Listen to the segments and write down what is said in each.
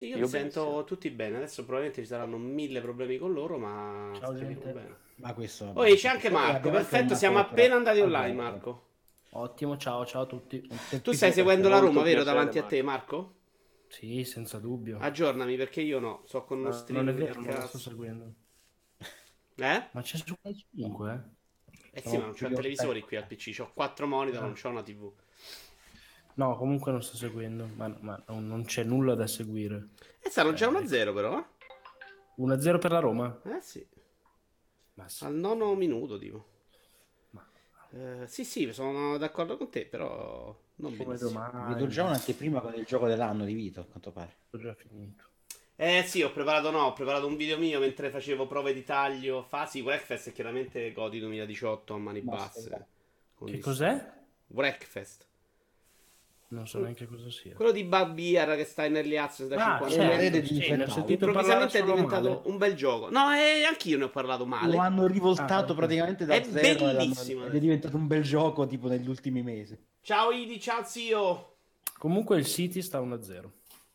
Io li Io sento benissimo. tutti bene. Adesso probabilmente ci saranno mille problemi con loro, ma Ciao sentiremo gente. bene. Ma questo, vabbè, Poi non c'è c'è. anche Poi Marco. abbiamo anche Perfetto, una siamo coopera appena andati al online, volo. Marco. Ottimo, ciao a tutti. Un Tu stai tempismo seguendo la perfetto. Roma, Molto vero, piacere, davanti a te, Marco. Marco? Sì, senza dubbio. Aggiornami perché io no. So con uno Ma non è streaming del vero, non lo sto cazzo. seguendo. Eh? Ma c'è su Play 5, eh? Eh sì, ma Sono non c'ho più televisori qui al PC. C'ho 4 monitor, non Ah. c'ho una TV. No, comunque non sto seguendo, ma non c'è nulla da seguire. Stanno già Cioè, 1-0 però, eh? 1-0 per la Roma? Eh sì. Ma sì, Al nono minuto, tipo. ma Sì, sì, sono d'accordo con te, però non come benissimo. Vedo già domani, un'anteprima con il gioco dell'anno di Vito, a quanto pare. ho già finito. Eh sì, ho preparato, no, ho preparato un video mio mentre facevo prove di taglio. Sì, Wreckfest è chiaramente Godi 2018 a mani Basta, basse. esatto. Con Che distacco. cos'è? Wreckfest. Non so Quello, neanche cosa sia. quello di Babbiar che sta in early access da Ah, 50 È anni. l'erede certo, di sì, ne ho Infettato. sentito parlare Improvvisamente è solo diventato male. un bel gioco. No, anch'io ne ho parlato Lo male. hanno Ah, rivoltato ok. praticamente È da zero bellissimo ed è adesso. diventato un bel gioco tipo negli ultimi mesi. Ciao Idi, ciao zio. Comunque il City sta 1-0.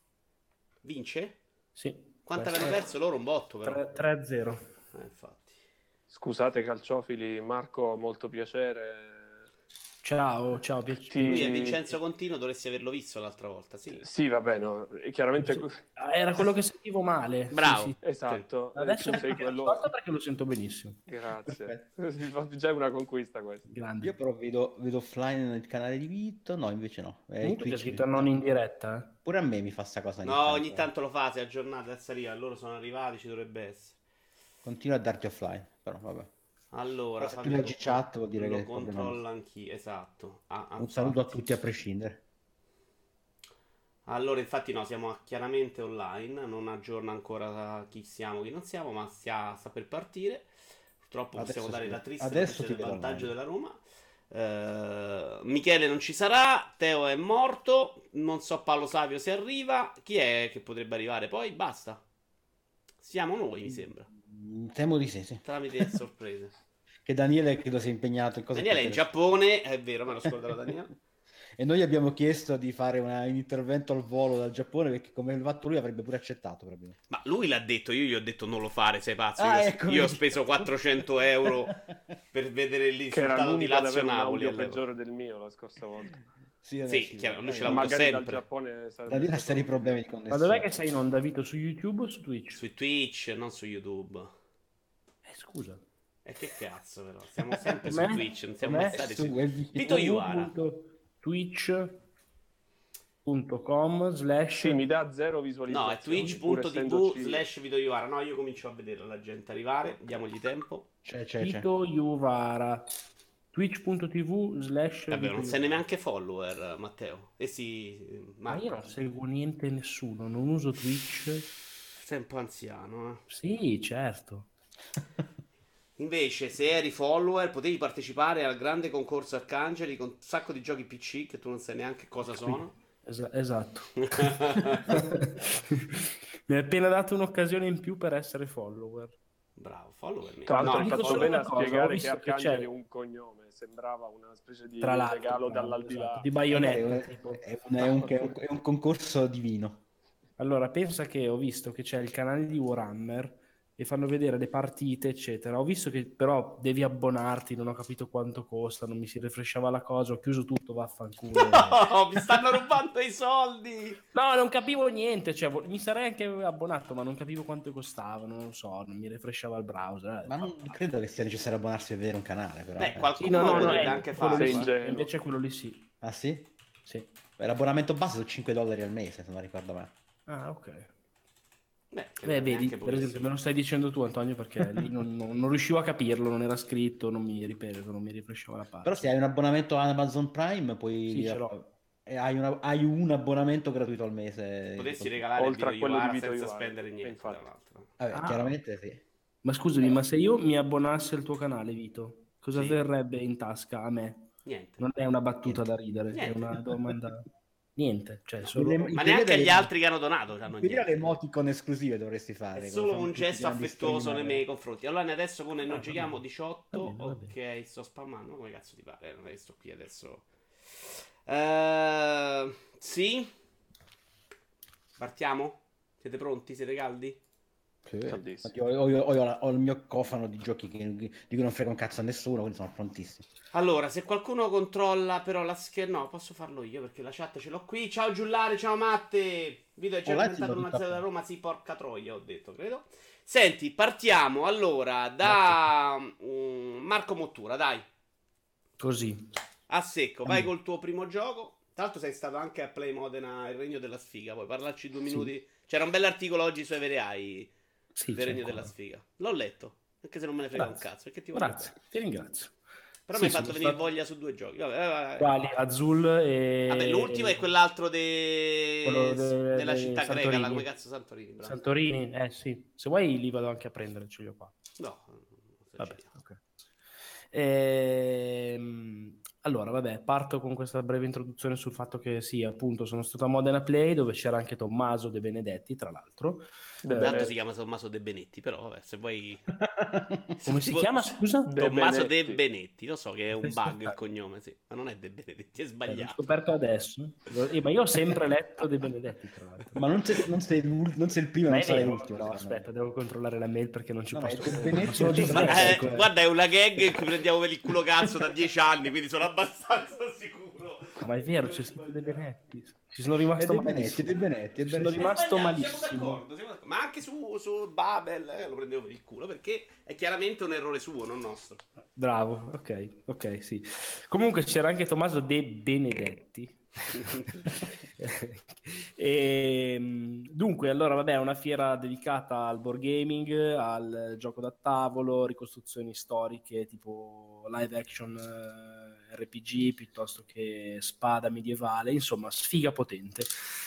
Vince? Sì, Quanto avevano questo è perso loro? Un botto però. 3-0. Infatti. Scusate calciofili, Marco, molto piacere. Ciao, ciao, Lui è Ti... Vincenzo Contino, dovresti averlo visto l'altra volta, sì. Sì, vabbè, no, e chiaramente... Era quello che sentivo male. Sì, Bravo. sì. Sì. Esatto, Adesso tu mi sei cambia quello... ascolta perché lo sento benissimo. Grazie. Perfetto. Mi fa già una conquista questa. Grande. Io però vedo offline nel canale di Vito, no, invece no, è Comunque c'è Twitch. scritto non in diretta. Pure a me mi fa sta cosa ogni No, ogni tanto. tanto lo fa, si è aggiornato, adesso arriva, loro sono arrivati, ci dovrebbe essere. Continua a darti offline, però vabbè. Allora, Però se tu fammi leggi chat vuol dire che lo il problema non controllo anch'io, esatto. Un saluto a Infatti. tutti a prescindere. Allora, infatti no, siamo chiaramente online, non aggiorna ancora chi siamo, chi non siamo, ma sta per partire. Purtroppo possiamo dare la triste Adesso notizia ti del vedo vantaggio online. della Roma. Michele non ci sarà, Teo è morto, non so Paolo Savio se arriva, chi è che potrebbe arrivare poi? Basta. Siamo noi, mi sembra, Temo di sì. tramite sorprese. Che Daniele credo sia impegnato in cose più Daniele è in interessanti. Giappone, è vero, me lo scorderò Daniele. E noi abbiamo chiesto di fare un intervento al volo dal Giappone perché come l'ha fatto lui avrebbe pure accettato probabilmente. Ma lui l'ha detto, io gli ho detto non lo fare, sei pazzo. Ah, ecco, Io ho vedi. speso 400 euro per vedere il Che era risultato di l'unico ad avere un Lazio-Napoli audio all'epoca. peggiore del mio la scorsa volta. Sì, Sì, sì, chiaro, lui ce l'ha avuto Magari dal sempre. Giappone sarebbe Daniele ha seri stato... problemi di Ma dov'è connessione. che sei in onda, Vito? Su YouTube o su Twitch? Su Twitch, non su YouTube. Scusa. E che cazzo, però? Siamo sempre su Com'è? Twitch, non siamo mai Com'è? stati Su su. web- Vito Iuara. www.twitch.com/. Sì, mi dà zero No, è visualizzazioni, pur twitch.tv essendoci... slash Vito Iuara. No, io comincio a vedere la gente arrivare. Diamogli tempo. C'è. Vito Iuvara. Twitch.tv/. Vabbè, Vito non sei Iuvara. neanche follower, Matteo. Eh sì, Ma io Marco. non seguo niente nessuno, non uso Twitch. Sei un po' anziano, eh. Sì, certo. Invece, se eri follower, potevi partecipare al grande concorso Arcangeli con un sacco di giochi PC che tu non sai neanche cosa sono. Esatto. Mi hai appena dato un'occasione in più per essere follower. Bravo, follower mio. Tra l'altro No, hai Dico fatto solo bene una a cosa, ho spiegare che visto che Arcangeli è c'è, un cognome, sembrava una specie tra di l'altro, regalo bravo, dall'aldilà. di Beh, Bayonetta, tipo. è un concorso divino. Allora, pensa che ho visto che c'è il canale di Warhammer e fanno vedere le partite, eccetera. Ho visto che però devi abbonarti, non ho capito quanto costa, non mi si refreshava la cosa, ho chiuso tutto, vaffanculo. no, mi stanno rubando i soldi. No, non capivo niente, cioè mi sarei anche abbonato, ma non capivo quanto costavano, non lo so, non mi refreshava il browser. Ma non credo che sia necessario abbonarsi per vedere un canale, però. Beh, Sì, no, qualcuno no, no, potrebbe anche quello lì Sei farlo, sì, eh. ingenuo. invece quello lì sì. Ah sì? Sì. Beh, l'abbonamento base sono $5 al mese, se non ricordo male. Ah, ok. Beh, che non Beh, è vedi, neanche per esempio, me pochissimo. lo stai dicendo tu, Antonio, perché lì non riuscivo a capirlo, non era scritto, non mi ripeto, non mi rifreshava la Però pagina. se hai un abbonamento a Amazon Prime, Sì, ce l'ho. e hai un abbonamento gratuito al mese. Potessi regalare il Oltre Vito a quello di Iuvara Vito senza Iuvara. spendere E niente, tra infatti. l'altro. Vabbè, Ah, chiaramente sì. ma scusami, ma se io mi abbonassi al tuo canale, Vito, cosa Sì? verrebbe in tasca a me? Niente. Non è una battuta Niente. da ridere, è Niente. una domanda. Niente, cioè No. solo. In Ma teoria neanche agli delle, altri che hanno donato hanno in teoria le niente. emoticon esclusive dovresti È fare, come solo fanno un tutti i gesto grandi affettuoso nei miei streamer. confronti. Allora, adesso come noi Ah, va giochiamo bene, 18, va bene, va bene. ok, sto spammando, come cazzo ti pare? Non è che sto qui adesso. Sì? Partiamo? Siete pronti? Siete caldi? Sì. Caldissimo. Infatti ho il mio cofano di giochi di cui non frega un cazzo a nessuno, quindi sono prontissimo. Allora, se qualcuno controlla però la scherma... No, posso farlo io perché la chat ce l'ho qui. Ciao Giullare, ciao Matte. Vito è già Là ci diventato sono 1-0 tutta- da Roma. Sì, porca troia, ho detto, credo. Senti, partiamo allora da Marco Mottura, dai. Così. A secco, vai col tuo primo gioco. Tra l'altro sei stato anche a Play Modena, il Regno della Sfiga. Puoi parlarci 2 minuti? C'era un bell'articolo oggi su Everai Sì, del c'è Regno della ancora. Sfiga. L'ho letto, anche se non me ne frega un Grazie. cazzo, perché ti voglio Grazie, bene. ti ringrazio. Però Sì, mi hai fatto sono venire stato- voglia su 2 giochi. Vabbè, vai, vai. Quali? Azul Vabbè, l'ultimo è e quell'altro quello della città greca, la come Santorini. cazzo Santorini, bravo. Santorini, sì. Se vuoi li vado anche a prendere, ce li ho qua. No, Vabbè, ok. Allora, vabbè, parto con questa breve introduzione sul fatto che sì, appunto, sono stato a Modena Play dove c'era anche Tommaso De Benedetti, tra l'altro. Tanto si chiama Tommaso De Benetti, però vabbè, se vuoi... Come si chiama, scusa? De Tommaso De Benetti. Benetti, lo so che è un bug il Spettacolo. cognome, sì, ma non è De Benedetti, è L'ho sbagliato. scoperto adesso. Ma io ho sempre letto De Benedetti, tra l'altro. Ma non sei il primo, Ma non è sarai vero? l'ultimo. No, secondo me. aspetta, devo controllare la mail perché non ci No, no, posso. è De Benetti, Ma sono non ci Ma, dislessico. guarda, è una gag in cui prendiamo per il culo cazzo da 10 anni, quindi sono abbastanza sicuro. Ma è vero, c'è scritto De Benetti. Ci sono rimasto È De Benetti, malissimo. De Benetti, Ci sono sì. rimasto Siamo malissimo. d'accordo, siamo d'accordo. Ma anche su Babel lo prendevo per il culo perché è chiaramente un errore suo, non nostro. Bravo, ok, sì. Comunque c'era anche Tommaso De Benedetti. Dunque, allora, vabbè, è una fiera dedicata al board gaming, al gioco da tavolo, ricostruzioni storiche tipo live action RPG piuttosto che spada medievale, insomma, sfiga potente.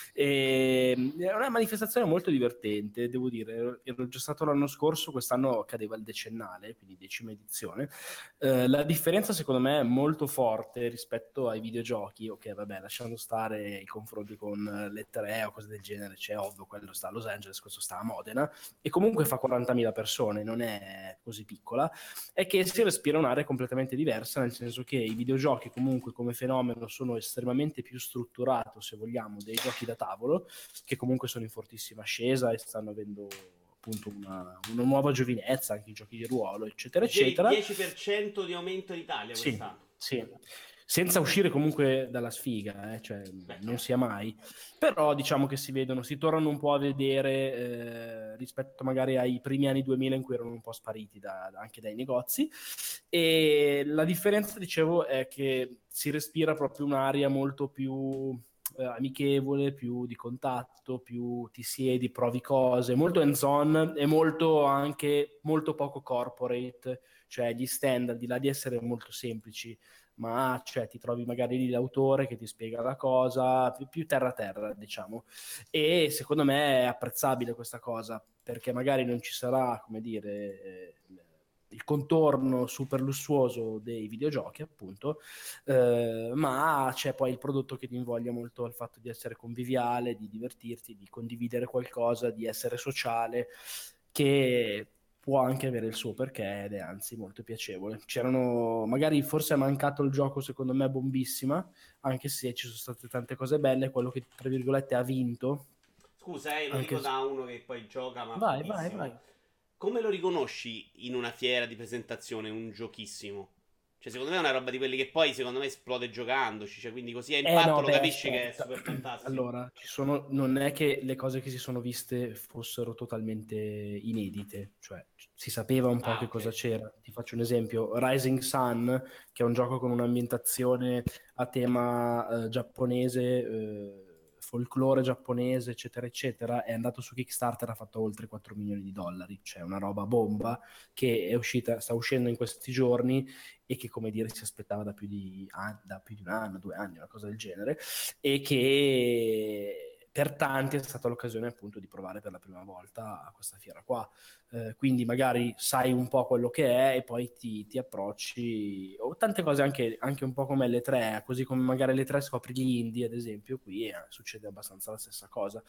È una manifestazione molto divertente, devo dire. Ero già stato l'anno scorso, quest'anno cadeva il decennale, quindi 10ª edizione. La differenza secondo me è molto forte rispetto ai videogiochi. Ok, vabbè, lasciando stare i confronti con le 3 o cose del genere, c'è ovvio, quello sta a Los Angeles, questo sta a Modena e comunque fa 40.000 persone, non è così piccola. È che si respira un'area completamente diversa, nel senso che i videogiochi comunque come fenomeno sono estremamente più strutturato, se vogliamo, dei giochi da tavolo, che comunque sono in fortissima ascesa e stanno avendo appunto una nuova giovinezza, anche i giochi di ruolo, eccetera, Dicevi eccetera. 10% di aumento in Italia Sì, quest'anno. sì. Senza uscire comunque dalla sfiga, cioè, non sia mai. Però diciamo che si tornano un po' a vedere rispetto magari ai primi anni 2000 in cui erano un po' spariti anche dai negozi. E la differenza, dicevo, è che si respira proprio un'aria molto più amichevole, più di contatto, più ti siedi, provi cose, molto hands-on e molto poco corporate, cioè gli stand, al di là di essere molto semplici, ma cioè, ti trovi magari lì l'autore che ti spiega la cosa, più terra, diciamo. E secondo me è apprezzabile questa cosa, perché magari non ci sarà, come dire, il contorno super lussuoso dei videogiochi, appunto, ma c'è poi il prodotto che ti invoglia molto al fatto di essere conviviale, di divertirti, di condividere qualcosa, di essere sociale, che può anche avere il suo perché ed è anzi molto piacevole. Magari forse è mancato il gioco secondo me bombissima, anche se ci sono state tante cose belle, quello che tra virgolette ha vinto. Scusa, lo Anche dico da uno che poi gioca, ma vai. pochissimo. Come lo riconosci in una fiera di presentazione un giochissimo? Cioè, secondo me è una roba di quelli che poi, secondo me, esplode giocandoci. Cioè, quindi così a impatto No, lo beh, capisci che è aspetta. super fantastico. Allora, non è che le cose che si sono viste fossero totalmente inedite, cioè si sapeva un po' che ok. cosa c'era. Ti faccio un esempio: Rising Sun, che è un gioco con un'ambientazione a tema giapponese, folklore giapponese, eccetera, eccetera, è andato su Kickstarter, ha fatto oltre 4 milioni di dollari, cioè una roba bomba che sta uscendo in questi giorni e che, come dire, si aspettava da più di un anno, 2 anni, una cosa del genere, e che per tanti è stata l'occasione appunto di provare per la prima volta a questa fiera qua. Quindi magari sai un po' quello che è e poi ti approcci, o tante cose anche un po' come le 3, così come magari le 3 scopri gli indie, ad esempio, qui succede abbastanza la stessa cosa.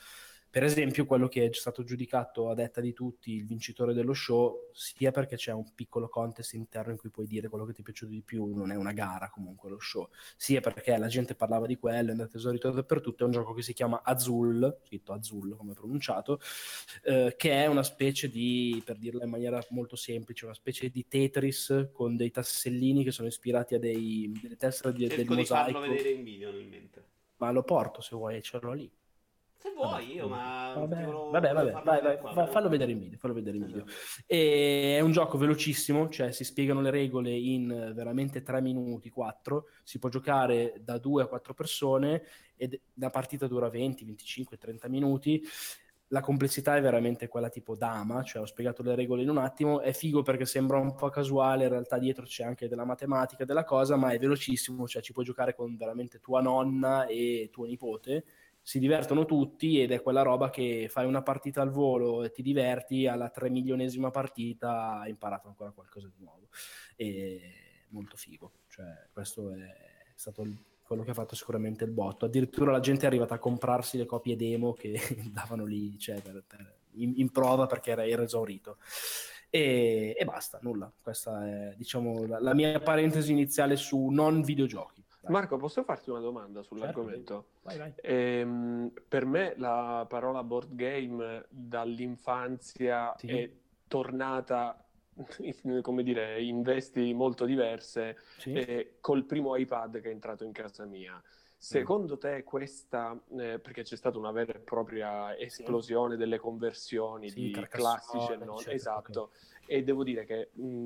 Per esempio, quello che è stato giudicato a detta di tutti il vincitore dello show, sia perché c'è un piccolo contest interno in cui puoi dire quello che ti è piaciuto di più, non è una gara comunque lo show, sia perché la gente parlava di quello, è andato esaurito dappertutto. È un gioco che si chiama Azul, scritto Azul come pronunciato, che è una specie di, per dirla in maniera molto semplice, una specie di Tetris con dei tassellini che sono ispirati a delle tessere del Cerco di farlo mosaico. vedere in video nel mente. Ma lo porto se vuoi, ce l'ho lì. Se Vabbè, vuoi, io, ma ti vabbè, volevo vabbè, farlo vai, vedere qua. fallo vedere in video, fallo vedere in video. Esatto. E è un gioco velocissimo, cioè si spiegano le regole in veramente 3 minuti, 4, si può giocare da 2 a 4 persone e la partita dura 20, 25, 30 minuti. La complessità è veramente quella tipo dama, cioè ho spiegato le regole in un attimo, è figo perché sembra un po' casuale, in realtà dietro c'è anche della matematica della cosa, ma è velocissimo, cioè ci puoi giocare con veramente tua nonna e tuo nipote, si divertono tutti ed è quella roba che fai una partita al volo e ti diverti, alla 3 milionesima partita hai imparato ancora qualcosa di nuovo. E molto figo, cioè questo è stato quello che ha fatto sicuramente il botto. Addirittura la gente è arrivata a comprarsi le copie demo che davano lì, cioè, in prova perché era esaurito. E basta, nulla. Questa è, diciamo, la mia parentesi iniziale su non videogiochi. Dai. Marco, posso farti una domanda sull'argomento? Vai, vai. Per me la parola board game dall'infanzia Sì. è tornata, come dire, in vesti molto diverse Sì. col primo iPad che è entrato in casa mia. Secondo te questa, perché c'è stata una vera e propria esplosione delle conversioni Sì, di Carcassonne, classici e non, eccetera, esatto, ok. e devo dire che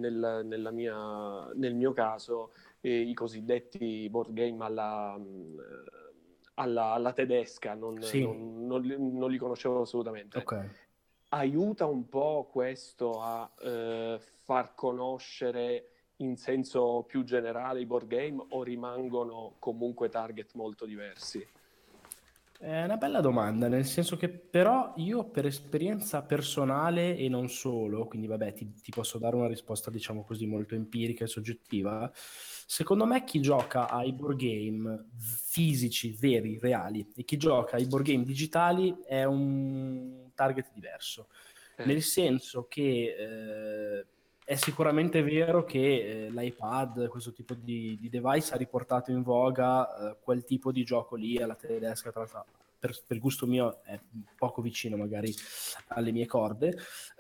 nel mio caso i cosiddetti board game alla tedesca Sì. non li conoscevo assolutamente. Ok. Aiuta un po' questo a far conoscere in senso più generale i board game o rimangono comunque target molto diversi? È una bella domanda, nel senso che però io per esperienza personale e non solo, quindi vabbè ti posso dare una risposta diciamo così molto empirica e soggettiva, secondo me chi gioca ai board game fisici, veri, reali, e chi gioca ai board game digitali è un target diverso, nel senso che è sicuramente vero che l'iPad, questo tipo di device, ha riportato in voga quel tipo di gioco lì alla tedesca, tra l'altro per gusto mio è poco vicino magari alle mie corde,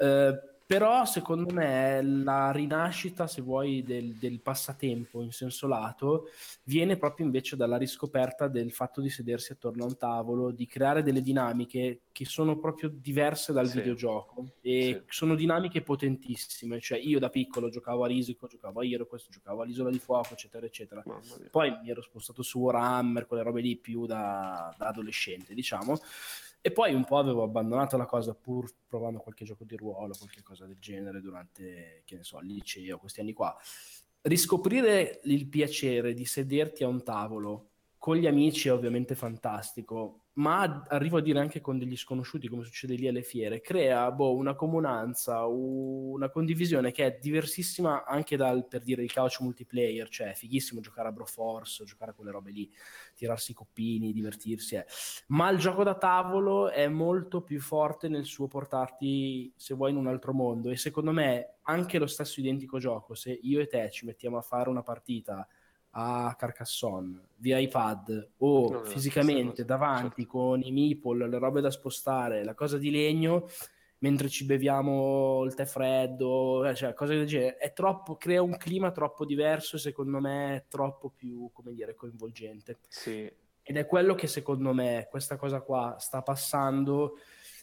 però secondo me la rinascita, se vuoi, del passatempo in senso lato viene proprio invece dalla riscoperta del fatto di sedersi attorno a un tavolo, di creare delle dinamiche che sono proprio diverse dal Sì. videogioco e Sì. sono dinamiche potentissime, cioè io da piccolo giocavo a Risico, giocavo a HeroQuest, giocavo all'Isola di Fuoco, eccetera eccetera, Mamma mia. poi mi ero spostato su Warhammer, quelle robe lì più da adolescente diciamo, e poi un po' avevo abbandonato la cosa pur provando qualche gioco di ruolo, qualche cosa del genere durante, che ne so, il liceo, questi anni qua. Riscoprire il piacere di sederti a un tavolo con gli amici è ovviamente fantastico, ma arrivo a dire anche con degli sconosciuti, come succede lì alle fiere, crea una comunanza, una condivisione che è diversissima anche dal, per dire, il couch multiplayer, cioè è fighissimo giocare a Broforce, giocare a quelle robe lì, tirarsi i coppini, divertirsi, ma il gioco da tavolo è molto più forte nel suo portarti, se vuoi, in un altro mondo, e secondo me anche lo stesso identico gioco, se io e te ci mettiamo a fare una partita a Carcassonne via iPad o Non è la stessa fisicamente cosa, davanti certo. con i meeple, le robe da spostare, la cosa di legno, mentre ci beviamo il tè freddo, cioè cose del genere, è troppo, crea un clima troppo diverso e secondo me è troppo più, come dire, coinvolgente. Sì. Ed è quello che secondo me questa cosa qua sta passando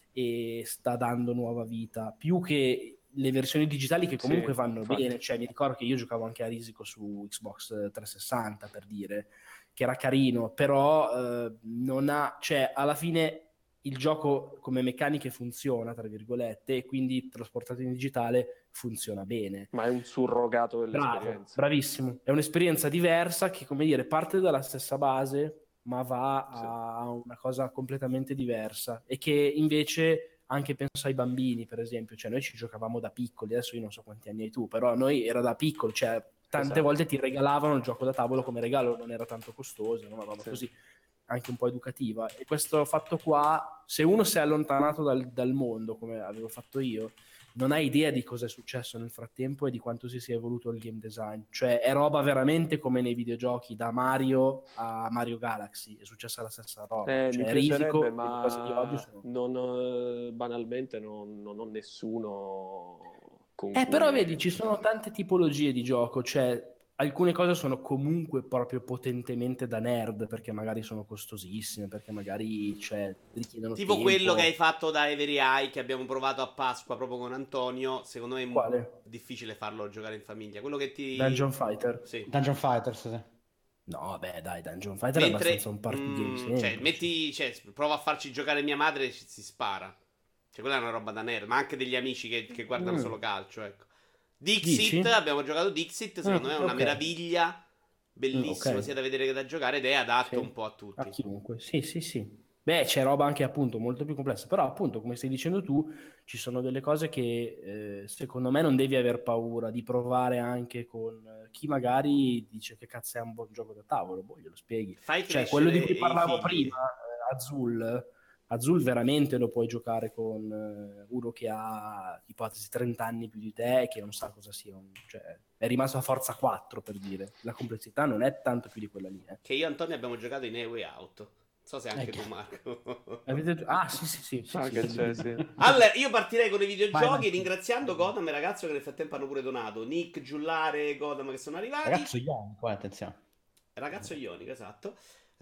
e sta dando nuova vita, più che le versioni digitali che comunque Sì, vanno infatti. bene, cioè mi ricordo che io giocavo anche a Risico su Xbox 360 per dire, che era carino, però non ha, cioè alla fine il gioco come meccaniche funziona, tra virgolette, e quindi trasportato in digitale funziona bene. Ma è un surrogato Bravo, dell'esperienza. bravissimo. È un'esperienza diversa che, come dire, parte dalla stessa base, ma va Sì. a una cosa completamente diversa e che invece anche penso ai bambini, per esempio, cioè noi ci giocavamo da piccoli, adesso io non so quanti anni hai tu, però noi era da piccoli, cioè tante Esatto. volte ti regalavano il gioco da tavolo come regalo, non era tanto costoso, una roba Sì. così. anche un po' educativa, e questo fatto qua, se uno si è allontanato dal mondo come avevo fatto io, non ha idea di cosa è successo nel frattempo e di quanto si sia evoluto il game design. Cioè è roba veramente come nei videogiochi, da Mario a Mario Galaxy è successa la stessa roba. Mi Cioè piacerebbe, Risico, le cose di oggi sono... banalmente non ho nessuno con Però cui... vedi, ci sono tante tipologie di gioco, cioè alcune cose sono comunque proprio potentemente da nerd, perché magari sono costosissime, perché magari richiedono Tipo tempo. quello che hai fatto da Every Eye, che abbiamo provato a Pasqua proprio con Antonio. Secondo me è Quale? difficile farlo giocare in famiglia. Quello che ti... Dungeon Fighter? Sì. Dungeon Fighters, sì. No, beh, dai, Dungeon Fighter è Mentre, abbastanza un party game semplice. prova a farci giocare mia madre e si spara. Cioè, quella è una roba da nerd, ma anche degli amici che guardano solo calcio, ecco. Dixit, Dici? abbiamo giocato Dixit, secondo me è una ok. meraviglia, bellissimo ok. sia da vedere che da giocare ed è adatto Sì. un po' a tutti. A chiunque, sì, sì, sì. Beh, c'è roba anche appunto molto più complessa, però appunto, come stai dicendo tu, ci sono delle cose che secondo me non devi aver paura di provare anche con chi magari dice che cazzo è un buon gioco da tavolo, boh, glielo spieghi. Fai Cioè, quello di crescere cui i parlavo figli. prima, Azul veramente lo puoi giocare con uno che ha ipotesi 30 anni più di te e che non sa cosa sia cioè, è rimasto a forza 4 per dire, la complessità non è tanto più di quella lì. Che io e Antonio abbiamo giocato in A Way Out. Non so se anche tu, Marco. Ah, sì, sì, sì, sì, sì, che sì. c'è, sì. Allora, io partirei con i videogiochi Vai. ringraziando Godam e ragazzo che nel frattempo hanno pure donato. Nick, Giullare e Godam che sono arrivati. Ragazzo Ion, qua, attenzione. Ragazzo Ionico, esatto.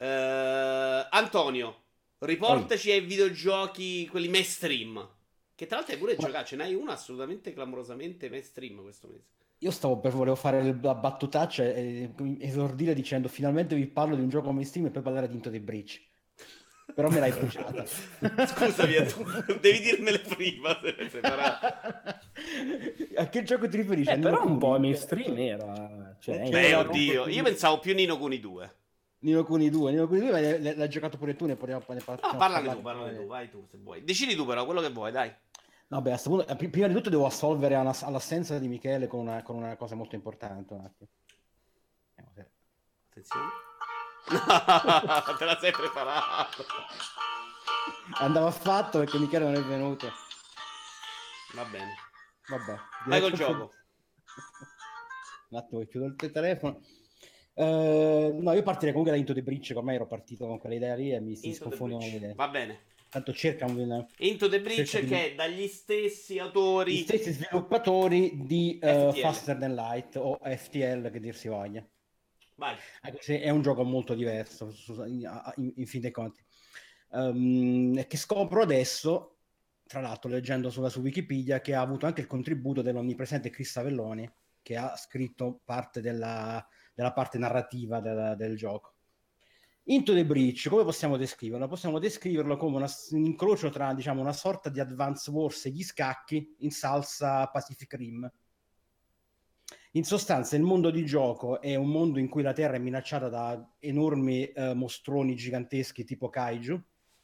Antonio, riportaci ai videogiochi, quelli mainstream. Che tra l'altro hai pure giocato, ce n'hai uno assolutamente clamorosamente mainstream questo mese. Io volevo fare la battutaccia e esordire dicendo finalmente vi parlo di un gioco mainstream e poi parlare di Into the Breach. Però me l'hai bruciata. Scusami, devi dirmele prima se l'hai preparata. A che gioco ti riferisci? Però un po' mainstream era. Cioè, Beh, no, oddio, io pensavo più Nino Kuni 2. Nino Kuni 2, l'hai giocato pure tu, ne parliamo. No, parlane tu, vai tu se vuoi. Decidi tu però, quello che vuoi, dai. No, beh, a sto punto, prima di tutto devo assolvere all'assenza di Michele con una cosa molto importante. Un attimo. Attenzione. No, te la sei preparato. Andava fatto perché Michele non è venuto. Va bene. Vabbè. Vai col gioco. Un attimo, chiudo il telefono. No, io partirei comunque da Into the Breach, che ormai ero partito con quell'idea lì e mi si sconfondono le idee. Va bene. Tanto cerca Into the Breach che è dagli stessi autori, gli stessi sviluppatori di FTL. Faster Than Light o FTL che dir si voglia. Vai. Anche se è un gioco molto diverso in fin dei conti. Che scopro adesso, tra l'altro leggendo su Wikipedia, che ha avuto anche il contributo dell'onnipresente Chris Avelloni, che ha scritto parte della parte narrativa del gioco. Into the Breach, come possiamo descriverlo? Possiamo descriverlo come un incrocio tra, diciamo, una sorta di Advance Wars e gli scacchi in salsa Pacific Rim. In sostanza il mondo di gioco è un mondo in cui la Terra è minacciata da enormi mostroni giganteschi tipo kaiju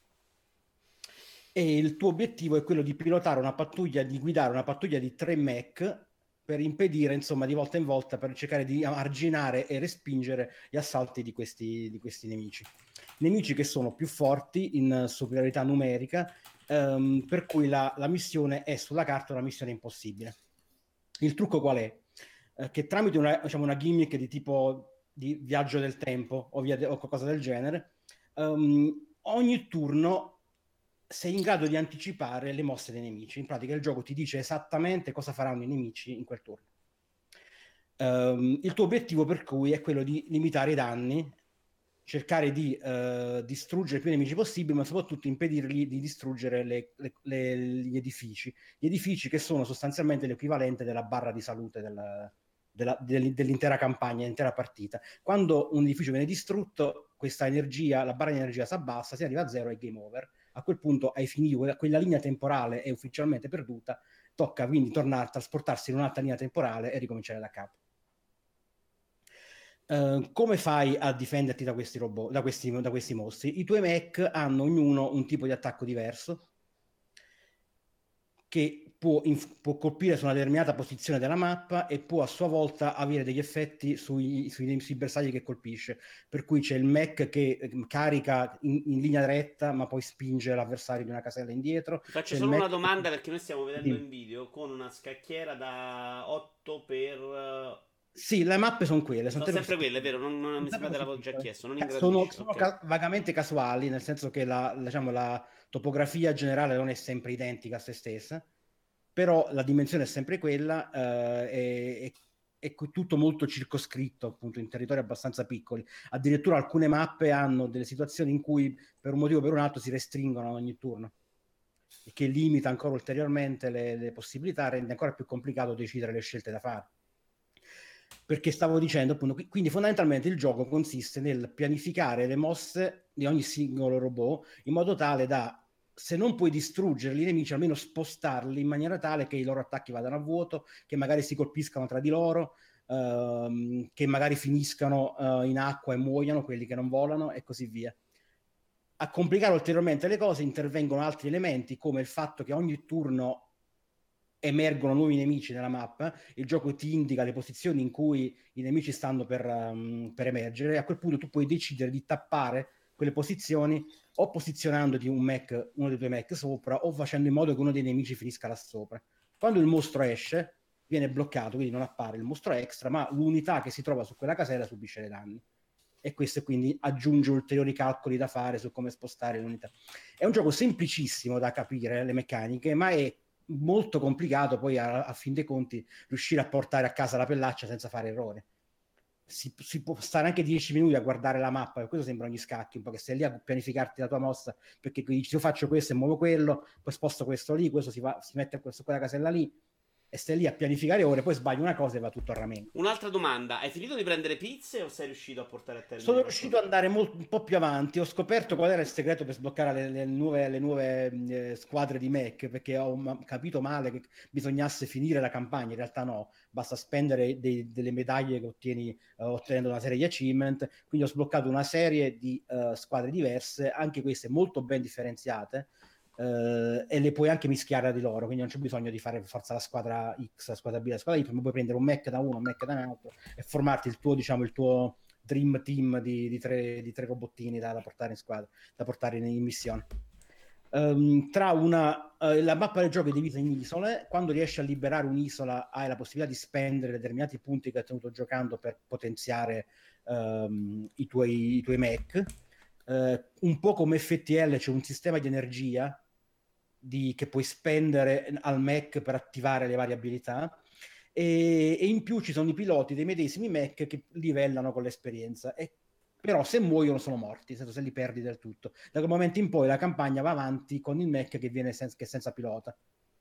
e il tuo obiettivo è quello di pilotare di guidare una pattuglia di 3 mech per impedire, insomma, di volta in volta, per cercare di arginare e respingere gli assalti di questi nemici. Nemici che sono più forti in superiorità numerica, per cui la missione è sulla carta una missione impossibile. Il trucco qual è? Che tramite una gimmick di tipo di viaggio del tempo o qualcosa del genere, ogni turno sei in grado di anticipare le mosse dei nemici. In pratica il gioco ti dice esattamente cosa faranno i nemici in quel turno. Il tuo obiettivo per cui è quello di limitare i danni, cercare di distruggere più nemici possibili, ma soprattutto impedirgli di distruggere gli edifici. Gli edifici che sono sostanzialmente l'equivalente della barra di salute dell'intera campagna, dell'intera partita. Quando un edificio viene distrutto, questa energia, la barra di energia si abbassa, si arriva a 0 e game over. A quel punto hai finito, quella linea temporale è ufficialmente perduta, tocca quindi tornare a trasportarsi in un'altra linea temporale e ricominciare da capo. Come fai a difenderti da questi robot, da questi mostri? I tuoi mech hanno ognuno un tipo di attacco diverso che può colpire su una determinata posizione della mappa e può a sua volta avere degli effetti sui bersagli che colpisce. Per cui c'è il mech che carica in linea retta, ma poi spinge l'avversario di una casella indietro. Ti faccio C'è solo il una mech domanda perché noi stiamo vedendo Dimmi. in video con una scacchiera da 8 per... Sì, le mappe sono quelle, Sono sempre quelle, vero? Non mi sembra te l'avevo già chiesto, non sono, ingrandisce. sono Ok. vagamente casuali, nel senso che diciamo, la topografia generale non è sempre identica a se stessa, però la dimensione è sempre quella, è tutto molto circoscritto, appunto, in territori abbastanza piccoli. Addirittura alcune mappe hanno delle situazioni in cui per un motivo o per un altro si restringono ogni turno, e che limita ancora ulteriormente le possibilità, rende ancora più complicato decidere le scelte da fare. Perché stavo dicendo, appunto, quindi fondamentalmente il gioco consiste nel pianificare le mosse di ogni singolo robot in modo tale da, se non puoi distruggerli i nemici, almeno spostarli in maniera tale che i loro attacchi vadano a vuoto, che magari si colpiscano tra di loro, che magari finiscano in acqua e muoiano quelli che non volano e così via. A complicare ulteriormente le cose intervengono altri elementi come il fatto che ogni turno emergono nuovi nemici nella mappa, il gioco ti indica le posizioni in cui i nemici stanno per emergere, e a quel punto tu puoi decidere di tappare quelle posizioni o posizionandoti uno dei tuoi mech sopra o facendo in modo che uno dei nemici finisca là sopra. Quando il mostro esce viene bloccato, quindi non appare il mostro extra, ma l'unità che si trova su quella casella subisce dei danni. E questo quindi aggiunge ulteriori calcoli da fare su come spostare l'unità. È un gioco semplicissimo da capire, le meccaniche, ma è molto complicato poi a fin dei conti riuscire a portare a casa la pellaccia senza fare errori. Si può stare anche 10 minuti a guardare la mappa, e questo sembra ogni scacchi, un po' che stai lì a pianificarti la tua mossa, perché dici io faccio questo e muovo quello, poi sposto questo lì, questo si mette su quella casella lì, e stai lì a pianificare ore, poi sbagli una cosa e va tutto a ramengo. Un'altra domanda, hai finito di prendere pizze o sei riuscito a portare a termine Sono qualcosa? riuscito ad andare un po' più avanti. Ho scoperto qual era il segreto per sbloccare le nuove squadre di mech, perché ho capito male che bisognasse finire la campagna. In realtà no, basta spendere delle medaglie che ottieni ottenendo una serie di achievement. Quindi ho sbloccato una serie di squadre diverse, anche queste molto ben differenziate. E le puoi anche mischiare di loro, quindi non c'è bisogno di fare per forza la squadra X, la squadra B, la squadra Y, ma puoi prendere un mech da uno, un mech da un altro e formarti il tuo dream team di tre robottini da portare in squadra, da portare in missione. La mappa del gioco è divisa in isole. Quando riesci a liberare un'isola hai la possibilità di spendere determinati punti che hai tenuto giocando per potenziare i tuoi mech. Un po' come FTL c'è un sistema di energia che puoi spendere al mech per attivare le varie abilità, e in più ci sono i piloti dei medesimi mech che livellano con l'esperienza, però se muoiono sono morti, nel senso, se li perdi del tutto. Da quel momento in poi la campagna va avanti con il mech che viene che è senza pilota.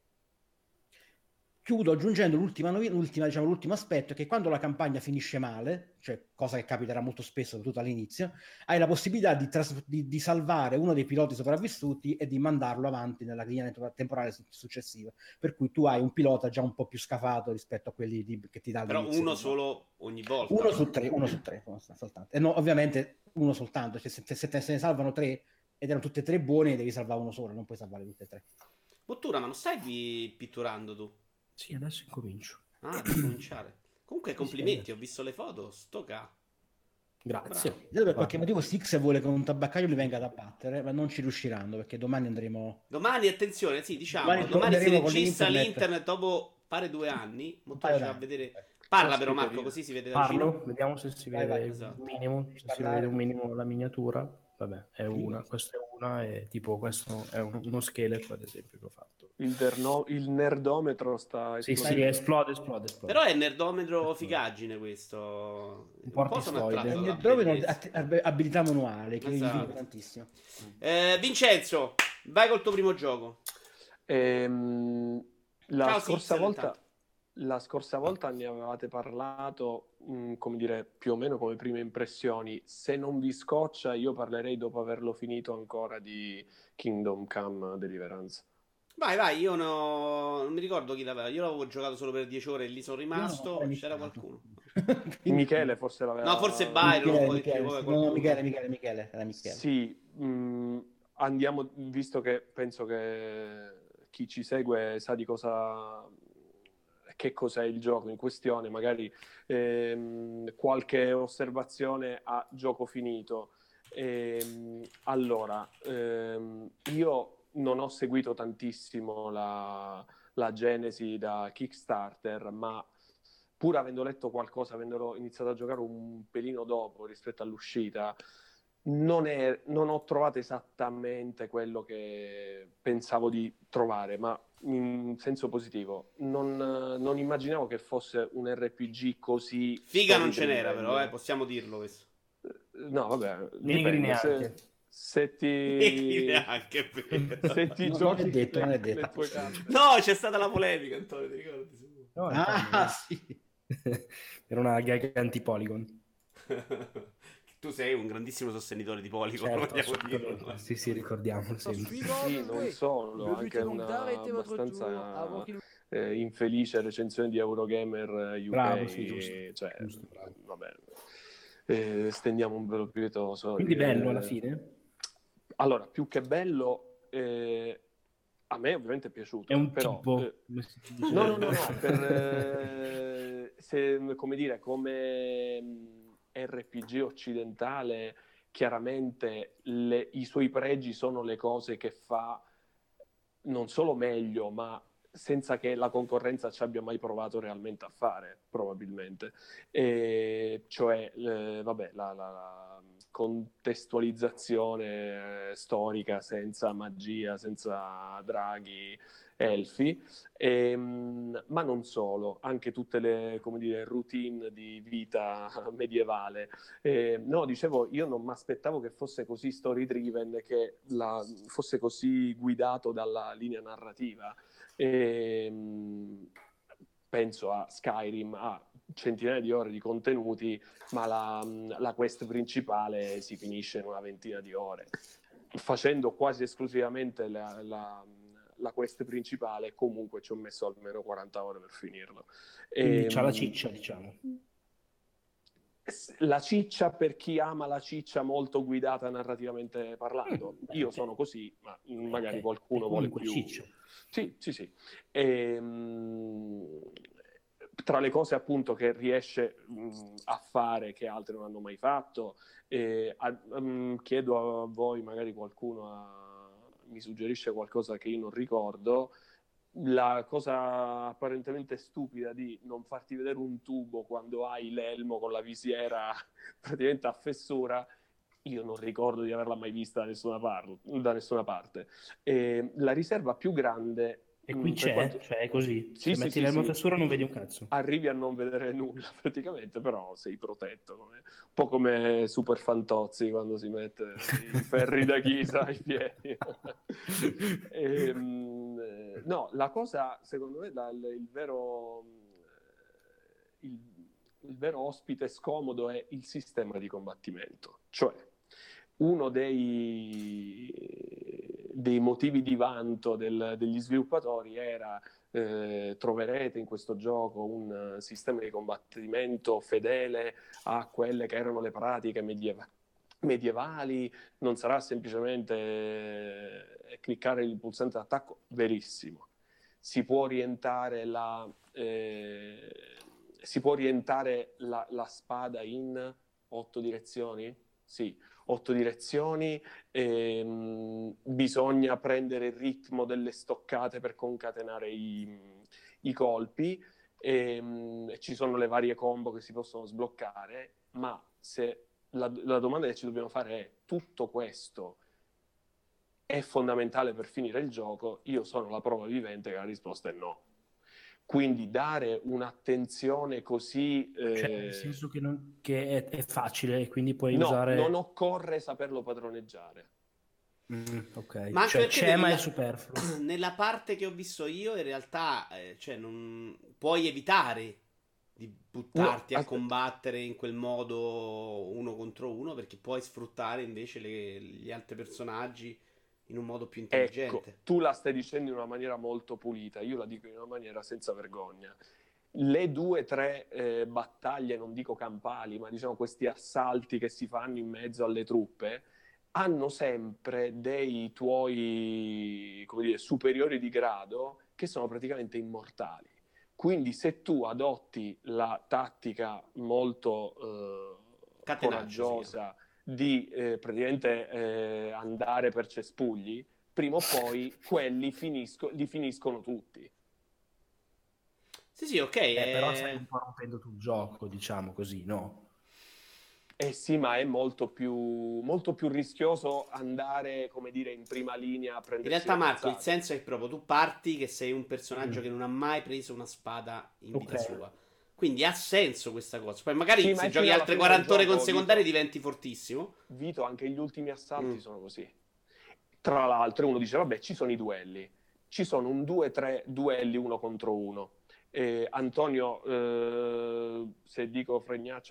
Chiudo aggiungendo l'ultimo aspetto, che quando la campagna finisce male, cioè cosa che capiterà molto spesso, soprattutto all'inizio, hai la possibilità di salvare uno dei piloti sopravvissuti e di mandarlo avanti nella linea temporale successiva. Per cui tu hai un pilota già un po' più scafato rispetto a quelli che ti dà Però all'inizio. uno solo ogni volta. Uno su tre soltanto. E no, ovviamente uno soltanto, cioè se ne salvano tre ed erano tutte e tre buoni, devi salvare uno solo, non puoi salvare tutte e tre. Bottura, ma non stai pitturando tu? Sì, adesso incomincio. Ah, devi cominciare. Comunque, complimenti, ho visto le foto. Grazie. Per qualche motivo Six vuole che un tabaccaio li venga ad abbattere, ma non ci riusciranno perché domani andremo. Domani, attenzione, sì, diciamo, Domani domani si torneremo con registra l'internet. l'internet dopo fare 2 anni. Un Molto paio ci va a d'anni. vedere. Parla però Ospite Marco, lì. così si vede da vicino. Parlo, vediamo se si Vai, vede vai. Esatto. un minimo, se si vede un minimo la miniatura. Vabbè, è una, questa è una, e tipo questo è uno scheletro, ad esempio, che ho fatto. Il nerdometro sta Sì, esplodendo. esplode. Però è nerdometro figaggine questo. Un po' sono portistoide. attratto dalla Dove bellezza. abilità manuale, che Esatto. invidio tantissimo. Vincenzo, vai col tuo primo gioco. La Ciao, scorsa Sixer, volta, intanto. la scorsa volta ne avevate parlato, come dire, più o meno come prime impressioni. Se non vi scoccia, io parlerei dopo averlo finito ancora di Kingdom Come Deliverance. Vai, io non mi ricordo chi l'aveva. Io l'avevo giocato solo per 10 ore e lì sono Io non ho rimasto. ancora C'era iniziato. qualcuno. Michele forse l'aveva... No, forse Byron un po' di più. Michele, Vabbè, sì, qualcuno. no, Michele, era Michele. Sì, andiamo, visto che penso che chi ci segue sa di che cos'è il gioco in questione, magari qualche osservazione a gioco finito. Allora, io non ho seguito tantissimo la Genesi da Kickstarter, ma pur avendo letto qualcosa, avendolo iniziato a giocare un pelino dopo rispetto all'uscita, non ho trovato esattamente quello che pensavo di trovare, ma in senso positivo. Non immaginavo che fosse un RPG così Figa non ce n'era, story-driven. però, possiamo dirlo questo. No, vabbè, Negri dipende. neanche. Se ti Neanche vero. se ti Non giochi è detto, non è le detto. tue carte. No, c'è stata la polemica, Antonio, ti ricordi? No, Ah, sì. era una gag anti-Polygon. Tu sei un grandissimo sostenitore di Polygon, Certo, vogliamo assolutamente. dirlo. Sì, ricordiamolo sempre. Sì, non solo, anche una abbastanza infelice recensione di Eurogamer UK. Bravo, sì, giusto. Cioè, Giusto, bravo. vabbè, stendiamo un velo pietoso. Quindi bello alla fine? Allora, più che bello, a me ovviamente è piaciuto. È un però, tipo. no, come dire, come RPG occidentale, chiaramente i suoi pregi sono le cose che fa non solo meglio, ma senza che la concorrenza ci abbia mai provato realmente a fare, probabilmente. Cioè, vabbè, la contestualizzazione storica senza magia, senza draghi, elfi, ma non solo, anche tutte le, come dire, routine di vita medievale. No, dicevo, io non mi aspettavo che fosse così story driven, che fosse così guidato dalla linea narrativa. Penso a Skyrim, a centinaia di ore di contenuti, ma la quest principale si finisce in una ventina di ore, facendo quasi esclusivamente la quest principale. Comunque ci ho messo almeno 40 ore per finirlo. Quindi c'ha la ciccia, diciamo. La ciccia per chi ama la ciccia molto guidata narrativamente parlando. Io sono così, ma magari qualcuno vuole più. Ciccia. Sì. Tra le cose appunto che riesce a fare che altri non hanno mai fatto, chiedo a voi, magari qualcuno mi suggerisce qualcosa che io non ricordo. La cosa apparentemente stupida di non farti vedere un tubo quando hai l'elmo con la visiera praticamente a fessura, io non ricordo di averla mai vista da nessuna parte. La riserva più grande... E qui c'è? Cioè è così? Sì, Se metti l'elmo a fessura non vedi un cazzo. Arrivi a non vedere nulla praticamente, però sei protetto. Un po' come Super Fantozzi quando si mette i ferri da ghisa ai piedi. No, la cosa, secondo me, il vero ospite scomodo è il sistema di combattimento. Cioè, uno dei motivi di vanto degli sviluppatori era troverete in questo gioco un sistema di combattimento fedele a quelle che erano le pratiche medievali, non sarà semplicemente cliccare il pulsante d'attacco. Verissimo. Si può orientare la spada in 8 direzioni? Sì, 8 direzioni. Bisogna prendere il ritmo delle stoccate per concatenare i colpi. Ci sono le varie combo che si possono sbloccare, ma se la domanda che ci dobbiamo fare è: tutto questo è fondamentale per finire il gioco? Io sono la prova vivente che la risposta è no. Quindi dare un'attenzione così... Cioè, nel senso che è facile e quindi puoi no, usare... non occorre saperlo padroneggiare. Ok, Ma anche cioè perché c'è ma è superfluo. nella parte che ho visto io, in realtà, cioè, non puoi evitare di buttarti a combattere in quel modo uno contro uno, perché puoi sfruttare invece gli altri personaggi in un modo più intelligente. Ecco, tu la stai dicendo in una maniera molto pulita, io la dico in una maniera senza vergogna. Le 2 o 3 battaglie, non dico campali, ma diciamo questi assalti che si fanno in mezzo alle truppe, hanno sempre dei tuoi, come dire, superiori di grado che sono praticamente immortali. Quindi se tu adotti la tattica molto coraggiosa di praticamente andare per cespugli, prima o poi quelli li finiscono tutti. Sì, ok. Però stai un po' rompendo tu il gioco, diciamo così, no? Sì, ma è molto più rischioso andare, come dire, in prima linea a In prendersi realtà, le Marco, il cazzate. senso è proprio tu parti che sei un personaggio che non ha mai preso una spada in vita sua. Quindi ha senso questa cosa. Poi magari Sì, ma se è giochi fino alla altre fine del 40 ore con gioco, secondarie diventi fortissimo. Vito, anche gli ultimi assalti sono così. Tra l'altro uno dice, vabbè, ci sono i duelli. Ci sono un 2-3 duelli uno contro uno. Antonio, se dico fregnaccio,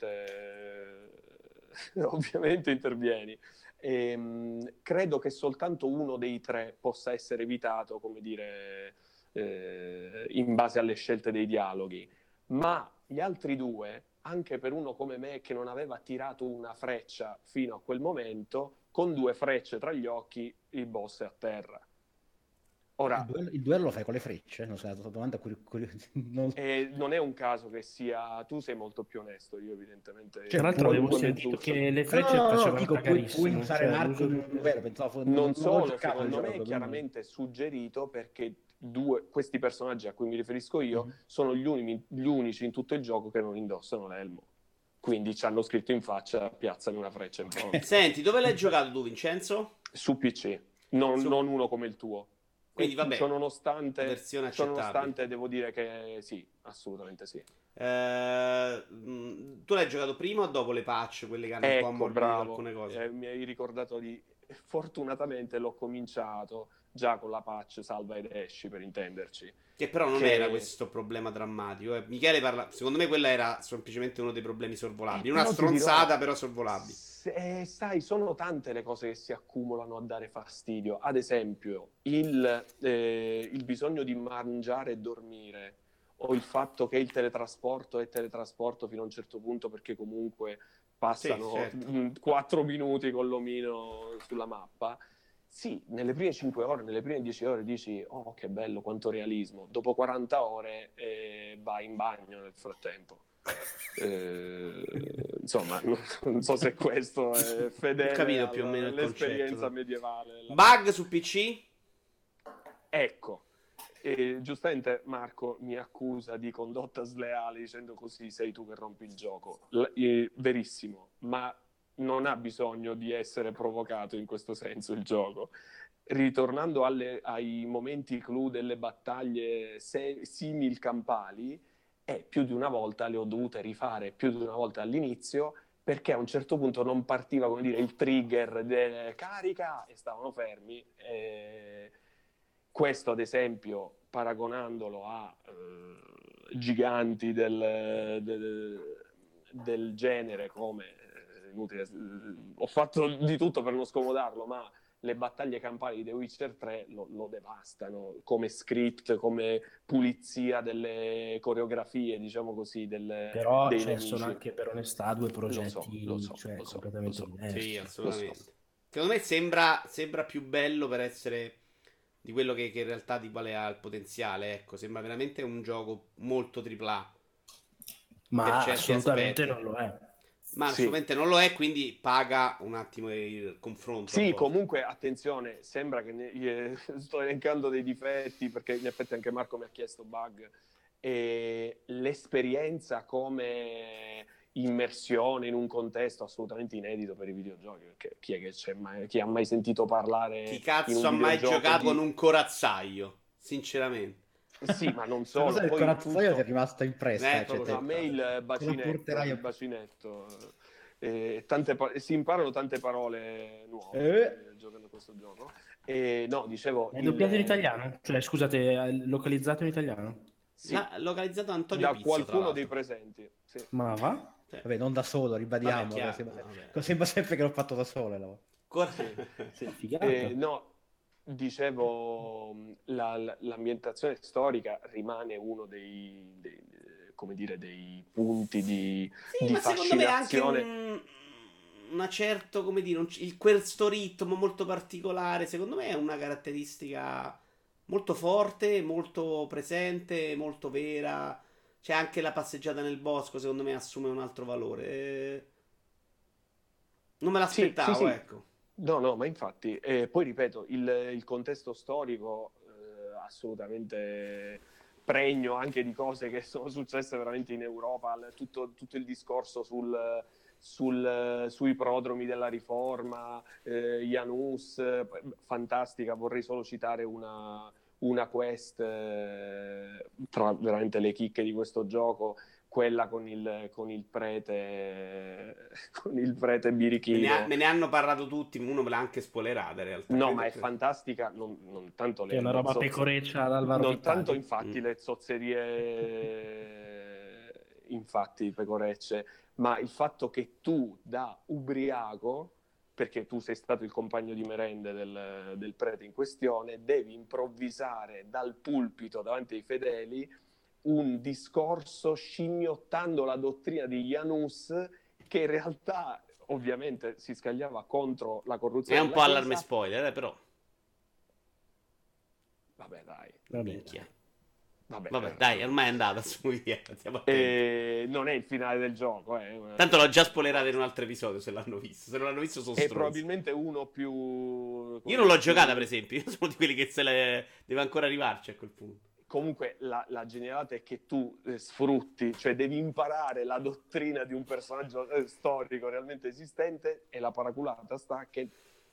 ovviamente intervieni. Credo che soltanto uno dei tre possa essere evitato, come dire, in base alle scelte dei dialoghi. Ma gli altri due, anche per uno come me che non aveva tirato una freccia fino a quel momento, con 2 frecce tra gli occhi il boss è a terra. Ora, il duello lo fai con le frecce? Non so, la domanda non è un caso che sia... Tu sei molto più onesto, io evidentemente... Tra l'altro avevo due sentito mezzuzzo. che le frecce facevano dico, puoi cagarissimo. usare Cioè, l'arco l'uso di un duello, pensavo, Non non ho solo, giocato al secondo me è gioco, chiaramente suggerito perché questi personaggi a cui mi riferisco io Mhm. sono gli unici in tutto il gioco che non indossano l'elmo. Quindi ci hanno scritto in faccia, piazzami una freccia in fronte. Senti, dove l'hai giocato tu, Vincenzo? Su PC, non Su... uno come il tuo. Quindi, E vabbè, ciononostante, versione accettabile. devo dire che sì, assolutamente sì. Tu l'hai giocato prima o dopo le patch, quelle che hanno un po' Ecco, ammorbidito bravo, alcune cose? mi hai ricordato di... Fortunatamente l'ho cominciato già con la patch salva ed esci, per intenderci. Che però non era Che... questo problema drammatico. Michele parla. Secondo me, quella era semplicemente uno dei problemi sorvolabili. Una Però ti dirò, stronzata, però sorvolabili. sai, sono tante le cose che si accumulano a dare fastidio. Ad esempio, il bisogno di mangiare e dormire, o il fatto che il teletrasporto è teletrasporto fino a un certo punto perché comunque Sì, passano certo. 4 minuti con l'omino sulla mappa. Sì, nelle prime 5 ore, nelle prime 10 ore dici, oh che bello, quanto realismo. Dopo 40 ore vai in bagno nel frattempo. Insomma, non so se questo è Ho fedele capito più o meno il concetto. all'esperienza No? medievale. Bug su PC? Ecco, giustamente Marco mi accusa di condotta sleale dicendo così sei tu che rompi il gioco. Verissimo, ma non ha bisogno di essere provocato in questo senso il gioco. Ritornando ai momenti clou delle battaglie simil campali, più di una volta le ho dovute rifare, più di una volta all'inizio, perché a un certo punto non partiva, come dire, il trigger carica e stavano fermi. Questo, ad esempio, paragonandolo a giganti del genere, come inutile, ho fatto di tutto per non scomodarlo, ma le battaglie campali di The Witcher 3 lo devastano come script, come pulizia delle coreografie, diciamo così, Però dei cioè, sono nemici. anche per onestà due Lo so, lo progetti so, cioè, lo so, lo completamente so, Sì, diversi. lo so. assolutamente. Secondo me sembra più bello per essere di quello che in realtà di quale ha il potenziale. Ecco, sembra veramente un gioco molto AAA per Ma certi assolutamente aspetti. non lo è. Ma Sì. assolutamente non lo è, quindi paga un attimo il confronto a Sì, volte. comunque attenzione, sembra che sto elencando dei difetti perché in effetti anche Marco mi ha chiesto bug. L'esperienza come immersione in un contesto assolutamente inedito per i videogiochi, perché chi è che chi ha mai sentito Chi parlare in cazzo un ha mai videogioco giocato con di... un corazzaio? Sinceramente. Sì, ma non Questa cosa solo, del poi corazzaio ti è tutto... rimasta impressa, cioè Proprio A sì. me il te la porterai il bacinetto, si imparano tante parole nuove giocando a questo gioco. No, dicevo, È doppiato in italiano? Cioè, scusate, è localizzato in italiano? sì, Localizzato Antonio da Pizzo, tra qualcuno dei l'altro. presenti, sì. Ma va? Sì. Vabbè, non da solo, Vabbè, ribadiamo, chiaro. No, vabbè. sembra sempre che l'ho fatto da solo. Sì. Sì, figata. No, dicevo, l'ambientazione storica rimane uno come dire, dei punti Sì, di ma secondo me è anche fascinazione. una certo, come dire, questo ritmo molto particolare, secondo me è una caratteristica molto forte, molto presente, molto vera. C'è anche la passeggiata nel bosco, secondo me assume un altro valore. Non me Sì, sì, l'aspettavo, sì. ecco. No, no, ma infatti, poi ripeto, il contesto storico assolutamente pregno anche di cose che sono successe veramente in Europa, tutto il discorso sui prodromi della riforma, Janus, fantastica, vorrei solo citare una quest tra veramente le chicche di questo gioco, quella con il prete birichino. Me ne hanno parlato tutti, uno me l'ha anche spoilerata in realtà. No, Credo ma è che... fantastica, non tanto Che è una le roba zozze, pecoreccia d'Alvaro non tanto Vitali. infatti le zozzerie, infatti pecorecce, ma il fatto che tu da ubriaco, perché tu sei stato il compagno di merende del prete in questione, devi improvvisare dal pulpito davanti ai fedeli un discorso scimmiottando la dottrina di Janus, che in realtà ovviamente si scagliava contro la È corruzione un della po' allarme Chiesa. spoiler, però. Vabbè, dai. Vabbè, Minchia. Vabbè, Vabbè, dai, ormai è andata su via, stiamo attenti. non è il finale del gioco, Tanto l'ho già Cioè, spoilerato in un altro episodio, se l'hanno visto. Se non l'hanno visto sono è stronzi. probabilmente uno più, Io come non dire, l'ho giocata, per più. esempio. Io sono di quelli che se le... deve ancora arrivarci a quel punto. Comunque la genialata è che tu sfrutti, cioè devi imparare la dottrina di un personaggio storico realmente esistente, e la paraculata sta che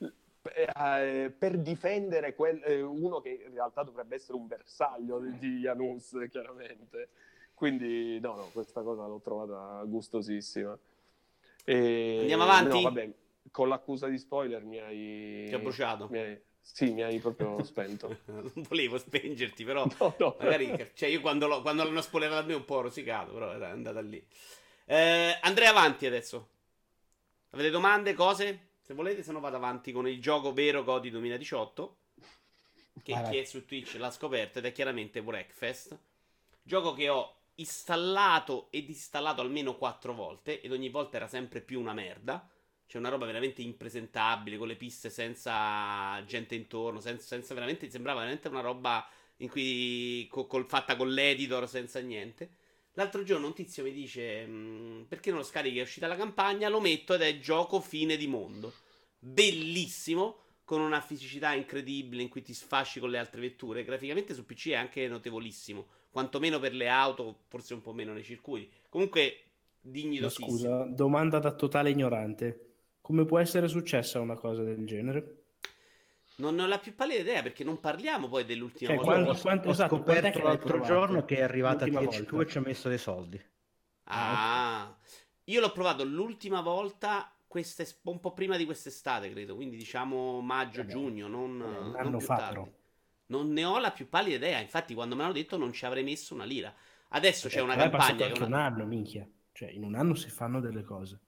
per difendere uno che in realtà dovrebbe essere un bersaglio di Janus, chiaramente. Quindi no, questa cosa l'ho trovata gustosissima. Andiamo No, avanti? vabbè, con l'accusa di spoiler Ti ho bruciato. sì, mi hai proprio spento. Non volevo spengerti, però No, no. magari... Cioè, io quando l'hanno spoilerato a me ho un po' rosicato, però era andata lì. Andrei avanti adesso. Avete domande, cose? Se volete, se no vado avanti con il gioco vero Godi 2018. Che chi Vai. è su Twitch l'ha scoperto ed è chiaramente Wreckfest. Gioco che ho installato e disinstallato almeno 4 volte ed ogni volta era sempre più una merda. C'è una roba veramente impresentabile con le piste senza gente intorno, senza veramente, sembrava veramente una roba in cui fatta con l'editor senza niente. L'altro giorno un tizio mi dice: perché non lo scarichi? È uscita la campagna, lo metto ed è gioco fine di mondo. Bellissimo, con una fisicità incredibile in cui ti sfasci con le altre vetture. Graficamente su PC è anche notevolissimo, quantomeno per le auto, forse un po' meno nei circuiti. Comunque, Ma dignitosissimo. scusa, domanda da totale ignorante. Come può essere successa una cosa del genere? Non ne ho la più pallida idea perché non parliamo poi dell'ultima Cioè, volta che Io l'ho... ho esatto, quant'è scoperto che l'hai l'altro giorno provato? che è arrivata L'ultima THQ volta. e ci ha messo dei soldi. Ah, ok. Ah, io l'ho provato l'ultima volta un po' prima di quest'estate, credo, quindi diciamo Vabbè, maggio-giugno, vabbè, un non anno più fa però. tardi. Non ne ho la più pallida idea, infatti quando me l'hanno detto non ci avrei messo una lira. Adesso c'è Vabbè, una però è passato campagna che è anche un una... anno, minchia. Cioè, in un anno si fanno delle cose.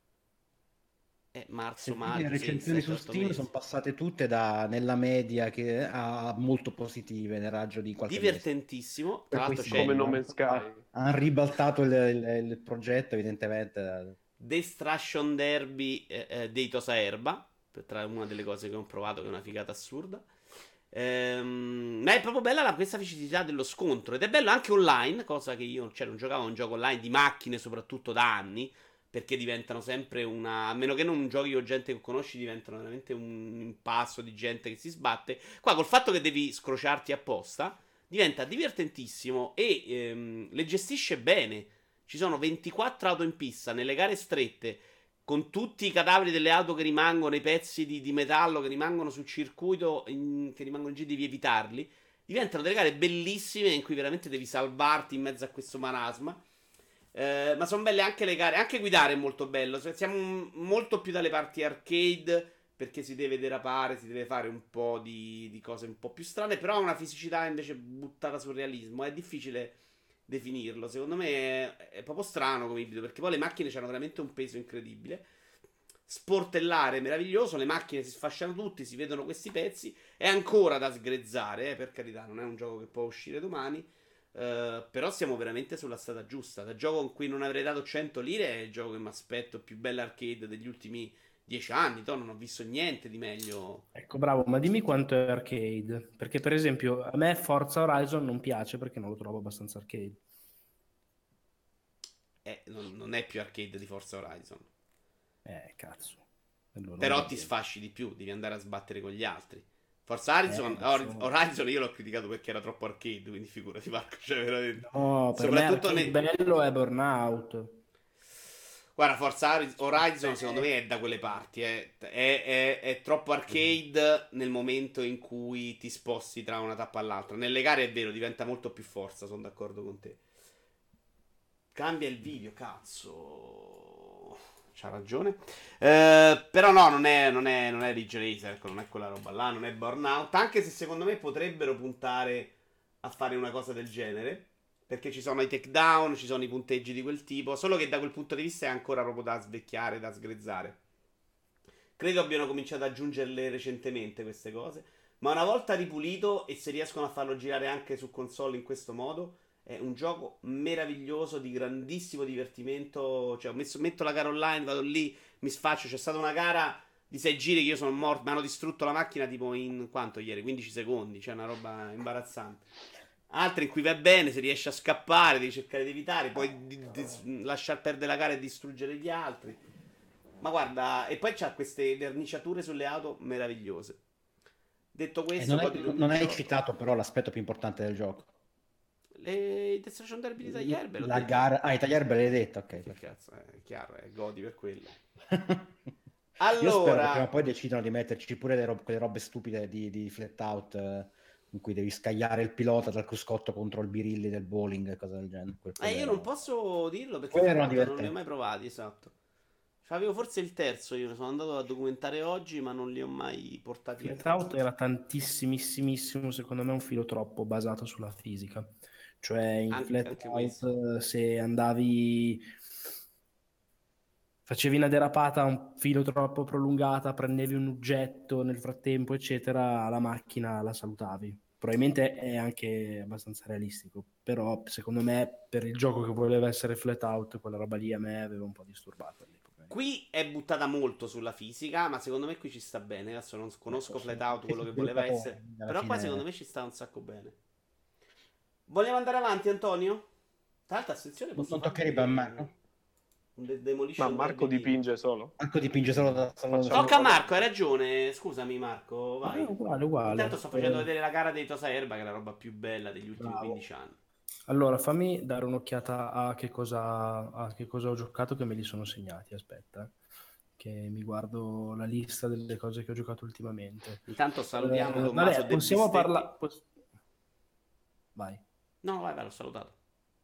marzo, Se vedi le maggio, 6, recensioni su 7-8 Steam sono mesi. passate tutte nella media che a molto positive nel raggio di qualche mese. Divertentissimo, tra Per l'altro questi c'è Come motivi No Man's Sky. hanno ribaltato il progetto evidentemente. Destruction Derby dei Tosa Erba, tra una delle cose che ho provato, che è una figata assurda. Ma è proprio bella questa fisicità dello scontro. Ed è bello anche online, cosa che io non giocavo a un gioco online di macchine, soprattutto da anni. Perché diventano sempre una. A meno che non giochi con gente che conosci, diventano veramente un impasto di gente che si sbatte. Qua, col fatto che devi scrociarti apposta, diventa divertentissimo e le gestisce bene. Ci sono 24 auto in pista nelle gare strette, con tutti i cadaveri delle auto che rimangono, i pezzi di metallo che rimangono sul circuito, che rimangono in giro, devi evitarli. Diventano delle gare bellissime in cui veramente devi salvarti in mezzo a questo marasma. Ma sono belle anche le gare, anche guidare è molto bello. Siamo molto più dalle parti arcade perché si deve derapare, si deve fare un po' di cose un po' più strane, però ha una fisicità invece buttata sul realismo. È difficile definirlo. Secondo me è proprio strano come ibrido perché poi le macchine hanno veramente un peso incredibile. Sportellare meraviglioso, le macchine si sfasciano tutti, si vedono questi pezzi. È ancora da sgrezzare, per carità, non è un gioco che può uscire domani. Però siamo veramente sulla strada giusta. Da gioco in cui non avrei dato 100 lire è il gioco che mi aspetto più bella arcade degli ultimi 10 anni, non ho visto niente di meglio. Ecco, bravo, ma dimmi quanto è arcade. Perché, per esempio, a me Forza Horizon non piace perché non lo trovo abbastanza arcade. Non è più arcade di Forza Horizon. Cazzo. Allora, non Però va ti bene. sfasci di più, devi andare a sbattere con gli altri. Forza Horizon, Lo so. Horizon io l'ho criticato perché era troppo arcade, quindi figurati Marco, cioè veramente. No, per me Soprattutto arcade bello è Burnout. Guarda, Forza Horizon secondo me è da quelle parti, è troppo arcade nel momento in cui ti sposti tra una tappa all'altra. Nelle gare è vero, diventa molto più forza, sono d'accordo con te. Cambia il video, cazzo. C'ha ragione. Però no, non è Ridge Racer, ecco, non è quella roba là, non è Burnout. Anche se secondo me potrebbero puntare a fare una cosa del genere. Perché ci sono i takedown, ci sono i punteggi di quel tipo. Solo che da quel punto di vista è ancora proprio da svecchiare, da sgrezzare. Credo abbiano cominciato ad aggiungerle recentemente queste cose. Ma una volta ripulito e se riescono a farlo girare anche su console in questo modo, è un gioco meraviglioso, di grandissimo divertimento. Cioè, metto la gara online, vado lì, mi sfaccio. C'è stata una gara di 6 giri che io sono morto. Mi hanno distrutto la macchina tipo in quanto ieri? 15 secondi. Cioè, una roba imbarazzante. Altre in cui va bene, se riesci a scappare, devi cercare di evitare, poi lasciar perdere la gara e distruggere gli altri. Ma guarda, e poi c'ha queste verniciature sulle auto meravigliose. Detto questo, goditi un Non hai videogioco. citato però l'aspetto più importante del gioco. Le Destruction Derby di Tagliarbe l'ho La detto. gara... Ah, i tagliarbe l'hai detto, ok, Che perfetto. cazzo, è chiaro, godi per quello. Io spero che prima Allora, o poi decidano di metterci pure quelle robe stupide di flat out in cui devi scagliare il pilota dal cruscotto contro il birilli del bowling e cose del genere. io non posso dirlo perché Quelle Flat erano Out non li ho divertenti. mai provati, esatto. Avevo forse il terzo, io sono andato a documentare oggi, ma non li ho mai portati a casa. Flatout era tantissimissimissimo, secondo me un filo troppo basato sulla fisica. Cioè in Anche questo. Flatout se andavi, facevi una derapata un filo troppo prolungata, prendevi un oggetto nel frattempo, eccetera, la macchina la salutavi. Probabilmente è anche abbastanza realistico, però secondo me per il gioco che voleva essere Flatout, quella roba lì a me aveva un po' disturbato all'epoca. Qui è buttata molto sulla fisica, ma secondo me qui ci sta bene. Adesso non conosco Sì, Flat Out, stessi quello che voleva sviluppatori, essere. alla Però qua secondo fine... me ci sta un sacco bene. Vogliamo andare avanti, Antonio? Tra l'altro, attenzione, posso Non farvi toccherebbe a vedere me, no? un Ma Demolition Marco Derby di... dipinge solo? Marco dipinge solo Facciamo Tocca a una Marco, hai domanda. ragione. Scusami, Marco, Ah, vai. uguale, Intanto uguale. sto facendo vedere la gara dei Tosa Erba, che è la roba più bella degli ultimi Bravo. 15 anni. Allora, fammi dare un'occhiata a che cosa ho giocato che me li sono segnati. Aspetta, che mi guardo la lista delle cose che ho giocato ultimamente. Intanto salutiamo Tommaso Vabbè, De possiamo Bistetti. parlare. Vai. No, vai, l'ho salutato.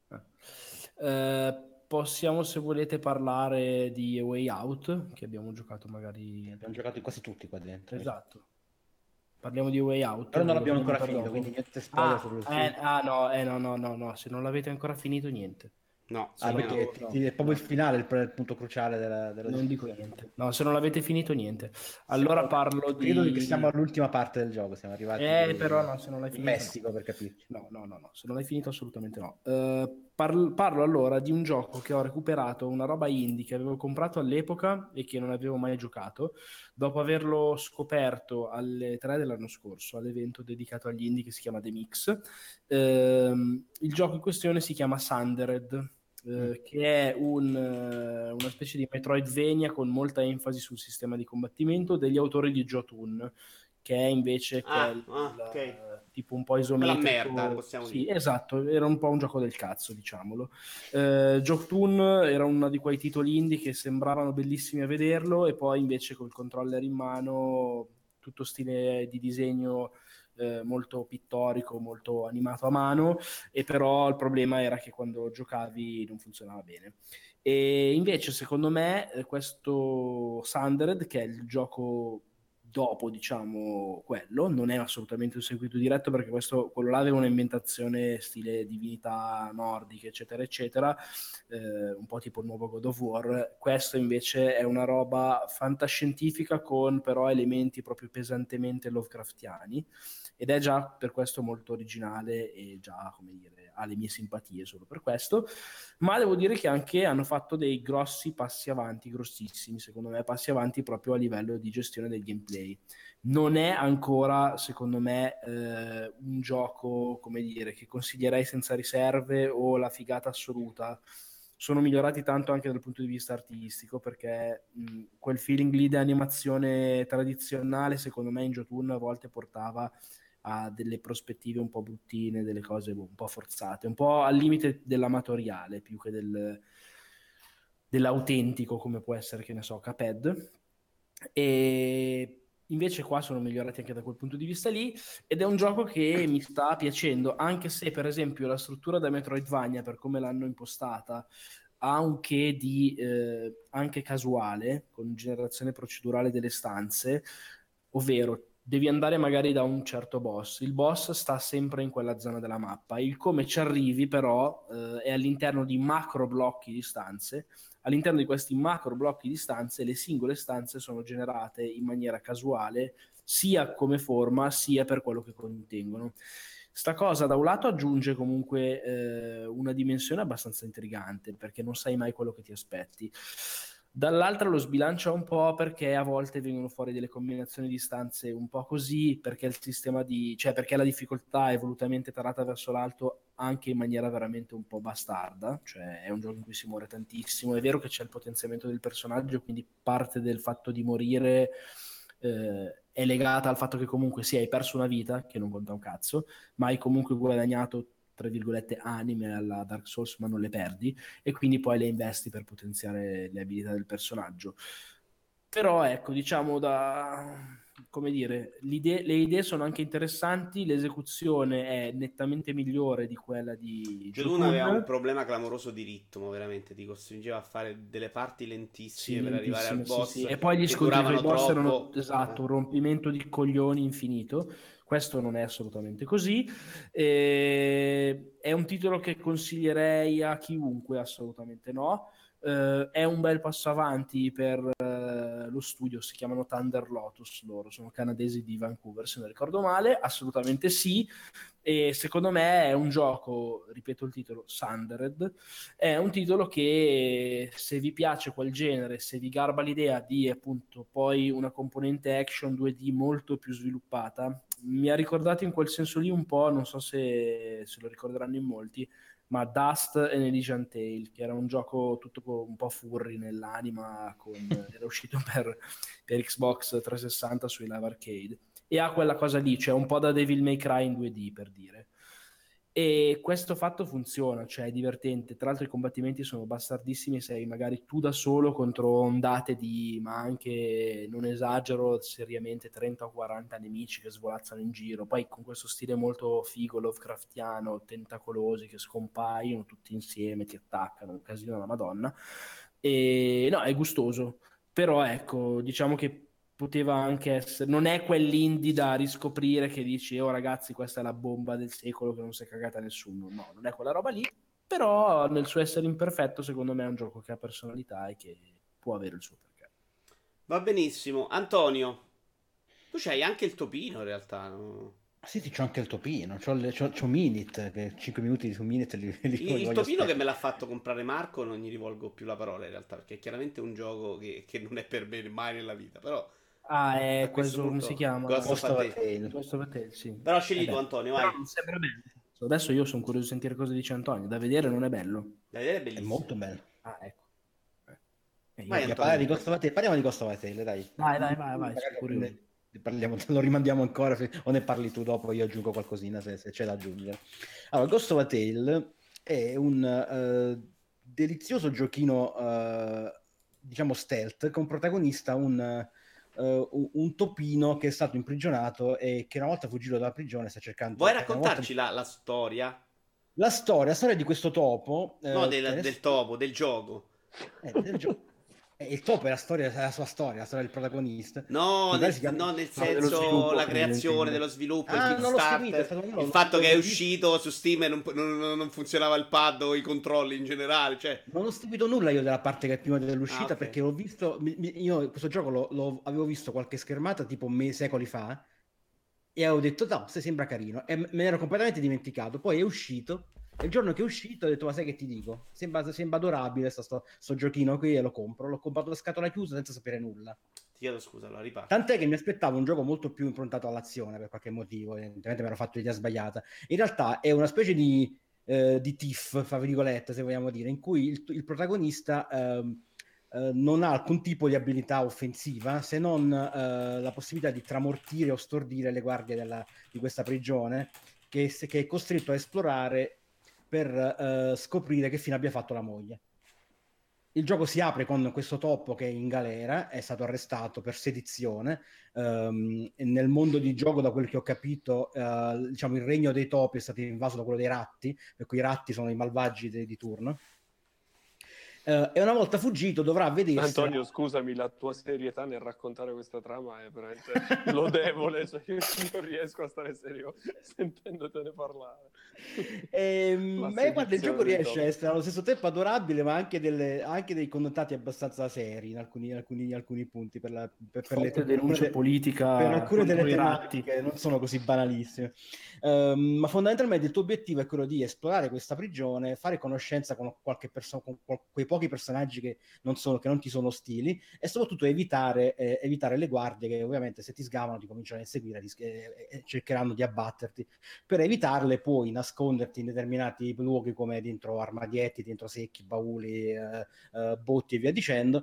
Possiamo, se volete, parlare di A Way Out, che abbiamo giocato magari... Abbiamo giocato in quasi tutti qua dentro. Esatto. Parliamo di A Way Out, Però non lo l'abbiamo teniamo ancora per finito, dopo. quindi niente spoiler sul film. No, se non l'avete ancora finito, niente. No, Ah, secondo me no. perché è proprio il finale il punto cruciale della Non dico discussione. niente. No, se non l'avete finito, niente. Allora parlo Credo che siamo di... all'ultima parte del gioco, siamo arrivati Però no, se non l'hai in finito, no. Messico per capirci. No, se non l'hai finito assolutamente no. Parlo allora di un gioco che ho recuperato, una roba indie che avevo comprato all'epoca e che non avevo mai giocato, dopo averlo scoperto alle 3 dell'anno scorso, all'evento dedicato agli indie che si chiama The Mix. Il gioco in questione si chiama Sundered, che è una specie di Metroidvania con molta enfasi sul sistema di combattimento degli autori di Jotun, che è invece Ok. tipo un po' Quella merda, isometrico. possiamo Sì, dire. esatto, era un po' un gioco del cazzo, diciamolo. Jotun era uno di quei titoli indie che sembravano bellissimi a vederlo e poi invece col controller in mano, tutto stile di disegno molto pittorico, molto animato a mano, e però il problema era che quando giocavi non funzionava bene. E invece secondo me questo Sundered, che è il gioco dopo, diciamo, quello, non è assolutamente un seguito diretto perché quello là aveva un'ambientazione stile divinità nordiche, eccetera, eccetera, un po' tipo il nuovo God of War. Questo invece è una roba fantascientifica con però elementi proprio pesantemente Lovecraftiani ed è già per questo molto originale e già, come dire, ha le mie simpatie solo per questo, ma devo dire che anche hanno fatto dei grossi passi avanti, grossissimi, secondo me, passi avanti proprio a livello di gestione del gameplay. Non è ancora, secondo me, un gioco, come dire, che consiglierei senza riserve o la figata assoluta. Sono migliorati tanto anche dal punto di vista artistico, perché quel feeling lì di animazione tradizionale, secondo me in Jotun a volte portava a delle prospettive un po' bruttine, delle cose un po' forzate, un po' al limite dell'amatoriale più che dell'autentico, come può essere, che ne so, Cuphead. E invece qua sono migliorati anche da quel punto di vista lì, ed è un gioco che mi sta piacendo, anche se per esempio la struttura da Metroidvania, per come l'hanno impostata, ha un che di anche casuale, con generazione procedurale delle stanze, ovvero devi andare magari da un certo boss, il boss sta sempre in quella zona della mappa, il come ci arrivi però è all'interno di macro blocchi di stanze. All'interno di questi macro blocchi di stanze le singole stanze sono generate in maniera casuale, sia come forma sia per quello che contengono. Sta cosa da un lato aggiunge comunque una dimensione abbastanza intrigante, perché non sai mai quello che ti aspetti. Dall'altra lo sbilancia un po', perché a volte vengono fuori delle combinazioni di stanze un po' così, perché il sistema cioè perché la difficoltà è volutamente tarata verso l'alto anche in maniera veramente un po' bastarda, cioè è un gioco in cui si muore tantissimo. È vero che c'è il potenziamento del personaggio, quindi parte del fatto di morire è legata al fatto che comunque sì, hai perso una vita, che non conta un cazzo, ma hai comunque guadagnato, tra virgolette, anime alla Dark Souls, ma non le perdi, e quindi poi le investi per potenziare le abilità del personaggio. Però ecco, diciamo come dire, le idee sono anche interessanti, l'esecuzione è nettamente migliore di quella di Jotun aveva un Jotun. problema clamoroso di ritmo, veramente, ti costringeva a fare delle parti lentissime Sì, per arrivare al lentissime, sì, sì. boss E poi gli che scontri tra i duravano boss erano, troppo. esatto, un rompimento di coglioni infinito. Questo non è assolutamente così. È un titolo che consiglierei a chiunque, assolutamente no. È un bel passo avanti per lo studio, si chiamano Thunder Lotus, loro sono canadesi di Vancouver, se non ricordo male, assolutamente sì. E secondo me è un gioco, ripeto il titolo, Sundered, è un titolo che, se vi piace quel genere, se vi garba l'idea di appunto poi una componente action 2D molto più sviluppata, mi ha ricordato in quel senso lì un po', non so se lo ricorderanno in molti, ma Dust and Elysian Tale, che era un gioco tutto un po' furry nell'anima, era uscito per Xbox 360 sui Live Arcade, e ha quella cosa lì, cioè un po' da Devil May Cry in 2D, per dire. E questo fatto funziona, cioè è divertente. Tra l'altro i combattimenti sono bastardissimi, sei magari tu da solo contro ondate ma anche, non esagero, seriamente 30 o 40 nemici che svolazzano in giro, poi con questo stile molto figo, Lovecraftiano, tentacolosi che scompaiono tutti insieme, ti attaccano, un casino alla Madonna. E no, è gustoso, però ecco, diciamo che poteva anche essere, non è quell'indie da riscoprire che dici oh ragazzi questa è la bomba del secolo che non si è cagata nessuno, no, non è quella roba lì, però nel suo essere imperfetto secondo me è un gioco che ha personalità e che può avere il suo perché. Va benissimo. Antonio, tu c'hai anche il topino in realtà, no? Sì, sì, c'ho anche il topino, c'ho Minit, che 5 minuti su Minit li Il voglio topino che aspettare. me l'ha fatto comprare Marco non gli rivolgo più la parola in realtà, perché è chiaramente un gioco che non è per me mai nella vita, però Ah, a è questo questo, come si punto chiama? Ghost of Ghost a of a Tale. Tale. Ghost of a Tale, sì. Però Eh scegli tu beh, Antonio, Però vai. non sembra bello. Adesso io sono curioso di sentire cosa dice Antonio, da vedere non è bello. Da vedere è è bellissimo. molto bello. Ah, ecco. Vai Io... Vogliamo parlare Antonio. di Ghost of a Tale? Parliamo di Ghost of a Tale, dai. Vai, sono Magari curioso. ne parliamo, lo rimandiamo ancora, o ne parli tu dopo, io aggiungo qualcosina se c'è da aggiungere. Allora, Ghost of a Tale è un delizioso giochino, diciamo stealth, con protagonista un topino che è stato imprigionato e che una volta fuggito dalla prigione sta cercando... Vuoi una volta... raccontarci la storia? La storia di questo topo, No, che del adesso... topo, del gioco. del gioco. Il topo è è la sua storia, la storia del protagonista, No, che mi pare si chiama... no, nel No, dello senso sviluppo la creazione evidentemente. dello sviluppo, il Ah, non l'ho seguito, è Kickstarter, stato il fatto che è l'ho visto. uscito su Steam e non funzionava il pad o i controlli in generale, cioè... Non ho seguito nulla io della parte che è prima Ah, dell'uscita ok. perché l'ho visto, io questo gioco avevo visto qualche schermata tipo secoli fa e avevo detto no, se sembra carino, e me ne ero completamente dimenticato. Poi è uscito, e il giorno che è uscito ho detto ma sai che ti dico, sembra adorabile sto giochino qui, e lo compro. L'ho comprato a scatola chiusa senza sapere nulla. Ti chiedo scusa, allora riparto. Tant'è che mi aspettavo un gioco molto più improntato all'azione per qualche motivo, evidentemente mi ero fatto l'idea sbagliata. In realtà è una specie di TIFF, fra virgolette, se vogliamo dire, in cui il protagonista non ha alcun tipo di abilità offensiva, se non la possibilità di tramortire o stordire le guardie di questa prigione, che è costretto a esplorare per scoprire che fine abbia fatto la moglie. Il gioco si apre con questo topo che è in galera, è stato arrestato per sedizione. Nel mondo di gioco, da quel che ho capito, diciamo, il regno dei topi è stato invaso da quello dei ratti, per cui i ratti sono i malvagi di turno. E una volta fuggito dovrà vedersi... Antonio, scusami, la tua serietà nel raccontare questa trama è veramente lodevole, cioè io non riesco a stare serio sentendotene parlare. Guarda, il gioco riesce a essere allo stesso tempo adorabile, ma anche dei connotati abbastanza seri in alcuni punti per denuncia politica per alcune delle contro i ratti. tematiche non sono così banalissime. Ma fondamentalmente il tuo obiettivo è quello di esplorare questa prigione, fare conoscenza con qualche persona, con quei pochi personaggi che non ti sono ostili, e soprattutto evitare le guardie che ovviamente se ti sgamano ti cominciano a inseguire e cercheranno di abbatterti. Per evitarle puoi nasconderti in determinati luoghi come dentro armadietti, dentro secchi, bauli, botti e via dicendo.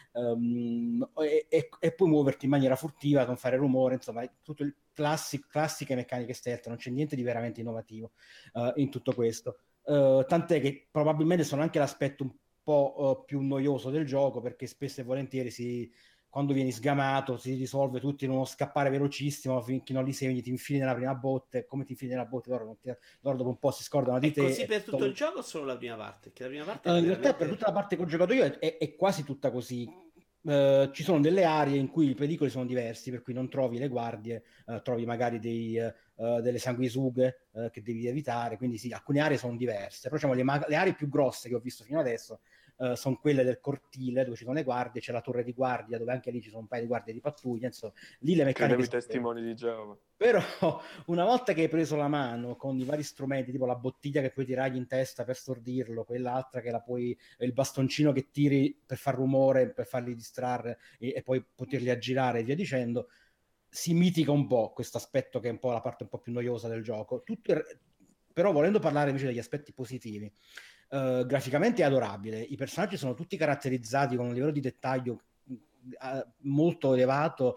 E puoi muoverti in maniera furtiva, non fare rumore, insomma, tutto il classiche meccaniche stealth, non c'è niente di veramente innovativo in tutto questo. Tant'è che probabilmente sono anche l'aspetto un po' più noioso del gioco, perché spesso e volentieri quando vieni sgamato si risolve tutto in uno scappare velocissimo finché non li segni, ti infili nella prima botte. Come ti infili nella botte loro dopo un po' si scordano di È te. così per tutto il gioco o solo la prima parte? Che la prima parte In era realtà per veramente... tutta la parte che ho giocato io è quasi tutta così. Ci sono delle aree in cui i pericoli sono diversi, per cui non trovi le guardie, trovi magari delle sanguisughe che devi evitare, quindi sì, alcune aree sono diverse, però diciamo, le aree più grosse che ho visto fino adesso sono quelle del cortile dove ci sono le guardie, c'è la torre di guardia dove anche lì ci sono un paio di guardie di pattuglia, insomma, lì le meccaniche Credevo i sono testimoni di Geova. però una volta che hai preso la mano con i vari strumenti, tipo la bottiglia che puoi tirargli in testa per stordirlo, quell'altra che il bastoncino che tiri per far rumore, per farli distrarre e poi poterli aggirare e via dicendo, si mitiga un po' questo aspetto che è un po' la parte un po' più noiosa del gioco. Però volendo parlare invece degli aspetti positivi, graficamente è adorabile, i personaggi sono tutti caratterizzati con un livello di dettaglio molto elevato,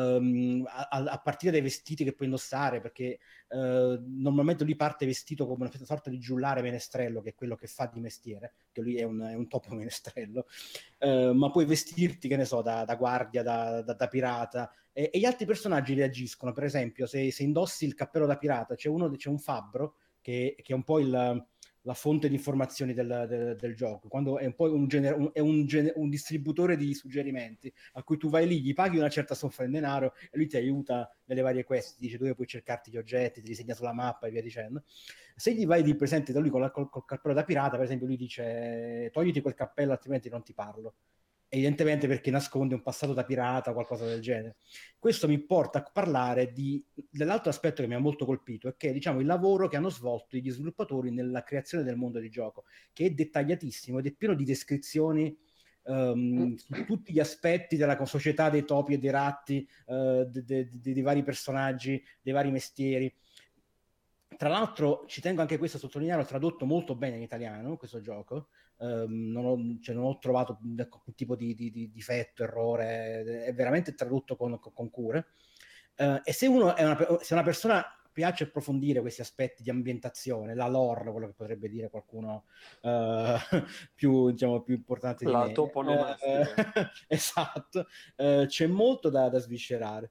a partire dai vestiti che puoi indossare, perché normalmente lui parte vestito come una sorta di giullare menestrello, che è quello che fa di mestiere, che lui è un topo menestrello, ma puoi vestirti, che ne so, da guardia, da pirata, e gli altri personaggi reagiscono. Per esempio, se indossi il cappello da pirata, c'è un fabbro che è un po' la fonte di informazioni del gioco, quando è un po' un distributore di suggerimenti, a cui tu vai lì, gli paghi una certa somma di denaro e lui ti aiuta nelle varie quest, ti dice dove puoi cercarti gli oggetti, ti disegna sulla mappa e via dicendo. Se gli vai di presente da lui col cappello da pirata, per esempio, lui dice togliti quel cappello altrimenti non ti parlo, evidentemente perché nasconde un passato da pirata o qualcosa del genere. Questo mi porta a parlare dell'altro aspetto che mi ha molto colpito, è che diciamo il lavoro che hanno svolto gli sviluppatori nella creazione del mondo di gioco, che è dettagliatissimo ed è pieno di descrizioni su tutti gli aspetti della società dei topi e dei ratti, dei vari personaggi, dei vari mestieri. Tra l'altro ci tengo anche questo a sottolineare, ho tradotto molto bene in italiano questo gioco, non ho trovato alcun tipo di difetto, errore, è veramente tradotto con cure. E se una persona piace approfondire questi aspetti di ambientazione, la lore, quello che potrebbe dire qualcuno più importante di la me. toponomastica. Esatto, c'è molto da sviscerare.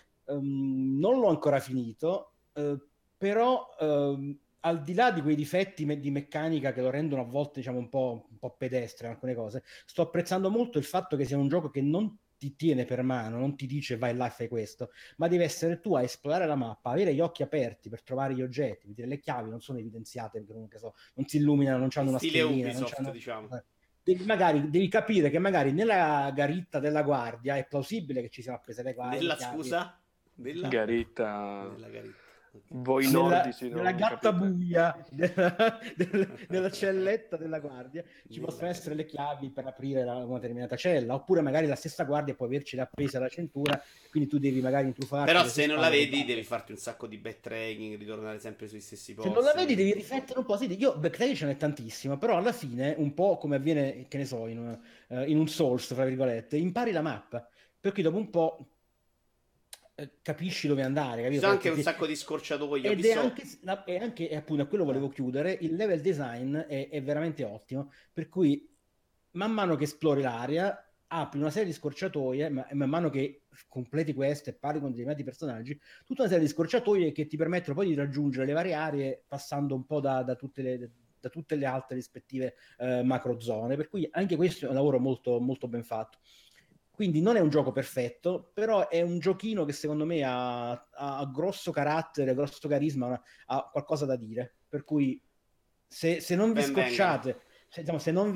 Non l'ho ancora finito, però al di là di quei difetti di meccanica che lo rendono a volte diciamo un po' pedestre in alcune cose, sto apprezzando molto il fatto che sia un gioco che non ti tiene per mano, non ti dice vai là e fai questo, ma devi essere tu a esplorare la mappa, avere gli occhi aperti per trovare gli oggetti, le chiavi non sono evidenziate perché comunque non si illuminano, non hanno una Stile stellina, Ubisoft, diciamo. Devi capire che magari nella garitta della guardia è plausibile che ci siano appese le chiavi. Scusa? Garitta. Della Garitta. Voi nordici nella non gatta capite. buia della celletta della guardia ci possono essere le chiavi per aprire una determinata cella, oppure magari la stessa guardia può averci appesa alla cintura, quindi tu devi magari intrufolarti Però alle se sue non la spalle, vedi rubarle. devi farti un sacco di backtracking, ritornare sempre sui stessi Se non la vedi posti. devi riflettere un po'. Sì, io backtracking ce n'è tantissimo, però alla fine, un po' come avviene, che ne so, in un Souls, fra virgolette, impari la mappa, per cui dopo un po' capisci dove andare, Ci capito? sono anche un sacco di scorciatoie. Ho Ed è visto. anche, e appunto a quello volevo chiudere, il level design è veramente ottimo, per cui man mano che esplori l'area apri una serie di scorciatoie, e man mano che completi queste e parli con determinati personaggi, tutta una serie di scorciatoie che ti permettono poi di raggiungere le varie aree passando un po' da tutte le altre rispettive macro zone, per cui anche questo è un lavoro molto, molto ben fatto. Quindi non è un gioco perfetto, però è un giochino che secondo me ha grosso carattere, grosso carisma, ha qualcosa da dire. Per cui se non vi Ben venga. scocciate, se non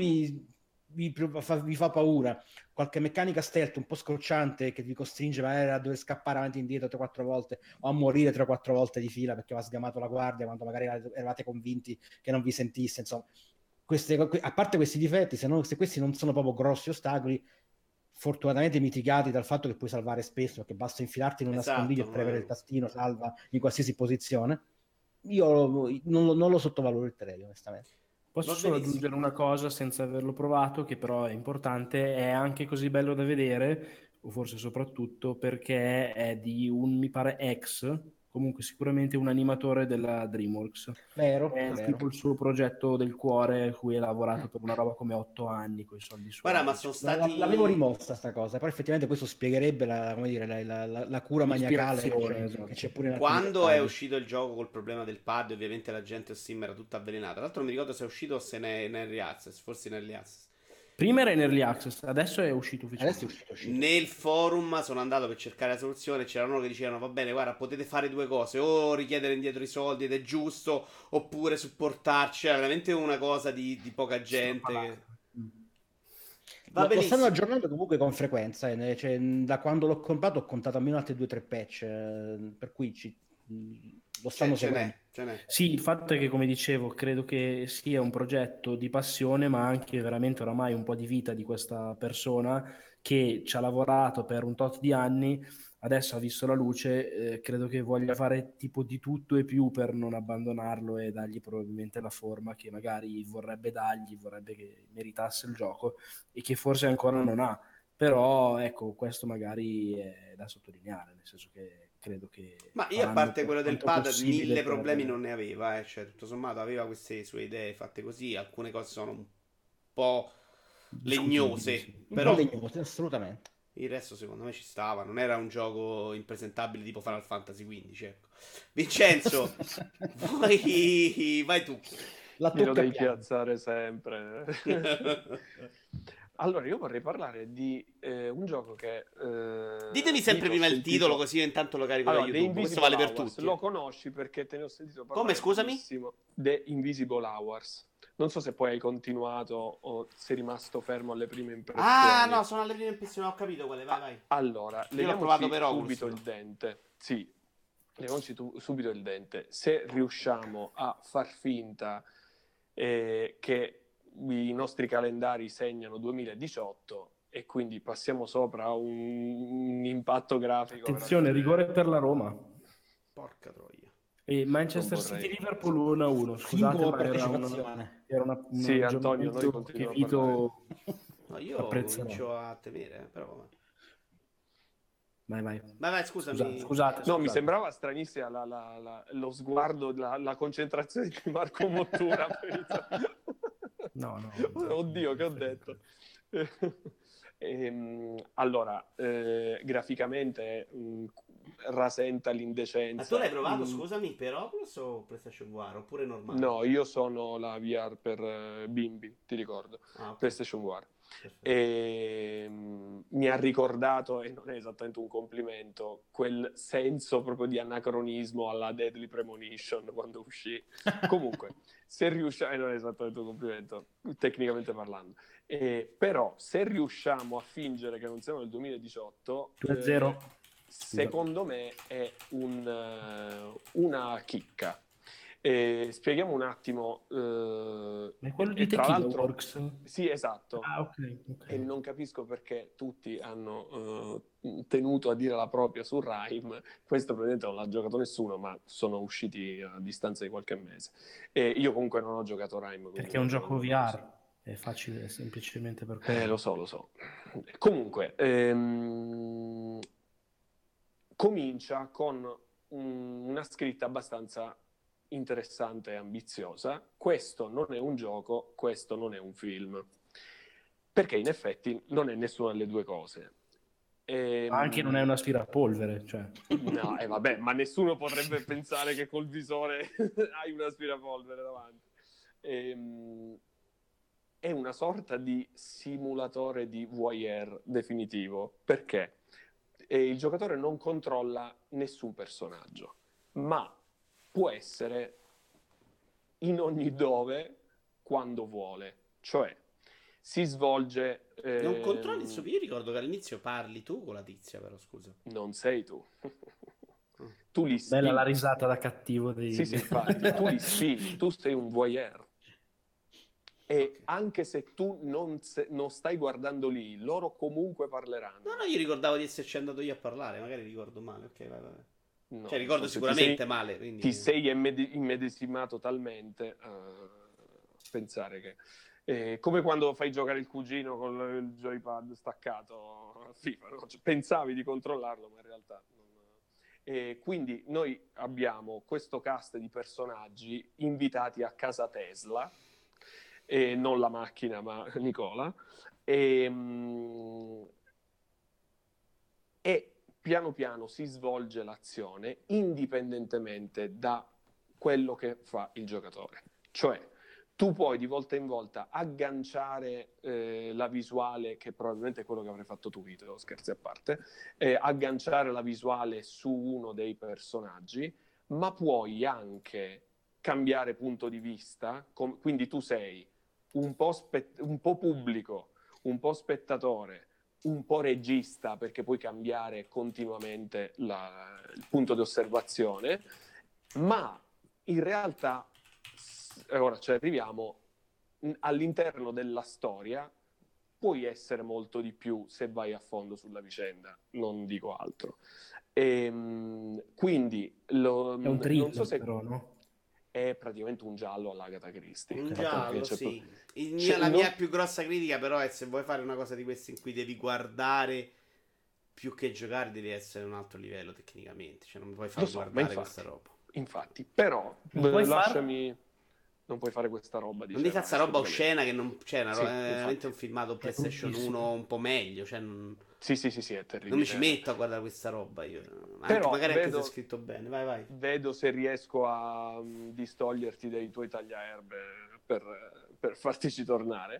vi fa paura, qualche meccanica stealth un po' scocciante che vi costringe magari a dover scappare avanti e indietro 3-4 volte o a morire 3-4 volte di fila perché va sgamato la guardia quando magari eravate convinti che non vi sentisse, insomma. A parte questi difetti, se questi non sono proprio grossi ostacoli, fortunatamente mitigati dal fatto che puoi salvare spesso, perché basta infilarti in un nascondiglio e premere il tastino salva in qualsiasi posizione. Io non lo sottovaluterei, onestamente. Posso solo aggiungere una cosa senza averlo provato, che però è importante, è anche così bello da vedere, o forse soprattutto perché è di mi pare comunque sicuramente un animatore della DreamWorks. È tipo il suo progetto del cuore, cui ha lavorato per una roba come 8 anni con i soldi suoi. Guarda, ma sono stati. L'avevo rimossa sta cosa, però effettivamente questo spiegherebbe la cura maniacale esatto. che c'è pure in alcuni Quando è dettagli. uscito il gioco col problema del pad, ovviamente la gente a Steam era tutta avvelenata. Tra l'altro non mi ricordo se è uscito o se ne è in Early Access, forse in Early Access. Prima era in Early Access, adesso è uscito ufficialmente. Adesso è uscito. Nel forum sono andato per cercare la soluzione. C'erano loro che dicevano: va bene, guarda, potete fare due cose: o richiedere indietro i soldi ed è giusto, oppure supportarci. È veramente una cosa di poca gente. Va Lo stanno benissimo. aggiornando comunque con frequenza, cioè, da quando l'ho comprato ho contato almeno altri 2 o 3 patch, per cui lo stanno seguendo. Ce n'è. Sì, il fatto è che, come dicevo, credo che sia un progetto di passione, ma anche veramente oramai un po' di vita di questa persona che ci ha lavorato per un tot di anni, adesso ha visto la luce, credo che voglia fare tipo di tutto e più per non abbandonarlo e dargli probabilmente la forma che magari vorrebbe dargli, vorrebbe che meritasse il gioco e che forse ancora non ha. Però ecco, questo magari è da sottolineare, nel senso che credo che Ma io, a parte quello del pad, mille per... problemi non ne aveva. Cioè, tutto sommato, aveva queste sue idee fatte così. Alcune cose sono un po' legnose. Sì. Un po' Però legnose, assolutamente. il resto, secondo me, ci stava. Non era un gioco impresentabile tipo Final Fantasy XV. Ecco. Vincenzo, vai tu. Glielo devi piazzare sempre. Allora, io vorrei parlare di un gioco che... Ditemi sempre prima il titolo, così io intanto lo carico da YouTube. Questo vale per tutti. Lo conosci perché te ne ho sentito parlare. Come, scusami? Benissimo. The Invisible Hours. Non so se poi hai continuato o sei rimasto fermo alle prime impressioni. Ah, no, sono alle prime impressioni, ho capito quale, vai. Allora, leviamoci subito il dente. Sì, leviamoci subito il dente. Se riusciamo a far finta che i nostri calendari segnano 2018 e quindi passiamo sopra un impatto grafico. Attenzione, rigore per la Roma. Porca troia. E Manchester City Liverpool 1-1. Scusate, ma era una sì, Antonio, noi continuiamo che Vito no, io comincio a temere, però vai, scusami. Scusate. No, mi sembrava stranissima lo sguardo, la concentrazione di Marco Mottura. No. Oddio, che ho detto. Allora, graficamente rasenta l'indecenza. Ma tu l'hai provato, scusami, per Oculus o PlayStation VR, oppure normale? No, io sono la VR per bimbi, ti ricordo. Okay. PlayStation VR. Mi ha ricordato, e non è esattamente un complimento, quel senso proprio di anacronismo alla Deadly Premonition quando uscì. Comunque, se riusciamo, non è esattamente un complimento, tecnicamente parlando. Però, se riusciamo a fingere che non siamo nel 2018... 2-0. secondo me è una chicca. Spieghiamo un attimo. Ma è quello di tra Tequila l'altro, Works? sì, esatto. Ah, ok. E non capisco perché tutti hanno tenuto a dire la propria su Rime. Questo probabilmente non l'ha giocato nessuno, ma sono usciti a distanza di qualche mese. E io comunque non ho giocato Rime. Perché è un gioco VR, è facile semplicemente per quello. Lo so. Comunque, comincia con una scritta abbastanza interessante e ambiziosa. Questo non è un gioco, questo non è un film. Perché in effetti non è nessuna delle due cose. Anche non è un aspirapolvere, cioè. No, vabbè, ma nessuno potrebbe pensare che col visore hai un aspirapolvere davanti. È una sorta di simulatore di voyeur definitivo, perché il giocatore non controlla nessun personaggio, ma può essere in ogni dove, quando vuole. Cioè, si svolge... Non controlli il suo... Io ricordo che all'inizio parli tu con la tizia, però scusa. Non sei tu. Tu li Bella la spingi. risata da cattivo dei... Sì, infatti, tu li spingi, tu sei un voyeur. E Ok. anche se tu non stai guardando lì, loro comunque parleranno. No, io ricordavo di esserci andato io a parlare, magari ricordo male, ok, vai. No, Cioè, ricordo forse sicuramente male, quindi... ti sei immedesimato talmente a pensare che... come quando fai giocare il cugino con il joypad staccato a FIFA, no? Cioè, pensavi di controllarlo, ma in realtà non... quindi noi abbiamo questo cast di personaggi invitati a casa Tesla, non la macchina, ma Nicola, e piano piano si svolge l'azione indipendentemente da quello che fa il giocatore. Cioè, tu puoi di volta in volta agganciare la visuale, che probabilmente è quello che avrei fatto tu, Vito, scherzi a parte, agganciare la visuale su uno dei personaggi, ma puoi anche cambiare punto di vista, quindi tu sei un po' pubblico, un po' spettatore, un po' regista, perché puoi cambiare continuamente il punto di osservazione, ma in realtà, ora ci arriviamo, all'interno della storia puoi essere molto di più se vai a fondo sulla vicenda, non dico altro. Quindi È un thriller, non so se però, no? è praticamente un giallo all'Agatha Christie. Un Perché giallo, c'è sì. La non- mia più grossa critica, però, è se vuoi fare una cosa di queste in cui devi guardare più che giocare, devi essere a un alto livello tecnicamente. Cioè, non mi puoi Lo far so, ma guardare questa roba. infatti, però Non puoi lasciami, non puoi fare questa roba, Non dica dicevo, sta roba assolutamente. oscena che non. Cioè, Sì, è veramente infatti. un filmato È PlayStation bruttissimo. 1 un po' meglio. Cioè, Sì, è non mi ci terribile. metto a guardare questa roba io. Però Magari anche se è scritto bene. Vai. vedo se riesco a distoglierti dai tuoi tagliaerbe per fartici tornare.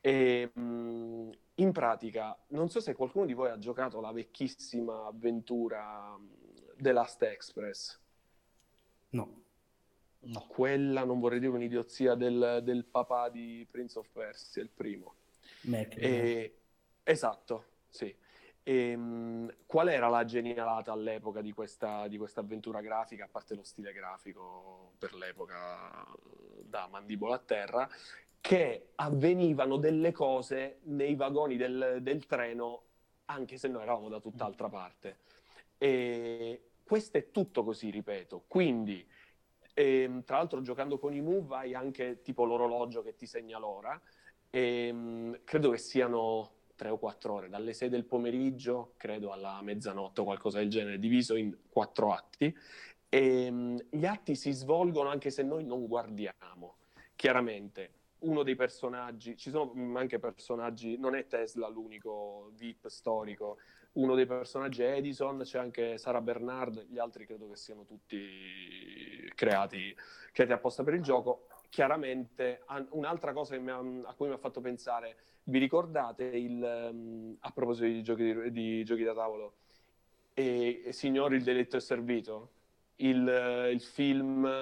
In pratica, non so se qualcuno di voi ha giocato la vecchissima avventura The Last Express. No. Quella, non vorrei dire un'idiozia, del papà di Prince of Persia, il primo. Mac. Esatto, sì. Qual era la genialata all'epoca di questa avventura grafica, a parte lo stile grafico per l'epoca da mandibola a terra, che avvenivano delle cose nei vagoni del treno, anche se noi eravamo da tutt'altra parte. E questo è tutto così, ripeto. Quindi, tra l'altro, giocando con i Move hai anche tipo l'orologio che ti segna l'ora. Credo che siano 3 o 4 ore, dalle 6 del pomeriggio, credo, alla mezzanotte o qualcosa del genere, diviso in 4 atti. Gli atti si svolgono anche se noi non guardiamo. Chiaramente, uno dei personaggi, ci sono anche personaggi, non è Tesla l'unico VIP storico, uno dei personaggi è Edison, c'è anche Sara Bernard, gli altri credo che siano tutti creati apposta per il gioco. Chiaramente, un'altra cosa a cui mi ha fatto pensare, vi ricordate a proposito di giochi da tavolo, Signori, il delitto è servito? Il film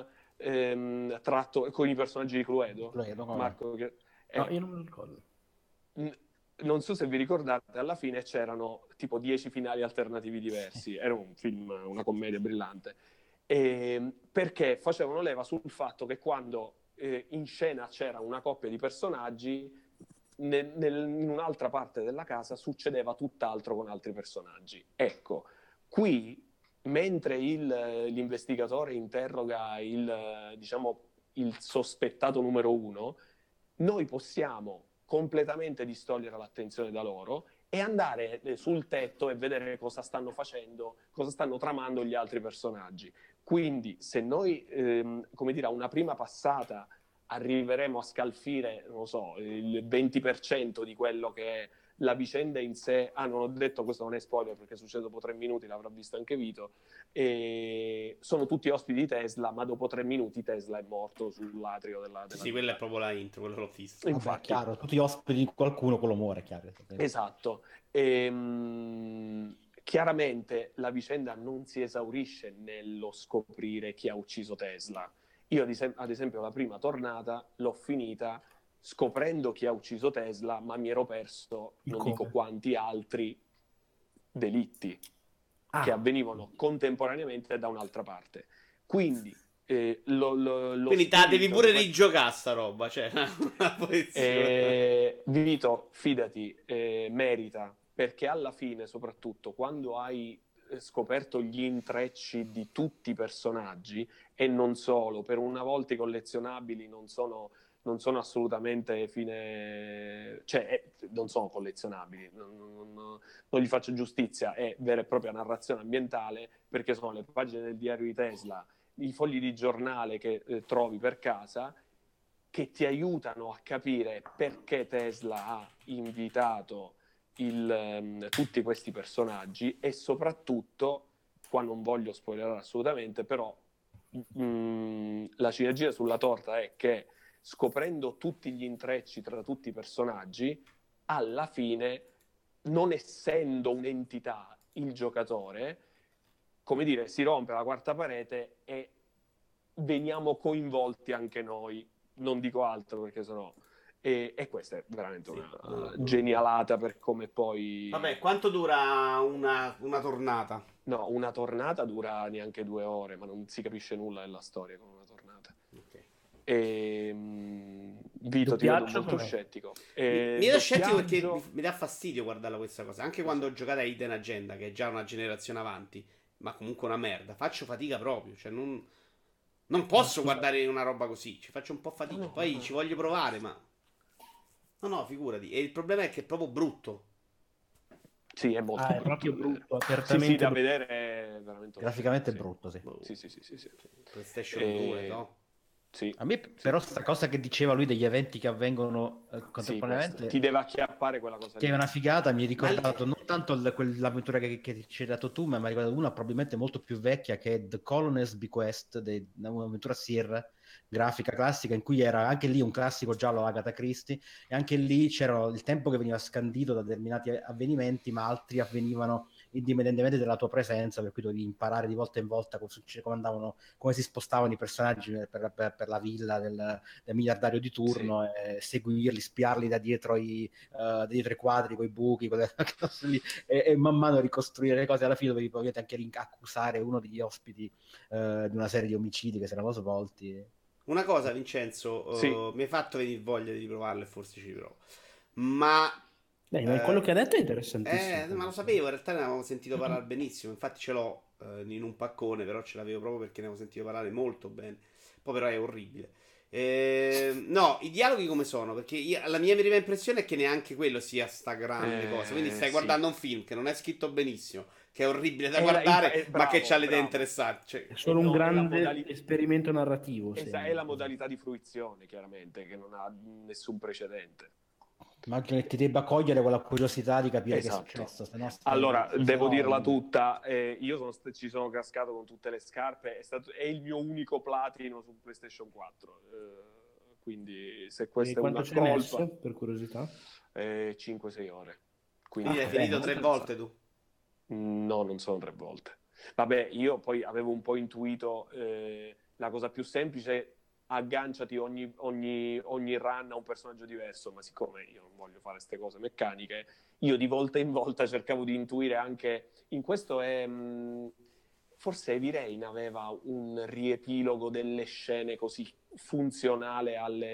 tratto con i personaggi di Cluedo? Cluedo, vabbè. Marco, No, io non me lo ricordo. non so se vi ricordate, alla fine c'erano tipo 10 finali alternativi diversi. Era un film, una commedia brillante. Perché facevano leva sul fatto che quando in scena c'era una coppia di personaggi, in un'altra parte della casa succedeva tutt'altro con altri personaggi. Ecco, qui, mentre l'investigatore interroga diciamo, il sospettato numero 1, noi possiamo completamente distogliere l'attenzione da loro e andare sul tetto e vedere cosa stanno facendo, cosa stanno tramando gli altri personaggi. Quindi se noi, come dire, a una prima passata arriveremo a scalfire, non lo so, il 20% di quello che è la vicenda in sé. Non ho detto, questo non è spoiler perché succede dopo 3 minuti, l'avrà visto anche Vito, e sono tutti ospiti di Tesla, ma dopo 3 minuti Tesla è morto sull'atrio della Sì, quella è proprio la intro, quello l'ho visto. infatti. Vabbè, chiaro, tutti gli ospiti di qualcuno, quello muore, chiaro. Esatto. Chiaramente la vicenda non si esaurisce nello scoprire chi ha ucciso Tesla. Io ad esempio la prima tornata l'ho finita scoprendo chi ha ucciso Tesla, ma mi ero perso non dico quanti altri delitti che avvenivano contemporaneamente da un'altra parte. Quindi quindi devi pure rigiocare sta roba, cioè una Vito, fidati, merita, perché alla fine, soprattutto quando hai scoperto gli intrecci di tutti i personaggi, e non solo, per una volta i collezionabili non sono assolutamente non sono collezionabili, non gli faccio giustizia, è vera e propria narrazione ambientale, perché sono le pagine del diario di Tesla, i fogli di giornale che trovi per casa, che ti aiutano a capire perché Tesla ha invitato tutti questi personaggi, e soprattutto, qua non voglio spoilerare assolutamente, però la ciliegina sulla torta è che, scoprendo tutti gli intrecci tra tutti i personaggi, alla fine, non essendo un'entità il giocatore, come dire, si rompe la quarta parete e veniamo coinvolti anche noi. Non dico altro perché sennò. E questa è veramente una genialata per come poi. Vabbè, quanto dura una tornata? No, una tornata dura neanche 2 ore, ma non si capisce nulla della storia con una tornata. Vito, ti vedo molto scettico. Mi vedo scettico perché mi dà fastidio guardarla questa cosa. Anche quando ho giocato a Hidden Agenda, che è già una generazione avanti, ma comunque una merda, faccio fatica proprio. Cioè, non posso guardare una roba così. Ci faccio un po' fatica. Poi ci voglio provare, ma. No, figurati. E il problema è che è proprio brutto. Sì, è molto brutto. È proprio brutto, Sì, apertamente da vedere è veramente graficamente brutto, sì. Sì. PlayStation 2, no? Sì. A me però sta cosa che diceva lui degli eventi che avvengono contemporaneamente ti deve acchiappare quella cosa che è una figata. Mi ha ricordato non tanto quell'avventura che ci hai dato tu, ma mi ha ricordato una probabilmente molto più vecchia, che è The Colonel's Bequest, un'avventura Sir grafica classica, in cui era anche lì un classico giallo Agatha Christie, e anche lì c'era il tempo che veniva scandito da determinati avvenimenti, ma altri avvenivano indipendentemente dalla tua presenza, per cui dovevi imparare di volta in volta come si spostavano i personaggi per la villa del miliardario di turno, e seguirli, spiarli da dietro i quadri, coi buchi, e man mano ricostruire le cose. Alla fine dovevi probabilmente anche accusare uno degli ospiti di una serie di omicidi che si erano svolti. Una cosa, Vincenzo, mi hai fatto venire voglia di riprovarlo e forse ci riprovo. Ma quello che ha detto è interessantissimo. ma lo sapevo, in realtà ne avevo sentito parlare benissimo. Infatti ce l'ho in un paccone, però ce l'avevo proprio perché ne avevo sentito parlare molto bene. Poi però è orribile. No, i dialoghi come sono? Perché la mia prima impressione è che neanche quello sia sta grande cosa. Quindi stai guardando un film che non è scritto benissimo, che è orribile da guardare, ma che ha le idee interessanti. Cioè, è solo un grande esperimento narrativo. È la modalità di fruizione, chiaramente, che non ha nessun precedente. Immagino che ti debba cogliere quella curiosità di capire che è successo. Allora, devo dirla tutta, io ci sono cascato con tutte le scarpe, è il mio unico platino su PlayStation 4, quindi se questa è una colpa... Quanto ci hai messo, per curiosità? 5-6 ore. Quindi hai finito 3 volte tu? No, non sono 3 volte. Vabbè, io poi avevo un po' intuito la cosa più semplice agganciati ogni run a un personaggio diverso, ma siccome io non voglio fare queste cose meccaniche, io di volta in volta cercavo di intuire anche, in questo forse Heavy Rain aveva un riepilogo delle scene così funzionale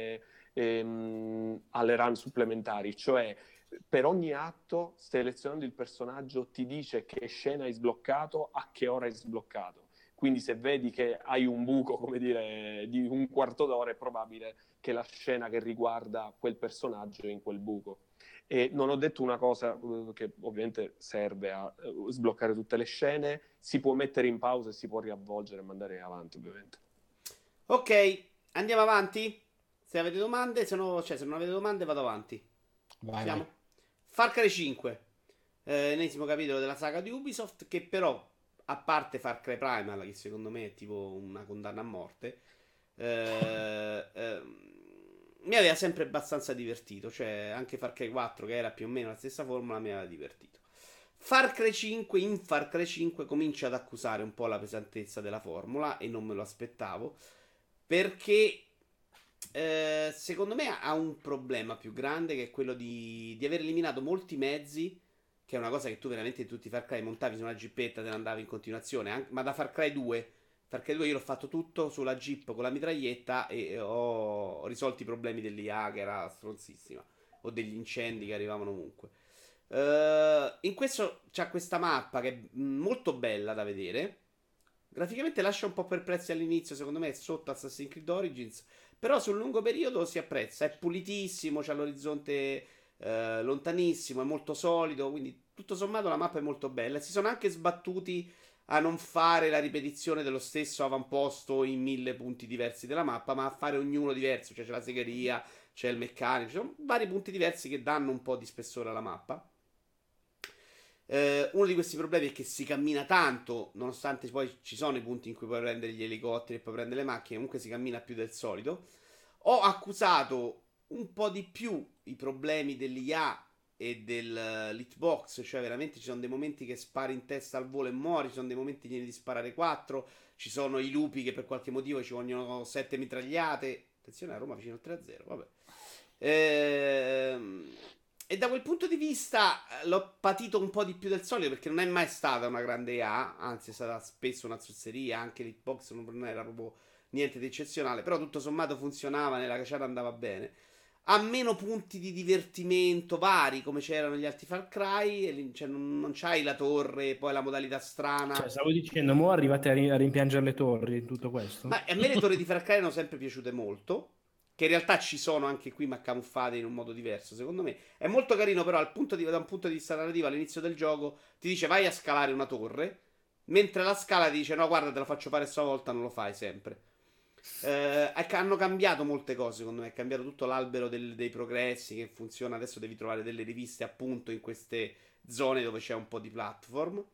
alle run supplementari, cioè per ogni atto, selezionando il personaggio, ti dice che scena hai sbloccato, a che ora hai sbloccato. Quindi se vedi che hai un buco, come dire, di un quarto d'ora, è probabile che la scena che riguarda quel personaggio è in quel buco. E non ho detto una cosa che ovviamente serve a sbloccare tutte le scene, si può mettere in pausa e si può riavvolgere e mandare avanti, ovviamente. Ok, andiamo avanti. Se avete domande, se non avete domande vado avanti. Vai. Far Cry 5, ennesimo capitolo della saga di Ubisoft, che però, a parte Far Cry Primal, che secondo me è tipo una condanna a morte, mi aveva sempre abbastanza divertito. Cioè, anche Far Cry 4, che era più o meno la stessa formula, mi aveva divertito. In Far Cry 5 comincia ad accusare un po' la pesantezza della formula, e non me lo aspettavo, perché secondo me ha un problema più grande, che è quello di aver eliminato molti mezzi, che è una cosa che tu veramente in tutti i Far Cry montavi su una jeepetta e te ne andavi in continuazione, ma da Far Cry 2 io l'ho fatto tutto sulla jeep con la mitraglietta e ho risolto i problemi dell'IA, che era stronzissima, o degli incendi che arrivavano ovunque. In questo c'ha questa mappa che è molto bella da vedere. Graficamente lascia un po' perplessi all'inizio, secondo me è sotto Assassin's Creed Origins, però sul lungo periodo si apprezza, è pulitissimo, c'ha l'orizzonte lontanissimo, è molto solido, quindi tutto sommato la mappa è molto bella. Si sono anche sbattuti a non fare la ripetizione dello stesso avamposto in 1000 punti diversi della mappa, ma a fare ognuno diverso, cioè c'è la segheria, c'è il meccanico, ci sono vari punti diversi che danno un po' di spessore alla mappa. Uno di questi problemi è che si cammina tanto, nonostante poi ci sono i punti in cui puoi prendere gli elicotteri e puoi prendere le macchine, comunque si cammina più del solito. Ho accusato un po' di più i problemi dell'IA e dell'hitbox, cioè veramente ci sono dei momenti che spari in testa al volo e muori, ci sono dei momenti che ne devi sparare 4, ci sono i lupi che per qualche motivo ci vogliono 7 mitragliate. Attenzione, a Roma vicino al 3-0, vabbè. E da quel punto di vista l'ho patito un po' di più del solito, perché non è mai stata una grande IA, anzi è stata spesso una zozzeria, anche l'hitbox non era proprio niente di eccezionale, però tutto sommato funzionava, nella cacciata andava bene. Ha meno punti di divertimento vari come c'erano negli altri Far Cry, cioè non c'hai la torre, poi la modalità strana. Cioè, stavo dicendo, mo arrivate a rimpiangere le torri in tutto questo? Ma a me le torri di Far Cry erano sempre piaciute molto. Che in realtà ci sono anche qui, ma camuffate in un modo diverso. Secondo me è molto carino, però da un punto di vista narrativo, all'inizio del gioco ti dice vai a scalare una torre. Mentre la scala ti dice no, guarda, te lo faccio fare stavolta, non lo fai sempre. Hanno cambiato molte cose, secondo me. È cambiato tutto l'albero dei progressi che funziona. Adesso devi trovare delle riviste appunto in queste zone dove c'è un po' di platform.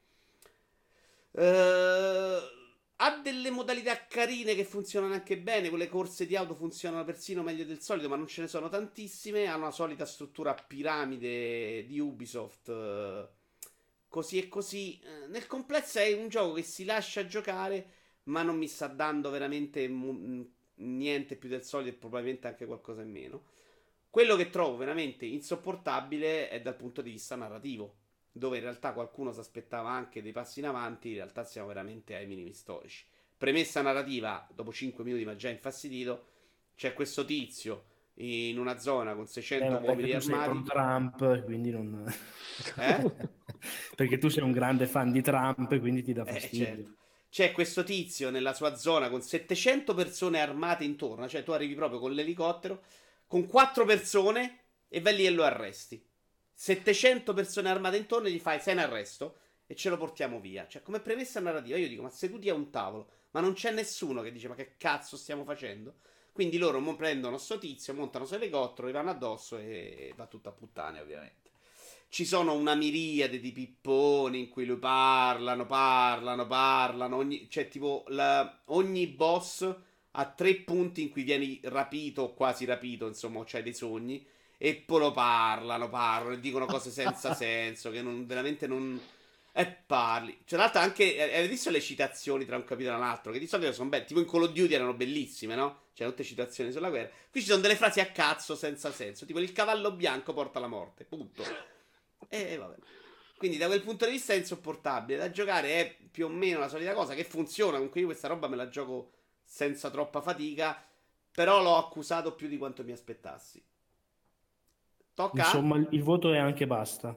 Ha delle modalità carine che funzionano anche bene. Quelle corse di auto funzionano persino meglio del solito, ma non ce ne sono tantissime. Ha una solita struttura a piramide di Ubisoft. Così e così. Nel complesso è un gioco che si lascia giocare, ma non mi sta dando veramente niente più del solito, e probabilmente anche qualcosa in meno. Quello che trovo veramente insopportabile è dal punto di vista narrativo, dove in realtà qualcuno si aspettava anche dei passi in avanti, in realtà siamo veramente ai minimi storici. Premessa narrativa, dopo 5 minuti mi ha già infastidito. C'è questo tizio in una zona con 600 uomini tu sei armati. pro Trump, quindi non... Eh? Perché tu sei un grande fan di Trump, quindi ti dà fastidio. Certo. C'è questo tizio nella sua zona con 700 persone armate intorno, cioè tu arrivi proprio con l'elicottero, con 4 persone e vai lì e lo arresti. 700 persone armate intorno e gli fai sei in arresto e ce lo portiamo via. Cioè, come premessa narrativa io dico, ma seduti a un tavolo, ma non c'è nessuno che dice ma che cazzo stiamo facendo? Quindi loro prendono sto tizio, montano su elicottero, gli vanno addosso e va tutto a puttane, ovviamente. Ci sono una miriade di pipponi in cui lui parlano. Cioè, tipo, ogni boss ha 3 punti in cui vieni rapito o quasi rapito, insomma, o c'hai dei sogni. E poi lo parlano e dicono cose senza senso, che veramente non. E parli. Cioè, tra l'altro, anche. Hai visto le citazioni tra un capitolo e un altro? Che di solito sono belle. Tipo in Call of Duty erano bellissime, no? C'è tutte citazioni sulla guerra. Qui ci sono delle frasi a cazzo senza senso, tipo il cavallo bianco porta la morte, punto. E vabbè. Quindi da quel punto di vista è insopportabile. Da giocare è più o meno la solita cosa che funziona. Comunque io questa roba me la gioco senza troppa fatica. Però l'ho accusato più di quanto mi aspettassi. Tocca? Insomma, il voto è anche basta.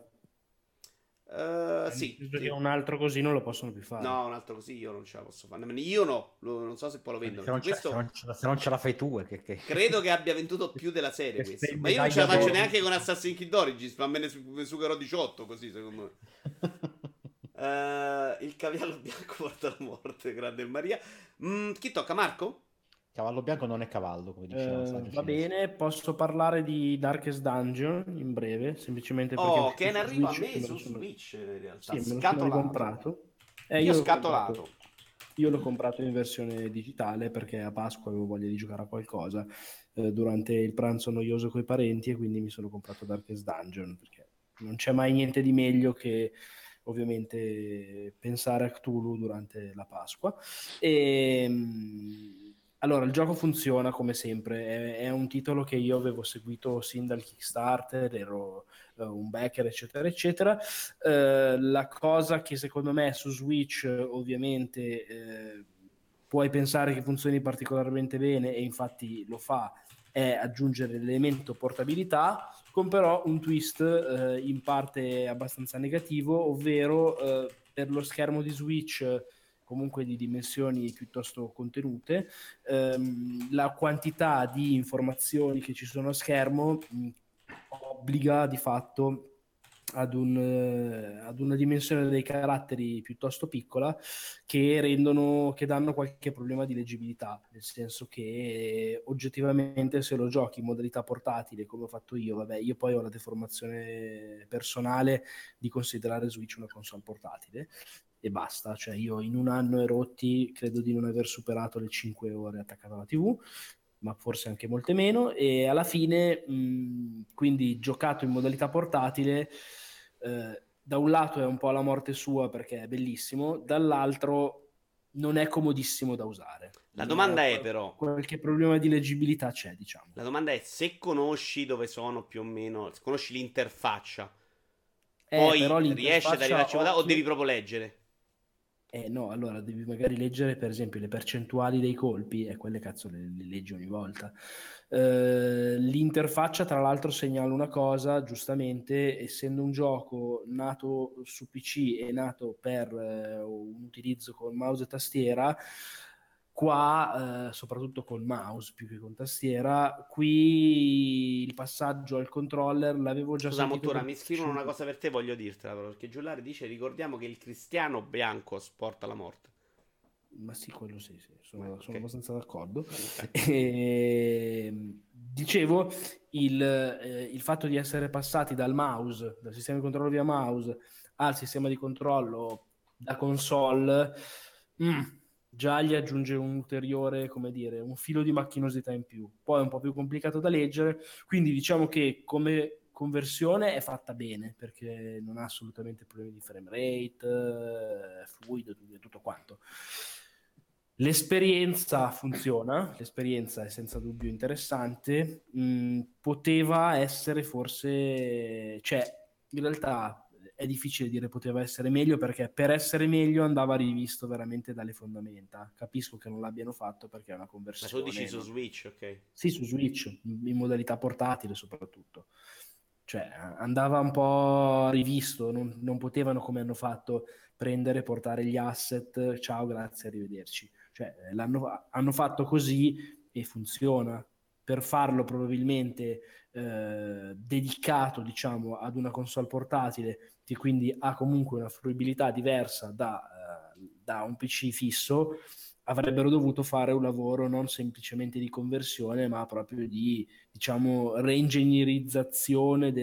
Sì, Nel senso sì. che un altro così non lo possono più fare. No, un altro così io non ce la posso fare. Nemmeno io no. Non so se poi lo vendono. Se non ce la fai tu, Credo che abbia venduto più della serie Che questo. sei Ma io non ce la medaglia faccio d'oro. neanche con Assassin's Creed Origins. Ma me ne supero 18 così, secondo me. Il cavallo bianco porta la morte, grande il Maria. Chi tocca? Marco? Cavallo bianco non è cavallo, come diceva Saggio Va cinese. bene, posso parlare di Darkest Dungeon in breve, semplicemente perché è Oh, che uscito ne su arriva a Switch me e me su lo sono... Switch, in realtà. Sì, me lo sono Scatolato. ricomprato. Io Io scatolato. io l'ho comprato in versione digitale perché a Pasqua avevo voglia di giocare a qualcosa durante il pranzo noioso coi parenti e quindi mi sono comprato Darkest Dungeon perché non c'è mai niente di meglio che ovviamente pensare a Cthulhu durante la Pasqua. Allora, il gioco funziona come sempre, è un titolo che io avevo seguito sin dal Kickstarter, ero un backer, eccetera, eccetera. La cosa che secondo me su Switch ovviamente puoi pensare che funzioni particolarmente bene, e infatti lo fa, è aggiungere l'elemento portabilità, con però un twist in parte abbastanza negativo, ovvero per lo schermo di Switch comunque di dimensioni piuttosto contenute, la quantità di informazioni che ci sono a schermo obbliga di fatto ad una dimensione dei caratteri piuttosto piccola che danno qualche problema di leggibilità, nel senso che oggettivamente se lo giochi in modalità portatile come ho fatto io, vabbè, io poi ho la deformazione personale di considerare Switch una console portatile e basta, cioè io in un anno e rotti credo di non aver superato le 5 ore attaccato alla TV, ma forse anche molte meno, e alla fine quindi giocato in modalità portatile da un lato è un po' la morte sua perché è bellissimo, dall'altro non è comodissimo da usare. La domanda è però, qualche problema di leggibilità c'è, diciamo. la domanda è se conosci dove sono più o meno, se conosci l'interfaccia, Però poi riesci ad arrivarci l'interfaccia o devi proprio leggere? No, allora devi magari leggere per esempio le percentuali dei colpi e quelle cazzo le leggi ogni volta. L'interfaccia tra l'altro segnala una cosa, giustamente, essendo un gioco nato su PC e nato per un utilizzo con mouse e tastiera, qua soprattutto col mouse più che con tastiera, qui il passaggio al controller l'avevo già Scusa, sentito Mottura, per mi scrivono una PlayStation 2. cosa per te, voglio dirtela però, perché Giullare dice, ricordiamo che il cristiano bianco porta la morte. Ma sì, quello sì, sono Ok. abbastanza d'accordo. Ok. Dicevo, il fatto di essere passati dal mouse, dal sistema di controllo via mouse, al sistema di controllo da console, già gli aggiunge un ulteriore, come dire, un filo di macchinosità in più. Poi è un po' più complicato da leggere, quindi diciamo che come conversione è fatta bene, perché non ha assolutamente problemi di frame rate, fluido, tutto quanto. L'esperienza funziona, l'esperienza è senza dubbio interessante, poteva essere forse, cioè in realtà è difficile dire poteva essere meglio perché per essere meglio andava rivisto veramente dalle fondamenta. Capisco che non l'abbiano fatto perché è una Ma tu conversione. dici su Switch, ok? Sì, su Switch, in modalità portatile soprattutto. Cioè andava un po' rivisto, non potevano come hanno fatto prendere, portare gli asset, ciao, grazie, arrivederci. Cioè, hanno fatto così e funziona. Per farlo probabilmente dedicato, diciamo, ad una console portatile che quindi ha comunque una fruibilità diversa da un PC fisso, avrebbero dovuto fare un lavoro non semplicemente di conversione, ma proprio di, diciamo, reingegnerizzazione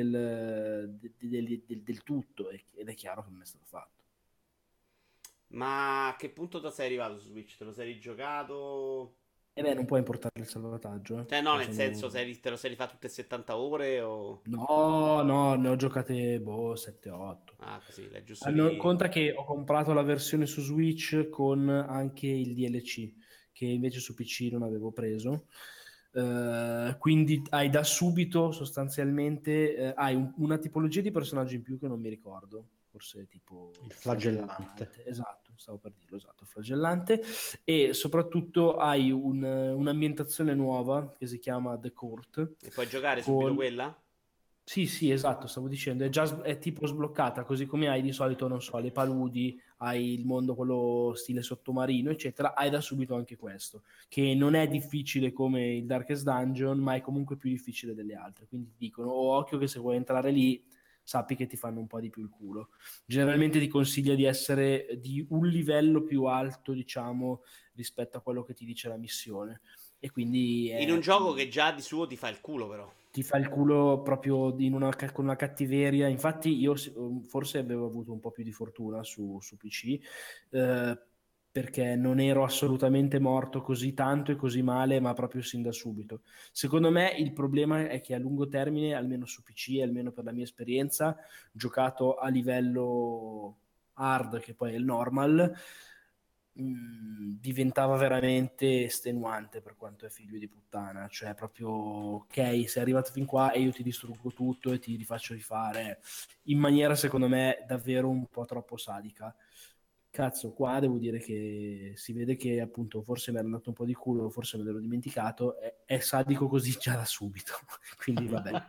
del tutto, ed è chiaro che non è stato fatto. Ma a che punto sei arrivato su Switch? Te lo sei rigiocato? E beh, non puoi importare il salvataggio. Cioè, no, Cioè, nel senso, te lo sei rifatto tutte e 70 ore o... No, ne ho giocate 7-8. Ah, così, l'hai giusto Conta che ho comprato la versione su Switch con anche il DLC, che invece su PC non avevo preso. Quindi hai da subito sostanzialmente hai una tipologia di personaggio in più che non mi ricordo, forse tipo il flagellante. Esatto, stavo per dirlo, esatto, flagellante. E soprattutto hai un'ambientazione nuova che si chiama The Court. E puoi giocare subito quella? Sì, esatto, stavo dicendo, è tipo sbloccata, così come hai di solito, non so, le paludi, hai il mondo quello stile sottomarino, eccetera, hai da subito anche questo, che non è difficile come il Darkest Dungeon, ma è comunque più difficile delle altre, quindi ti dicono, occhio che se vuoi entrare lì, sappi che ti fanno un po' di più il culo. Generalmente ti consiglia di essere di un livello più alto, diciamo, rispetto a quello che ti dice la missione. E quindi In un gioco che già di suo ti fa il culo, però. ti fa il culo proprio con una cattiveria. Infatti io forse avevo avuto un po' più di fortuna su PC, perché non ero assolutamente morto così tanto e così male, ma proprio sin da subito. Secondo me il problema è che a lungo termine, almeno su PC, almeno per la mia esperienza, giocato a livello hard, che poi è il normal, diventava veramente estenuante per quanto è figlio di puttana, cioè proprio ok, sei arrivato fin qua e io ti distruggo tutto e ti rifaccio rifare in maniera secondo me davvero un po' troppo sadica. Cazzo, qua devo dire che si vede che appunto forse mi era andato un po' di culo, forse me l'ero dimenticato, è sadico così già da subito, quindi vabbè.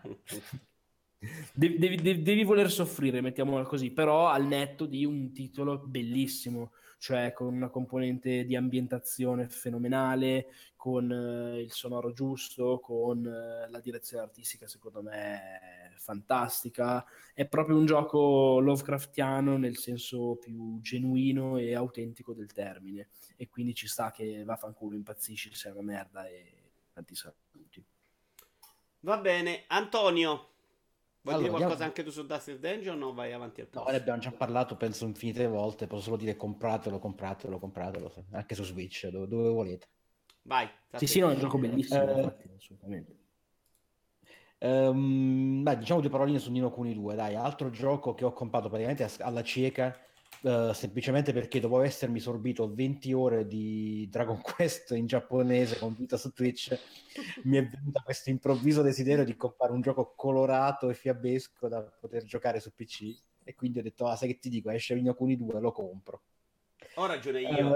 Devi voler soffrire, mettiamola così, però al netto di un titolo bellissimo, cioè con una componente di ambientazione fenomenale, con il sonoro giusto, con la direzione artistica secondo me fantastica. È proprio un gioco Lovecraftiano nel senso più genuino e autentico del termine, e quindi ci sta che vaffanculo, impazzisci, sei una merda e tanti saluti. Va bene, Antonio. Vuoi dire Allora, qualcosa anche tu su Dusty Dungeon o vai avanti al no, ne prossimo? abbiamo già parlato, penso infinite volte, posso solo dire compratelo, anche su Switch, dove volete. Vai, sta a Sì, te. no, è un gioco bellissimo, Eh, infatti, assolutamente. Dai, diciamo due paroline su Nino Kuni 2, dai, altro gioco che ho comprato praticamente alla cieca, semplicemente perché dopo essermi sorbito 20 ore di Dragon Quest in giapponese con vita su Twitch, mi è venuto questo improvviso desiderio di comprare un gioco colorato e fiabesco da poter giocare su PC, e quindi ho detto, ah, sai che ti dico, esce Nino Kuni 2, lo compro. Ho ragione io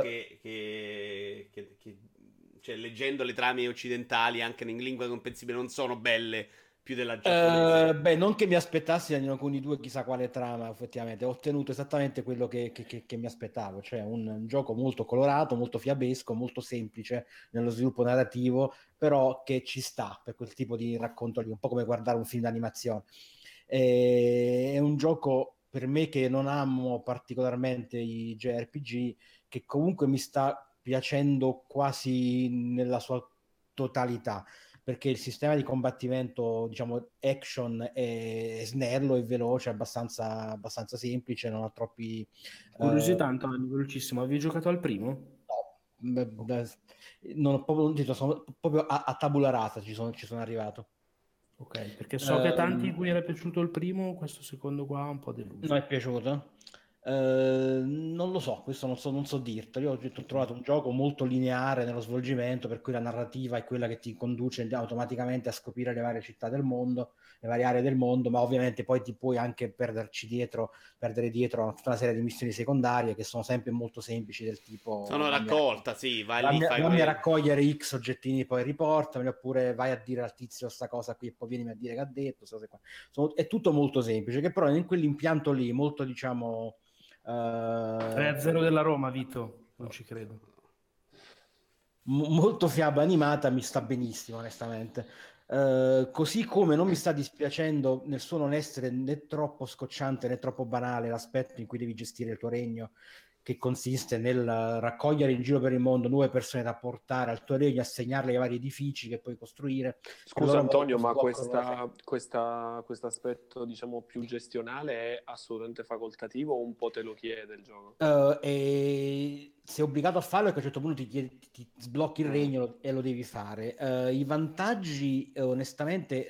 cioè, leggendo le trame occidentali anche in lingua comprensibile non sono belle più della giapponese. Beh, non che mi aspettassi da Nino Kuni 2 chissà quale trama, effettivamente. Ho ottenuto esattamente quello che mi aspettavo, cioè un gioco molto colorato, molto fiabesco, molto semplice nello sviluppo narrativo, però che ci sta per quel tipo di racconto lì, un po' come guardare un film d'animazione. È un gioco per me che non amo particolarmente i JRPG, che comunque mi sta piacendo quasi nella sua totalità, perché il sistema di combattimento, diciamo, action è snello e veloce, abbastanza semplice, non ha troppi... Curiosità, Antonio, velocissimo, avevi giocato al primo? no, non ho proprio, sono proprio a tabula rasa ci sono arrivato. Ok, perché so che a tanti Ehm, cui era piaciuto il primo, questo secondo qua è un po' Non deluso. è piaciuto? Non lo so, questo non so dirtelo. Io ho trovato un gioco molto lineare nello svolgimento, per cui la narrativa è quella che ti conduce automaticamente a scoprire le varie città del mondo, le varie aree del mondo, ma ovviamente poi ti puoi anche perdere dietro a tutta una serie di missioni secondarie che sono sempre molto semplici, del tipo Sono raccolta, sì, vai lì, fai vammi a quello. raccogliere X oggettini, poi riportameli, oppure vai a dire al tizio sta cosa qui e poi vienimi a dire che ha detto, queste cose qua. È tutto molto semplice, che però in quell'impianto lì, molto diciamo 3-0 della Roma, Vito, non ci credo. molto fiaba animata, mi sta benissimo onestamente. Così come non mi sta dispiacendo nel suo non essere né troppo scocciante né troppo banale l'aspetto in cui devi gestire il tuo regno, che consiste nel raccogliere in giro per il mondo nuove persone da portare al tuo regno, assegnarle ai vari edifici che puoi costruire, che a Scusa loro Antonio, volta ma sbloccano una serie. questo aspetto, diciamo, più gestionale è assolutamente facoltativo o un po' te lo chiede il gioco? E sei obbligato a farlo perché a un certo punto ti sblocchi il Mm. regno e lo devi fare. I vantaggi, onestamente,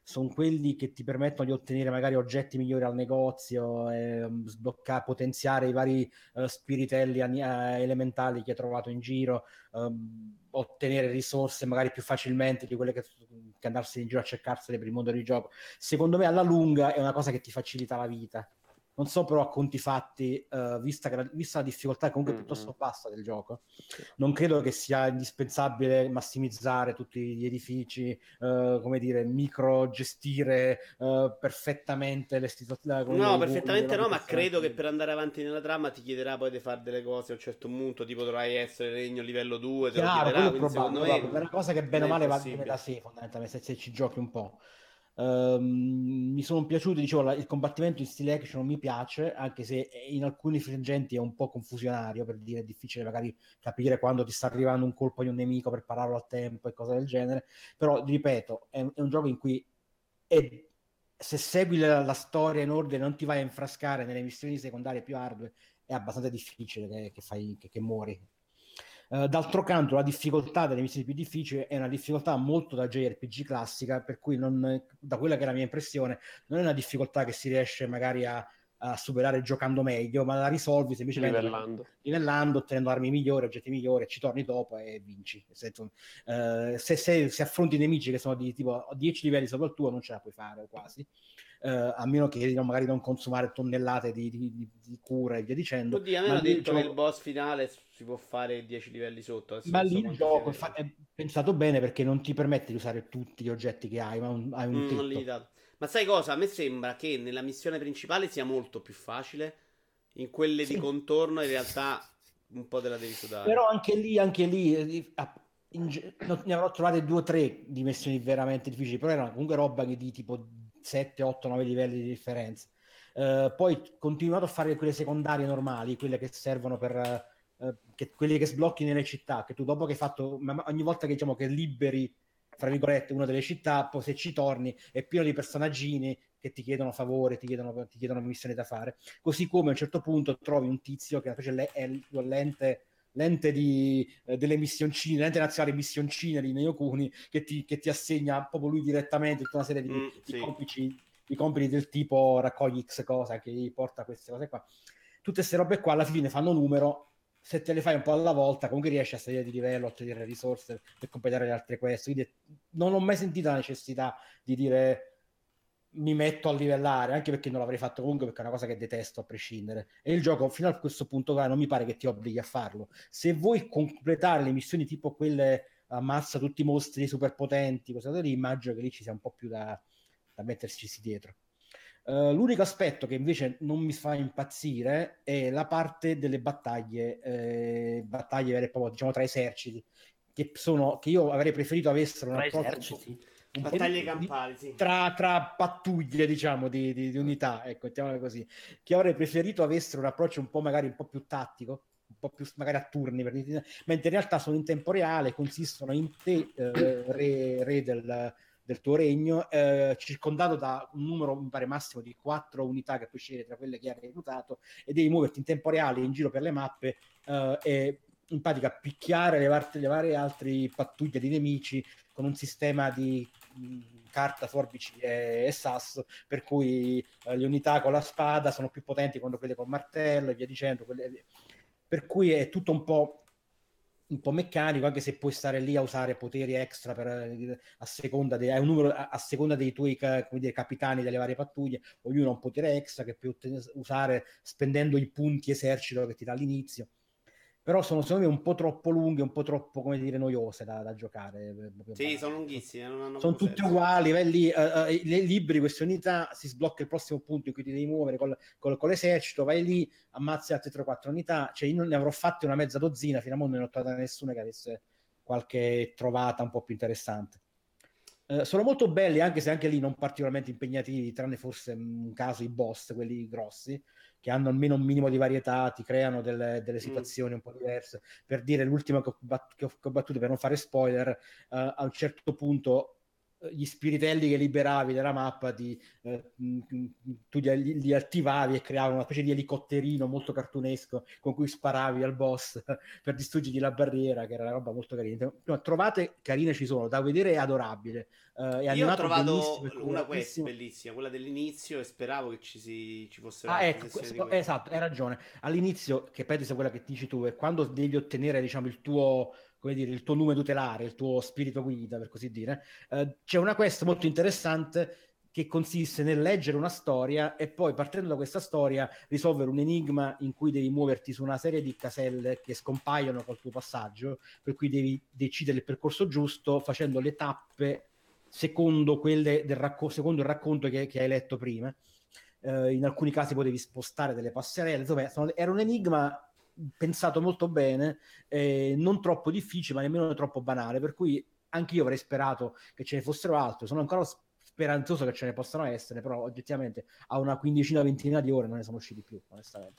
sono quelli che ti permettono di ottenere magari oggetti migliori al negozio, sbloccare, potenziare i vari spiritelli elementali che hai trovato in giro, ottenere risorse magari più facilmente di quelle che andarsi in giro a cercarsene per il mondo del gioco. Secondo me alla lunga è una cosa che ti facilita la vita. Non so però a conti fatti, vista la difficoltà comunque piuttosto bassa del gioco, non credo che sia indispensabile massimizzare tutti gli edifici, come dire, micro gestire perfettamente le situazioni. No, perfettamente no, ma credo che per andare avanti nella trama ti chiederà poi di fare delle cose a un certo punto, tipo dovrai essere regno livello 2, te lo Chiaro, chiederà, quello è quindi secondo me è una cosa che bene o non è male va bene impossibile. da sé, fondamentalmente, se ci giochi un po'. Mi sono piaciuti, dicevo, il combattimento in stile action mi piace, anche se in alcuni frangenti è un po' confusionario, per dire, è difficile magari capire quando ti sta arrivando un colpo di un nemico per pararlo a tempo e cose del genere, però ripeto, è un gioco in cui se segui la storia in ordine, non ti vai a infrascare nelle missioni secondarie più ardue, è abbastanza difficile che muori. D'altro canto, la difficoltà delle missioni più difficili è una difficoltà molto da JRPG classica, per cui da quella che è la mia impressione, non è una difficoltà che si riesce magari a superare giocando meglio, ma la risolvi semplicemente livellando, ottenendo armi migliori, oggetti migliori, ci torni dopo e vinci. Se affronti nemici che sono di tipo 10 livelli sopra il tuo, non ce la puoi fare o quasi. A meno che magari non consumare tonnellate di cura e via dicendo. Oddio, a me Ma hanno lì il detto che il gioco, boss finale si può fare 10 livelli sotto, adesso ma non lì so il quanto sia gioco vero. è pensato bene perché non ti permette di usare tutti gli oggetti che hai, ma hai un Non tetto. limitato. Ma sai cosa? A me sembra che nella missione principale sia molto più facile, in quelle di Sì, contorno in realtà un po' te la devi sudare. però anche lì ne avrò trovate 2 o 3 di missioni veramente difficili, però erano comunque roba che di tipo 7, 8, 9 livelli di differenza. Poi ho continuato a fare quelle secondarie normali, quelle che servono per quelli che sblocchi nelle città, che tu dopo che hai fatto, ogni volta che diciamo che liberi, fra virgolette, una delle città, poi se ci torni è pieno di personaggini che ti chiedono favore, ti chiedono missioni da fare. Così come a un certo punto trovi un tizio che è l'ente delle missioncine, l'ente nazionale missioncine di Neokuni che ti assegna proprio lui direttamente tutta una serie Sì. di compiti del tipo raccogli X cosa che gli porta queste cose qua. Tutte queste robe qua alla fine fanno numero, se te le fai un po' alla volta comunque riesci a salire di livello, a ottenere risorse per completare le altre quest. Quindi non ho mai sentito la necessità di dire mi metto a livellare, anche perché non l'avrei fatto comunque perché è una cosa che detesto a prescindere. E il gioco fino a questo punto qua non mi pare che ti obblighi a farlo. Se vuoi completare le missioni tipo quelle ammazza tutti i mostri super potenti, cose lì, immagino che lì ci sia un po' più da metterci dietro. L'unico aspetto che invece non mi fa impazzire è la parte delle battaglie vere e proprie, diciamo tra eserciti, che io avrei preferito avessero un Tra approccio eserciti. Battaglie campali, sì. tra pattuglie, diciamo, di unità, ecco, mettiamola così, che avrei preferito avessero un approccio un po' magari un po' più tattico, un po' più magari a turni, mentre in realtà sono in tempo reale, consistono in te, re del tuo regno, circondato da un numero, mi pare, massimo di 4 unità che puoi scegliere tra quelle che hai reclutato e devi muoverti in tempo reale in giro per le mappe e in pratica picchiare, levare altri pattuglie di nemici con un sistema di carta, forbici e sasso, per cui le unità con la spada sono più potenti quando quelle col martello e via dicendo. Per cui è tutto un po' meccanico, anche se puoi stare lì a usare poteri extra hai un numero a seconda dei tuoi come dire, capitani delle varie pattuglie, ognuno ha un potere extra che puoi usare spendendo i punti esercito che ti dà all'inizio. Però sono secondo me un po' troppo lunghe, un po' troppo, come dire, noiose da giocare. Sì, sono lunghissime, non hanno Sono proprio tutte senso. uguali, vai lì, liberi queste unità, si sblocca il prossimo punto in cui ti devi muovere con l'esercito, vai lì, ammazzi altre 3-4 unità, cioè io non ne avrò fatte una mezza dozzina, fino a ora non ne ho trovata nessuna che avesse qualche trovata un po' più interessante. Sono molto belli, anche se anche lì non particolarmente impegnativi, tranne forse un caso i boss, quelli grossi, che hanno almeno un minimo di varietà, ti creano delle situazioni un po' diverse. Per dire, l'ultima che ho battuto, per non fare spoiler, a un certo punto gli spiritelli che liberavi dalla mappa tu li attivavi e creavi una specie di elicotterino molto cartunesco con cui sparavi al boss per distruggergli la barriera, che era una roba molto carina. No, trovate carine ci sono, da vedere è adorabile, è Io ho animato trovato benissimo, è una quest coloratissimo. bellissima, quella dell'inizio, e speravo che ci fossero Ah, altre ecco, sessioni di quelle. esatto, hai ragione. All'inizio, che penso sia quella che dici tu, è quando devi ottenere, diciamo, il tuo, come dire, il tuo nome tutelare, il tuo spirito guida, per così dire, c'è una quest molto interessante che consiste nel leggere una storia e poi, partendo da questa storia, risolvere un enigma in cui devi muoverti su una serie di caselle che scompaiono col tuo passaggio, per cui devi decidere il percorso giusto facendo le tappe secondo quelle secondo il racconto che hai letto prima. In alcuni casi potevi spostare delle passerelle, insomma, era un enigma pensato molto bene, non troppo difficile, ma nemmeno troppo banale, per cui anche io avrei sperato che ce ne fossero altri, sono ancora speranzoso che ce ne possano essere, però oggettivamente a una quindicina, ventina di ore non ne sono usciti più, onestamente.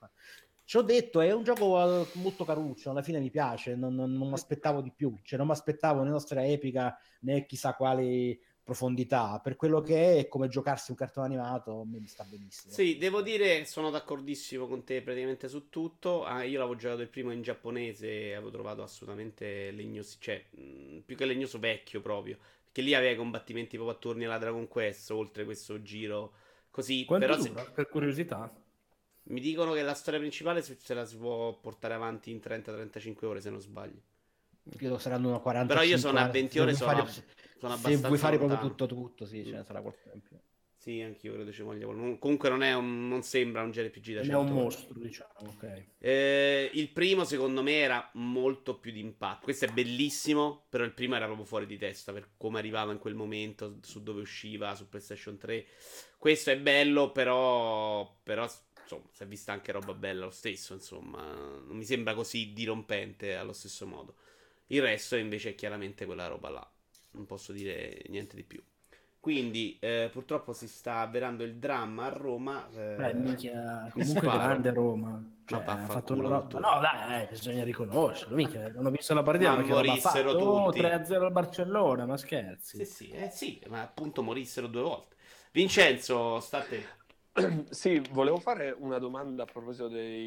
Ci ho detto, è un gioco molto caruccio, alla fine mi piace, non mi aspettavo di più, cioè non mi aspettavo né nostra epica né chissà quali profondità, per quello che è come giocarsi un cartone animato, mi sta benissimo. Sì, devo dire, sono d'accordissimo con te praticamente su tutto. Ah, io l'avevo giocato il primo in giapponese e avevo trovato assolutamente legnoso, cioè più che legnoso vecchio proprio, perché lì aveva i combattimenti proprio attorni alla Dragon Quest, oltre questo giro così, Quanto però dura, per curiosità? mi dicono che la storia principale se la si può portare avanti in 30-35 ore se non sbaglio. Credo saranno una Però io sono 45 a anni, 20 ore, sono se vuoi abbastanza fare proprio lontano. tutto, sì, ce Mm. ne sarà qualcosa in più. Sì, anch'io credo ci voglia qualcuno. Comunque non sembra un JRPG da Non è un 100 ore. mostro, diciamo, ok. Il primo secondo me era molto più di impatto. Questo è bellissimo, però il primo era proprio fuori di testa per come arrivava in quel momento, su dove usciva, su PlayStation 3. Questo è bello, però insomma, si è vista anche roba bella lo stesso, insomma, non mi sembra così dirompente allo stesso modo. Il resto invece è chiaramente quella roba là. Non posso dire niente di più. Quindi, purtroppo si sta avverando il dramma a Roma. Minchia, Mi comunque sparo. grande Roma. Ma Cioè, ha fatto una vaffanculo roba. tutto. No, dai, bisogna riconoscerlo. Minchia, non ho visto la partita, Ma ma che roba ha morissero fatto? Oh, tutti. 3-0 al Barcellona, ma Sì, scherzi. sì, sì, ma appunto morissero due volte. Vincenzo, sta a te. Sì, volevo fare una domanda a proposito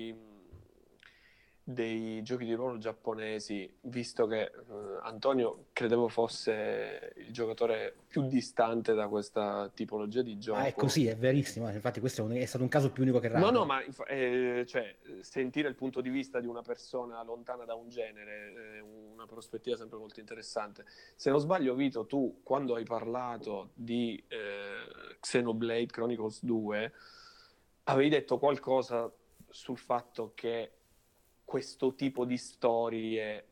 dei giochi di ruolo giapponesi, visto che Antonio credevo fosse il giocatore più distante da questa tipologia di Ma è gioco. così, è verissimo, infatti questo è stato un caso più unico che No, raro. no, ma cioè, sentire il punto di vista di una persona lontana da un genere è una prospettiva sempre molto interessante. Se non sbaglio, Vito, tu quando hai parlato di Xenoblade Chronicles 2 avevi detto qualcosa sul fatto che questo tipo di storie,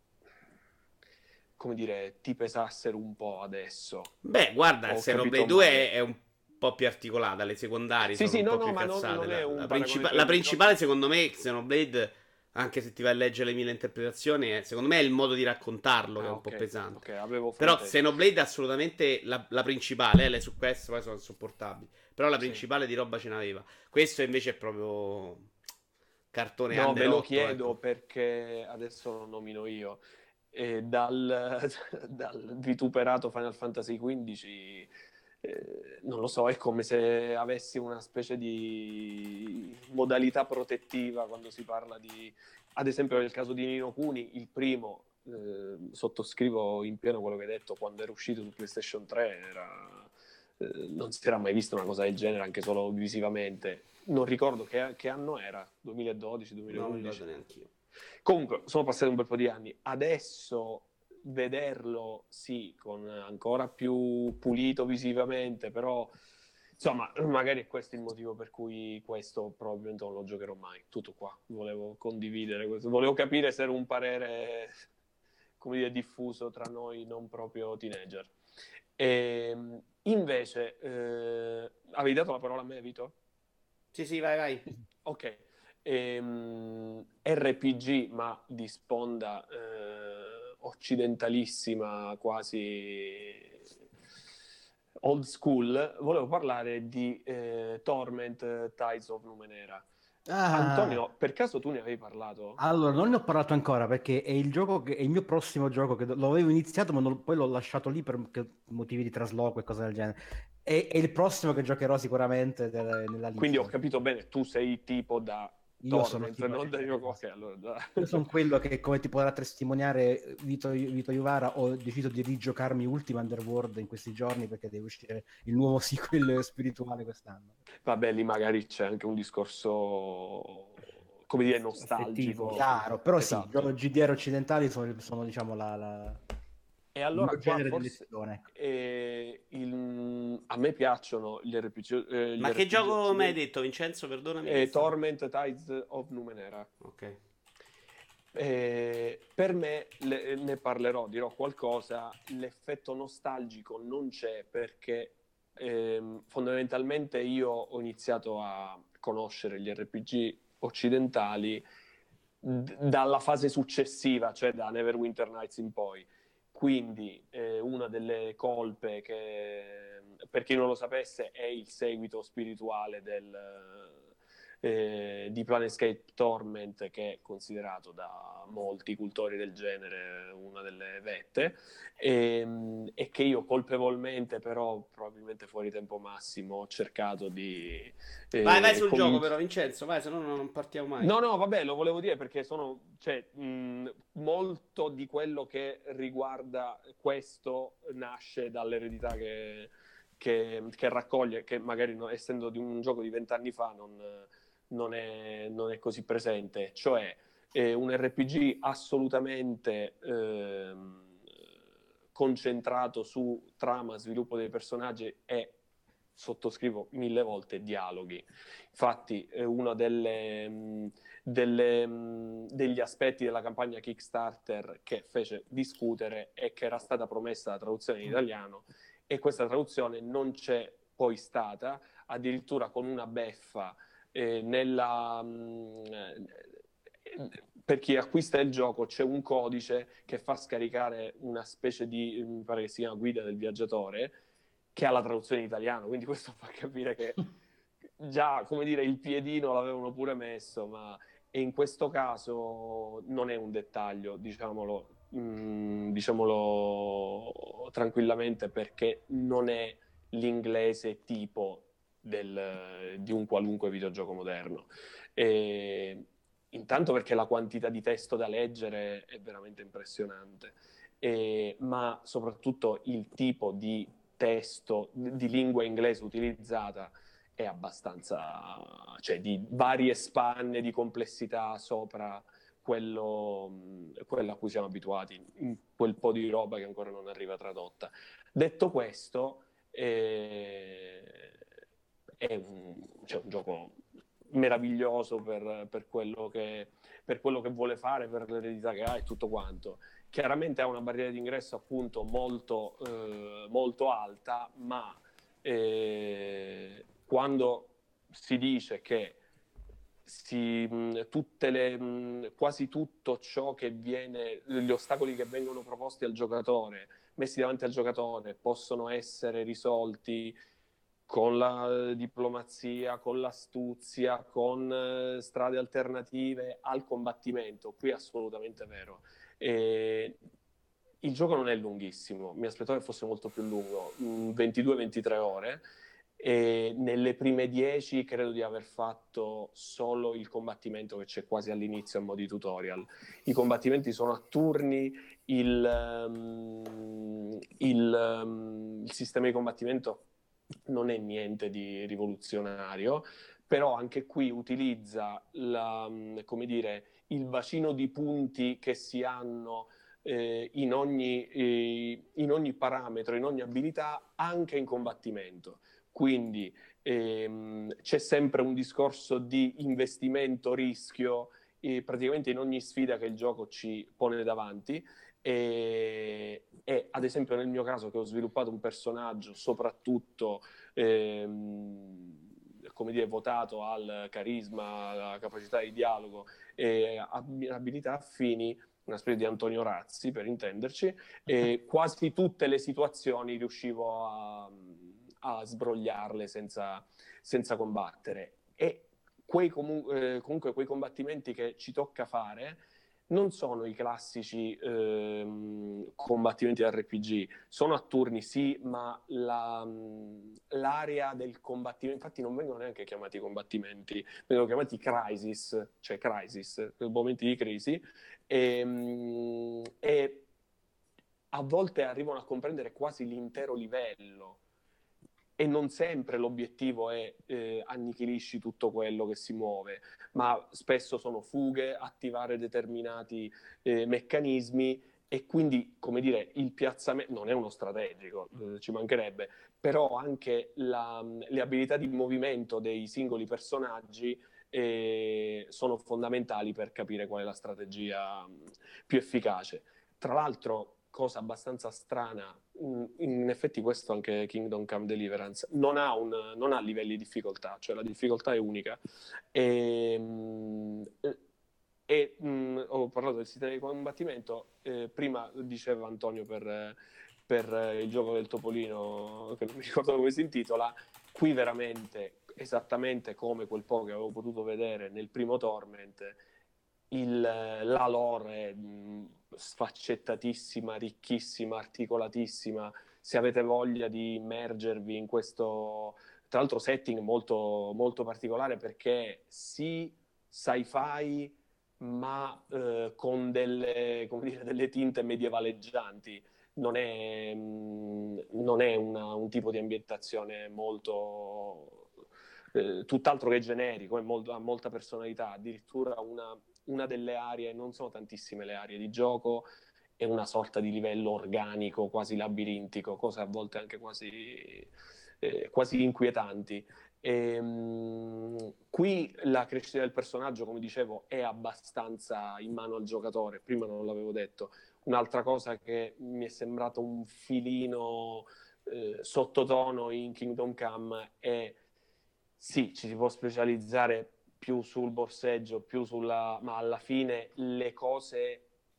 come dire, ti pesassero un po' adesso. Beh, guarda, Ho Xenoblade capito 2 male? è un po' più articolata, le secondarie Sì, sono sì, un no, po' no, più ma cazzate. non è un paragone, cioè, La principale, secondo me, Xenoblade, anche se ti vai a leggere le mille interpretazioni, secondo me è il modo di raccontarlo che è Ah, un po' ok, pesante. ok, avevo Però frainteso. Xenoblade è assolutamente la principale, le su queste poi sono insopportabili. Però la Sì. principale di roba ce n'aveva. Questo invece è proprio cartone No, under ve lo 8, chiedo ecco. perché adesso lo nomino io. Dal, dal vituperato Final Fantasy XV, non lo so, è come se avessi una specie di modalità protettiva quando si parla di, ad esempio nel caso di Nino Kuni, il primo, sottoscrivo in pieno quello che hai detto, quando era uscito su PlayStation 3 non si era mai vista una cosa del genere, anche solo visivamente. Non ricordo che anno era, 2012, Non mi 2011. ricordo neanche io. Comunque, sono passati un bel po' di anni. Adesso vederlo, sì, con ancora più pulito visivamente, però insomma, magari è questo il motivo per cui questo probabilmente non lo giocherò mai. Tutto qua. Volevo condividere questo. Volevo capire se era un parere, come dire, diffuso tra noi non proprio teenager. Invece, avevi dato la parola a me, Vito? Sì, sì, vai, vai. Ok. RPG, ma di sponda occidentalissima, quasi old school, volevo parlare di Torment Tides of Numenera. Antonio, per caso tu ne avevi parlato? Allora, non ne ho parlato ancora perché è il gioco è il mio prossimo gioco che lo avevo iniziato, ma poi l'ho lasciato lì per motivi di trasloco e cose del genere. È il prossimo che giocherò sicuramente nella Quindi ho lista. capito bene, tu sei tipo da Io sono Torment, tipo non da gioco. Ok, allora io sono quello che, come ti potrà testimoniare Vito Iuvara, ho deciso di rigiocarmi Ultima Underworld in questi giorni perché deve uscire il nuovo sequel spirituale quest'anno. Vabbè, lì magari c'è anche un discorso, come dire, Effettivo. nostalgico. Chiaro, però sì, Esatto. GDR occidentali sono, diciamo E il allora mio qua genere di forse lezione. Ecco. a me piacciono gli Ma che RPG gioco mi hai occidentali. detto, Vincenzo? Perdonami che stavo... Torment Tides of Numenera. Ok. Per me, ne parlerò, dirò qualcosa, l'effetto nostalgico non c'è perché fondamentalmente io ho iniziato a conoscere gli RPG occidentali dalla fase successiva, cioè da Neverwinter Nights in poi. Quindi una delle colpe che, per chi non lo sapesse, è il seguito spirituale di Planescape Torment, che è considerato da molti cultori del genere una delle vette, e che io colpevolmente, però probabilmente fuori tempo massimo, ho cercato di Vai sul gioco però, cominciare. Vincenzo, vai, se no non partiamo mai. No, no, vabbè, lo volevo dire perché cioè, molto di quello che riguarda questo nasce dall'eredità che raccoglie, che magari essendo di un gioco di 20 anni fa non è così presente. Cioè, un RPG assolutamente concentrato su trama, sviluppo dei personaggi e sottoscrivo 1000 volte dialoghi. Infatti, uno degli aspetti della campagna Kickstarter che fece discutere è che era stata promessa la traduzione in italiano e questa traduzione non c'è poi stata, addirittura con una beffa per chi acquista il gioco c'è un codice che fa scaricare una specie di, mi pare che si chiama guida del viaggiatore, che ha la traduzione in italiano, quindi questo fa capire che già, come dire, il piedino l'avevano pure messo, ma e in questo caso non è un dettaglio, diciamolo tranquillamente, perché non è l'inglese tipo di un qualunque videogioco moderno. E, intanto perché la quantità di testo da leggere è veramente impressionante, ma soprattutto il tipo di testo, di lingua inglese utilizzata è abbastanza, cioè di varie spanne di complessità sopra quello a cui siamo abituati, in quel po' di roba che ancora non arriva tradotta. Detto questo, c'è un gioco meraviglioso per quello che vuole fare, per l'eredità che ha e tutto quanto. Chiaramente ha una barriera di ingresso appunto molto alta, ma quando si dice che quasi tutto ciò che viene, gli ostacoli che vengono proposti al giocatore, messi davanti al giocatore, possono essere risolti con la diplomazia, con l'astuzia, con strade alternative al combattimento. Qui è assolutamente vero. Il gioco non è lunghissimo, mi aspettavo che fosse molto più lungo, 22-23 ore, e nelle prime 10 credo di aver fatto solo il combattimento che c'è quasi all'inizio a mo' di tutorial. I combattimenti sono a turni, il sistema di combattimento non è niente di rivoluzionario, però anche qui utilizza come dire, il bacino di punti che si hanno in ogni parametro, in ogni abilità, anche in combattimento. Quindi c'è sempre un discorso di investimento, rischio, praticamente in ogni sfida che il gioco ci pone davanti. E ad esempio nel mio caso, che ho sviluppato un personaggio soprattutto come dire, votato al carisma, alla capacità di dialogo e abilità affini, una specie di Antonio Razzi per intenderci, e quasi tutte le situazioni riuscivo a sbrogliarle senza combattere. E comunque quei combattimenti che ci tocca fare non sono i classici combattimenti RPG, sono a turni sì, ma l'area del combattimento, infatti non vengono neanche chiamati combattimenti, vengono chiamati crisis, cioè crisis, momenti di crisi, e a volte arrivano a comprendere quasi l'intero livello. E non sempre l'obiettivo è annichilisci tutto quello che si muove, ma spesso sono fughe, attivare determinati meccanismi, e quindi, come dire, il piazzamento non è uno strategico, ci mancherebbe, però anche le abilità di movimento dei singoli personaggi sono fondamentali per capire qual è la strategia più efficace. Tra l'altro, cosa abbastanza strana, in effetti questo anche Kingdom Come Deliverance non ha livelli di difficoltà, cioè la difficoltà è unica. Ho parlato del sistema di combattimento, prima diceva Antonio per il gioco del topolino, che non mi ricordo come si intitola, qui veramente, esattamente come quel po' che avevo potuto vedere nel primo Torment, la lore è sfaccettatissima, ricchissima, articolatissima. Se avete voglia di immergervi in questo, tra l'altro, setting molto, molto particolare, perché sì, sci-fi, ma con delle tinte medievaleggianti. Non è un tipo di ambientazione molto tutt'altro che generico, ha molta personalità. Addirittura una delle aree, non sono tantissime le aree di gioco, è una sorta di livello organico, quasi labirintico, cose a volte anche quasi inquietanti. Qui la crescita del personaggio, come dicevo, è abbastanza in mano al giocatore. Prima non l'avevo detto. Un'altra cosa che mi è sembrato un filino sottotono in Kingdom Come è sì, ci si può specializzare più sul borseggio, ma alla fine le cose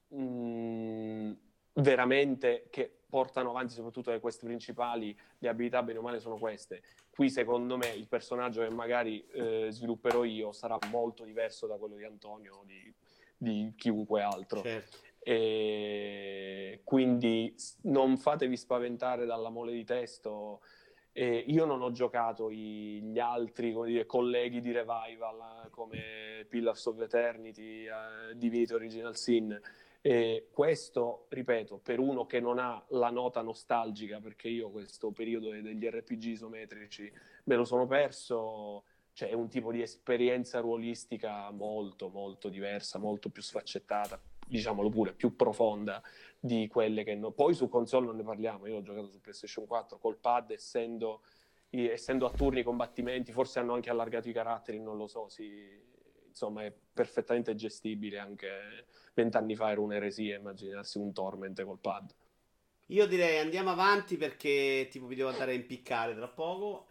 veramente che portano avanti soprattutto le quest principali, le abilità bene o male sono queste. Qui secondo me il personaggio che magari svilupperò io sarà molto diverso da quello di Antonio o di chiunque altro. Certo. E quindi non fatevi spaventare dalla mole di testo. Io non ho giocato gli altri, come dire, colleghi di Revival come Pillars of Eternity, Divinity Original Sin. Questo, ripeto, per uno che non ha la nota nostalgica, perché io questo periodo degli RPG isometrici me lo sono perso, cioè è un tipo di esperienza ruolistica molto, molto diversa, molto più sfaccettata, diciamolo pure, più profonda di quelle che poi su console non ne parliamo. Io ho giocato su PlayStation 4 col pad, essendo a turni i combattimenti, forse hanno anche allargato i caratteri, non lo so, insomma è perfettamente gestibile. Anche 20 anni fa era un'eresia immaginarsi un Torment col pad. Io direi andiamo avanti perché tipo vi devo andare a impiccare tra poco.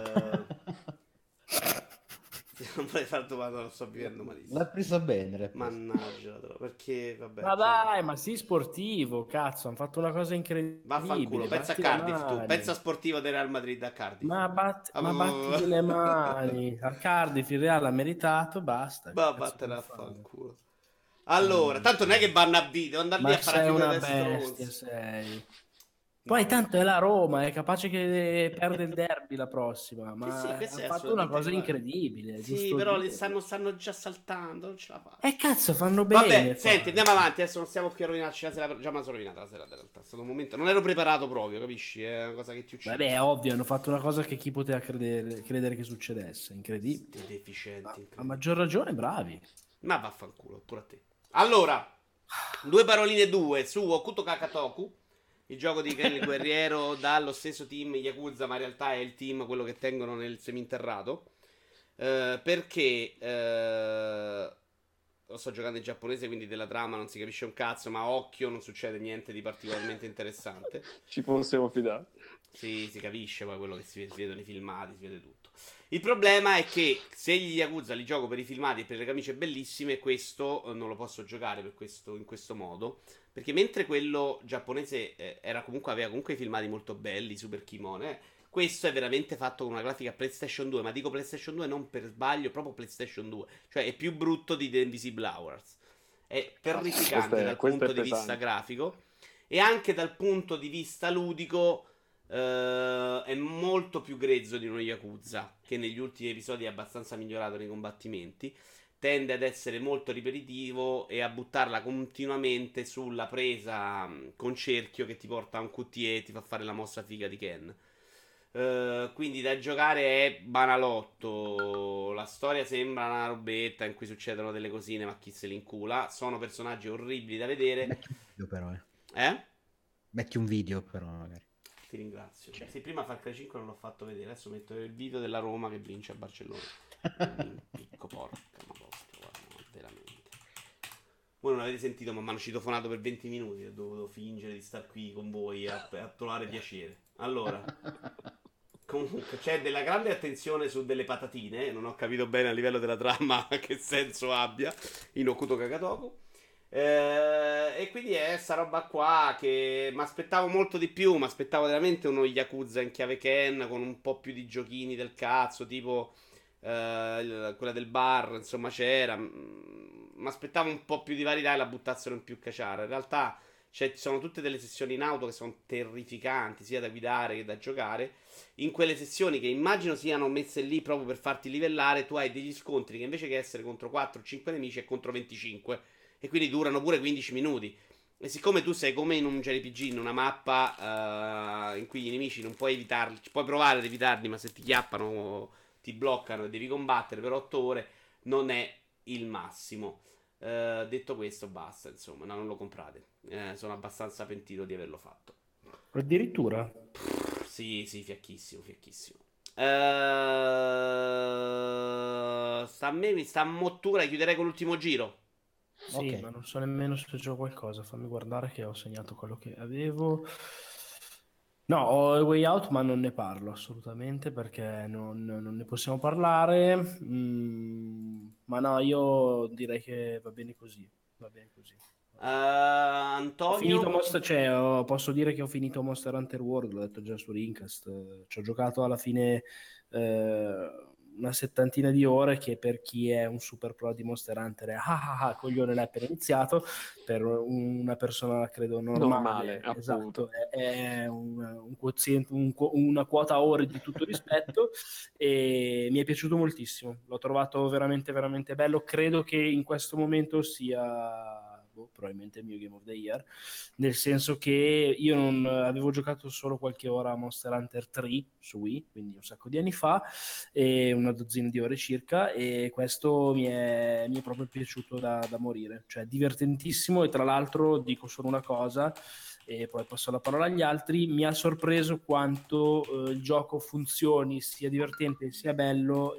Non vorrei fare domanda, lo sto vivendo malissimo. L'ha presa bene, l'ha presa. Mannaggia, perché vabbè. Ma dai, ma sì, sportivo, cazzo, hanno fatto una cosa incredibile. Vaffanculo, pensa a batti le Cardiff tu, mani. pensa a sportivo del Real Madrid a Cardiff. Ma batti le mani. Al Cardiff il Real ha meritato, basta. Ma Cazzo vattene a puoi fare? fanculo. Allora, tanto non è che vanno a video, andare lì Ma a fare sei figure una da bestia, stronzi. sei. Poi tanto è la Roma, è capace che perde il derby la prossima, Sì, ma questo hanno è fatto una assolutamente cosa normale. incredibile, Sì, giusto però dire. stanno già saltando, non ce la fa. Cazzo, fanno Vabbè, bene. senti, poi. andiamo avanti, adesso non stiamo più a rovinarci la serata, già me la sono rovinata la serata in realtà, è stato un momento, non ero preparato proprio, capisci? È una cosa che ti uccide. Vabbè, è ovvio, hanno fatto una cosa che chi poteva credere che succedesse, incredibile. Sti deficienti, A incredibile. maggior ragione, bravi. Ma vaffanculo, pure a te. Allora, due paroline su Okuto Kakatoku, il gioco di Ken il Guerriero dallo stesso team Yakuza, ma in realtà è il team quello che tengono nel seminterrato. Perché lo sto giocando in giapponese, quindi della trama non si capisce un cazzo, ma occhio, non succede niente di particolarmente interessante. Ci possiamo fidare. Sì, si capisce poi quello che si vedono i filmati, si vede tutto. Il problema è che se gli Yakuza li gioco per i filmati e per le camicie bellissime, questo non lo posso giocare in questo modo. Perché mentre quello giapponese aveva comunque i filmati molto belli, super kimono, Questo è veramente fatto con una grafica PlayStation 2, ma dico PlayStation 2 non per sbaglio, proprio PlayStation 2. Cioè è più brutto di The Invisible Hours. È terrificante dal Questo punto è di vista pesante. grafico e anche dal punto di vista ludico è molto più grezzo di uno Yakuza, che negli ultimi episodi è abbastanza migliorato nei combattimenti. Tende ad essere molto ripetitivo e a buttarla continuamente sulla presa con cerchio che ti porta a un QTE e ti fa fare la mossa figa di Ken. Quindi da giocare è banalotto. La storia sembra una robetta in cui succedono delle cosine, ma chi se li incula. Sono personaggi orribili da vedere. Metti un video però, eh. Eh? Metti un video però, magari. Ti ringrazio. Sì, prima Far Cry 5 non l'ho fatto vedere. Adesso metto il video della Roma che vince a Barcellona. Picco porca, ma vostra, guarda, ma veramente. Voi non avete sentito, ma mi hanno citofonato per 20 minuti. Ho dovuto fingere di star qui con voi a trovare piacere. Allora, comunque c'è della grande attenzione su delle patatine. Non ho capito bene a livello della trama che senso abbia in Okuto Kagatoku. E quindi è sta roba qua che mi aspettavo molto di più. Mi aspettavo veramente uno Yakuza in chiave Ken con un po' più di giochini del cazzo, tipo quella del bar, insomma, c'era. Mi aspettavo un po' più di varietà e la buttassero in più caciara. In realtà ci sono tutte delle sessioni in auto che sono terrificanti, sia da guidare che da giocare. In quelle sessioni che immagino siano messe lì proprio per farti livellare, tu hai degli scontri che invece che essere contro 4 o 5 nemici è contro 25 e quindi durano pure 15 minuti. E siccome tu sei come in un JRPG, in una mappa in cui i nemici non puoi evitarli, puoi provare ad evitarli, ma se ti chiappano ti bloccano e devi combattere per 8 ore, non è il massimo. Detto questo, basta, insomma, no, non lo comprate. Sono abbastanza pentito di averlo fatto. Addirittura. Sì, sì, fiacchissimo, fiacchissimo. Sta a me, mi sta a mottura, chiuderei con l'ultimo giro. Sì, Ok. ma non so nemmeno se c'è qualcosa. Fammi guardare che ho segnato quello che avevo. No, ho il Way Out, ma non ne parlo assolutamente perché non ne possiamo parlare. Ma no, io direi che va bene così. Va bene così. Ho finito Antonio? posso dire che ho finito Monster Hunter World, l'ho detto già su Rincast. Ci ho giocato alla fine una settantina di ore, che per chi è un super pro di Monster Hunter è coglione, l'hai appena iniziato. Per una persona credo Normale, normale, appunto. esatto, è un quoziente, una quota ore di tutto rispetto. E mi è piaciuto moltissimo, l'ho trovato veramente veramente bello. Credo che in questo momento sia probabilmente il mio Game of the Year, nel senso che io non avevo giocato solo qualche ora a Monster Hunter 3 su Wii, quindi un sacco di anni fa, e una dozzina di ore circa, e questo mi è proprio piaciuto da morire, cioè divertentissimo. E tra l'altro dico solo una cosa e poi passo la parola agli altri: mi ha sorpreso quanto il gioco funzioni, sia divertente sia bello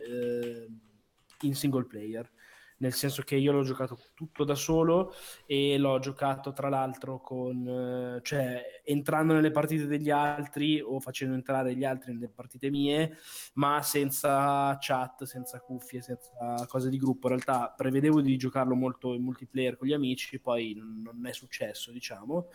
in single player, nel senso che io l'ho giocato tutto da solo e l'ho giocato tra l'altro cioè entrando nelle partite degli altri o facendo entrare gli altri nelle partite mie, ma senza chat, senza cuffie, senza cose di gruppo. In realtà prevedevo di giocarlo molto in multiplayer con gli amici, poi non è successo, diciamo,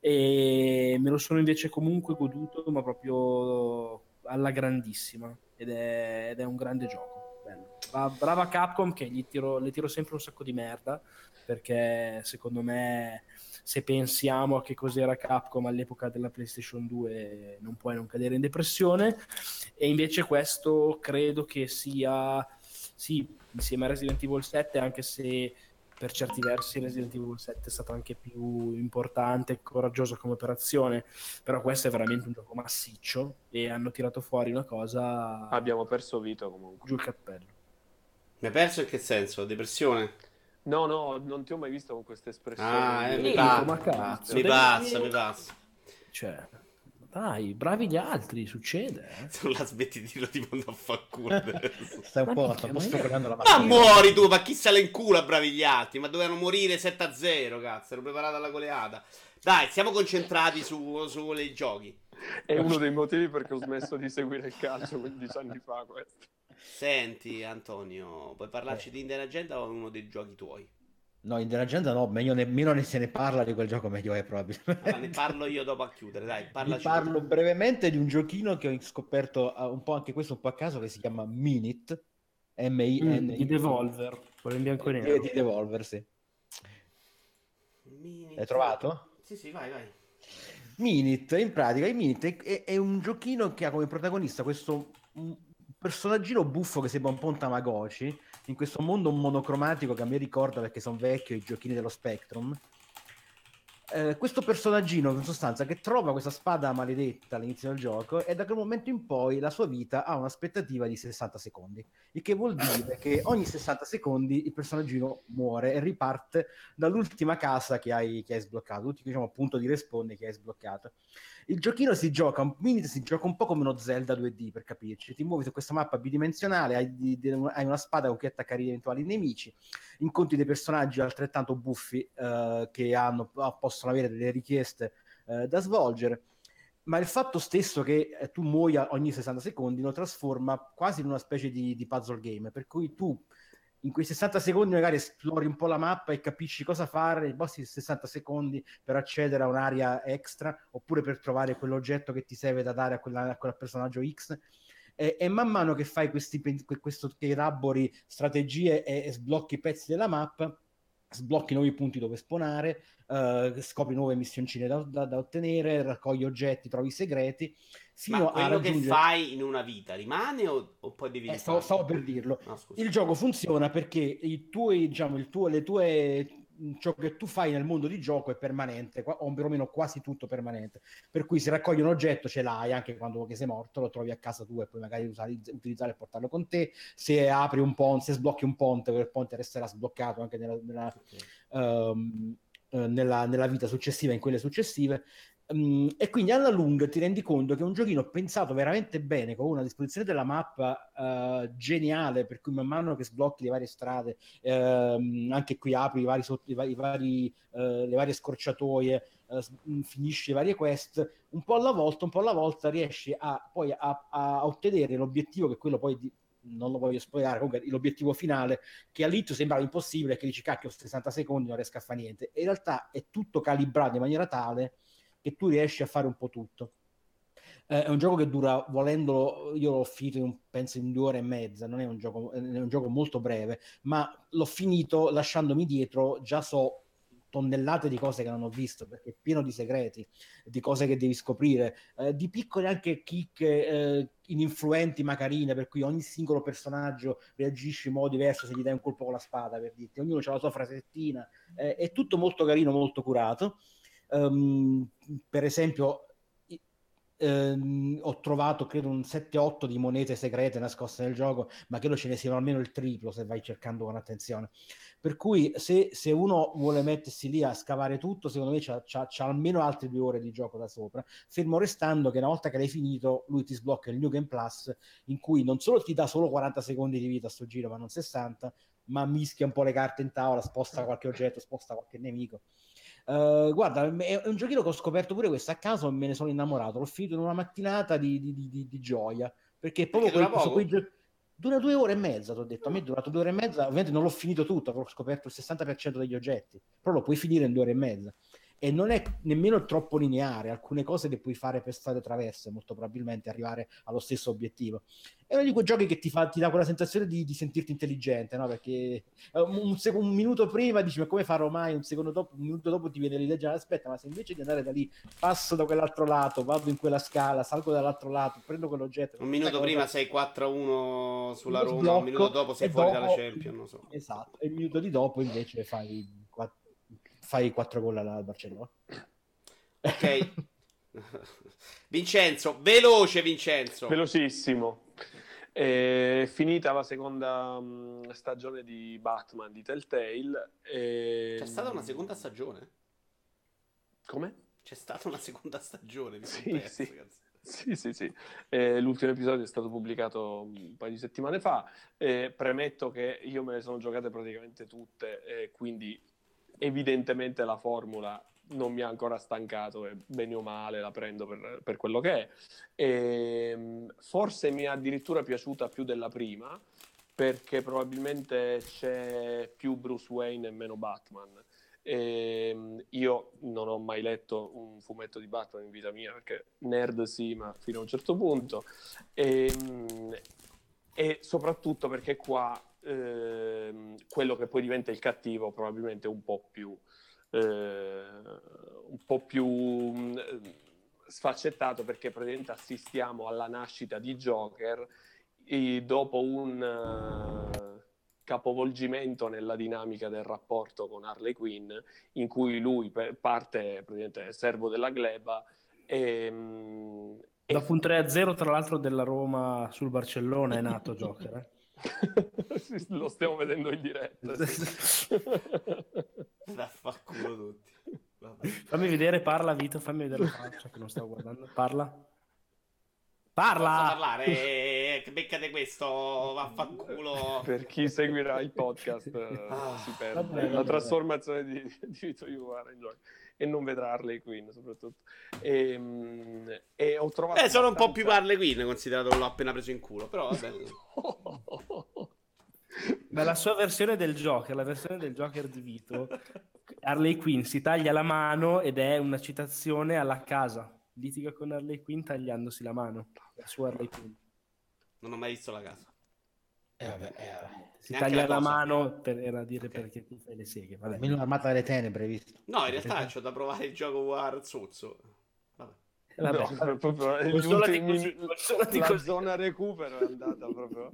e me lo sono invece comunque goduto, ma proprio alla grandissima, ed è un grande gioco. Bello. Brava Capcom, che le tiro sempre un sacco di merda, perché secondo me, se pensiamo a che cos'era Capcom all'epoca della PlayStation 2, non puoi non cadere in depressione. E invece questo credo che sia, sì, insieme a Resident Evil 7, anche se per certi versi Resident Evil 7 è stato anche più importante e coraggioso come operazione, però questo è veramente un gioco massiccio e hanno tirato fuori una cosa, Abbiamo perso Vito comunque. giù il cappello. Mi hai perso in che senso? Depressione? No, no, non ti ho mai visto con questa Ah, espressione mi Dico, ma passa, cazzo, mi passa, mi passa. Cioè, dai, bravi gli altri, succede, Se non la smetti di dirlo ti mando a fa culo adesso. Stai un po', Ma sta un minchia, po' ma io- sfocando la Ma mattina. muori tu, ma chi se la incula, bravi gli altri? Ma dovevano morire 7-0, cazzo, ero preparato alla goleata. Dai, siamo concentrati su i giochi. È uno dei motivi perché ho smesso di seguire il calcio 15 anni fa questo. Senti, Antonio, puoi parlarci di Indiana Agenda o uno dei giochi tuoi? No, Indiana Jones no, meno ne se ne parla di quel gioco, meglio è probabilmente. Allora, ne parlo io dopo a chiudere, dai, Vi parlaci tu. parlo brevemente di un giochino che ho scoperto un po' anche questo un po' a caso, che si chiama Minit, Di M-I-N-I-T, Devolver, quello in bianco e nero. di Devolver, sì. L'hai Minit. trovato? Sì, sì, vai, vai. Minit, in pratica, il Minit è un giochino che ha come protagonista questo personaggino buffo che sembra un po' un Tamagotchi, in questo mondo monocromatico che a me ricorda, perché sono vecchio, i giochini dello Spectrum. Questo personaggino in sostanza che trova questa spada maledetta all'inizio del gioco e da quel momento in poi la sua vita ha un'aspettativa di 60 secondi, il che vuol dire che ogni 60 secondi il personaggino muore e riparte dall'ultima casa che hai sbloccato, l'ultimo, diciamo, punto di respawn che hai sbloccato. Il giochino si gioca un po' come uno Zelda 2D, per capirci. Ti muovi su questa mappa bidimensionale, hai una spada con cui attaccare eventuali nemici, incontri dei personaggi altrettanto buffi che possono avere delle richieste da svolgere, ma il fatto stesso che tu muoia ogni 60 secondi lo trasforma quasi in una specie di puzzle game, per cui tu in quei 60 secondi magari esplori un po' la mappa e capisci cosa fare, i bossi 60 secondi per accedere a un'area extra oppure per trovare quell'oggetto che ti serve da dare a quel personaggio X, e man mano che fai che elabori strategie e sblocchi pezzi della mappa, sblocchi nuovi punti dove spawnare, scopri nuove missioncine da ottenere, raccogli oggetti, trovi segreti, Ma fino a quello che raggiungere... fai in una vita rimane o poi devi rifarlo? Stavo per dirlo. No, scusa. Il gioco funziona perché diciamo, ciò che tu fai nel mondo di gioco è permanente, o perlomeno quasi tutto permanente. Per cui se raccogli un oggetto ce l'hai anche quando che sei morto, lo trovi a casa tua e puoi magari utilizzare e portarlo con te. Se apri un ponte, se sblocchi un ponte, quel ponte resterà sbloccato anche Ok. nella vita successiva, in quelle successive. E quindi alla lunga ti rendi conto che è un giochino pensato veramente bene, con una disposizione della mappa geniale, per cui man mano che sblocchi le varie strade, anche qui apri le varie scorciatoie, finisci le varie quest, un po' alla volta riesci a ottenere l'obiettivo, che è quello poi non lo voglio spoilerare, comunque l'obiettivo finale, che all'inizio sembrava impossibile, che dici cacchio, 60 secondi non riesco a fare niente, e in realtà è tutto calibrato in maniera tale che tu riesci a fare un po' tutto. È un gioco che dura, volendolo, io l'ho finito penso in 2 ore e mezza, non è è un gioco molto breve, ma l'ho finito lasciandomi dietro, già so tonnellate di cose che non ho visto, perché è pieno di segreti, di cose che devi scoprire, di piccole anche chicche ininfluenti ma carine, per cui ogni singolo personaggio reagisce in modo diverso se gli dai un colpo con la spada, per dirti, ognuno ha la sua frasettina, è tutto molto carino, molto curato. Um, per esempio, ho trovato credo un 7-8 di monete segrete nascoste nel gioco, ma credo ce ne siano almeno il triplo se vai cercando con attenzione. Per cui se uno vuole mettersi lì a scavare tutto, secondo me c'ha almeno altre 2 ore di gioco da sopra, fermo restando che una volta che l'hai finito lui ti sblocca il New Game Plus, in cui non solo ti dà solo 40 secondi di vita a sto giro, ma non 60, ma mischia un po' le carte in tavola, sposta qualche oggetto, sposta qualche nemico. Guarda, è un giochino che ho scoperto pure questo a caso e me ne sono innamorato. L'ho finito in una mattinata di gioia, perché Perché proprio dura questo poco? dura 2 ore e mezza, ti ho detto. A me è Ah, durato 2 ore e mezza. Ovviamente non l'ho finito tutto, avrò scoperto il 60% degli oggetti, però lo puoi finire in 2 ore e mezza. E non è nemmeno troppo lineare, alcune cose le puoi fare per strade traverse, molto probabilmente arrivare allo stesso obiettivo. È uno di quei giochi che ti dà quella sensazione di sentirti intelligente, no? Perché un minuto prima dici ma come farò mai, un minuto dopo ti viene l'idea, aspetta, ma se invece di andare da lì passo da quell'altro lato, vado in quella scala, salgo dall'altro lato, prendo quell'oggetto, un questa minuto prima cosa, sei 4-1 sulla lo Roma, un minuto sblocco dopo sei e fuori dalla dopo, Champions, non so. esatto, e il minuto di dopo invece fai 4 gol al Barcellona. Ok. Vincenzo, veloce Vincenzo. Velocissimo. È finita la seconda stagione di Batman di Telltale. C'è stata una seconda stagione? Come? C'è stata una seconda stagione, mi sono Sì, sì. perso, cazzo. Sì, sì, sì. L'ultimo episodio è stato pubblicato un paio di settimane fa. Premetto che io me le sono giocate praticamente tutte, quindi evidentemente la formula non mi ha ancora stancato e bene o male la prendo per quello che è. Forse mi è addirittura piaciuta più della prima, perché probabilmente c'è più Bruce Wayne e meno Batman. Io non ho mai letto un fumetto di Batman in vita mia, perché nerd sì, ma fino a un certo punto, e soprattutto perché qua quello che poi diventa il cattivo probabilmente è un po' più sfaccettato, perché praticamente assistiamo alla nascita di Joker dopo un capovolgimento nella dinamica del rapporto con Harley Quinn, in cui lui parte praticamente servo della gleba dopo un 3-0 tra l'altro della Roma sul Barcellona è nato Joker. Lo stiamo vedendo in diretta. Sì. Vaffanculo tutti. Vabbè. Fammi vedere, parla Vito, fammi vedere la faccia che non stavo guardando. Parla. Posso parlare? Beccate questo, vaffanculo. Per chi seguirà il podcast si perde la trasformazione di Vito Iuvara in gioco e non vedrà Harley Quinn soprattutto. E ho trovato sono un po' più Harley Quinn, considerato che l'ho appena preso in culo, però vabbè. Beh, la sua versione del Joker, la versione del Joker di Vito, Harley Quinn si taglia la mano ed è una citazione alla casa. Litiga con Harley Quinn tagliandosi la mano. La sua Harley Quinn. Non ho mai visto la casa. Si taglia la mano per dire perché ti fai le seghe. Vabbè. Almeno l'armata delle tenebre, visto? No, in realtà c'ho da provare il gioco War Zozzo. Vabbè. No, proprio la zona recupero è andata proprio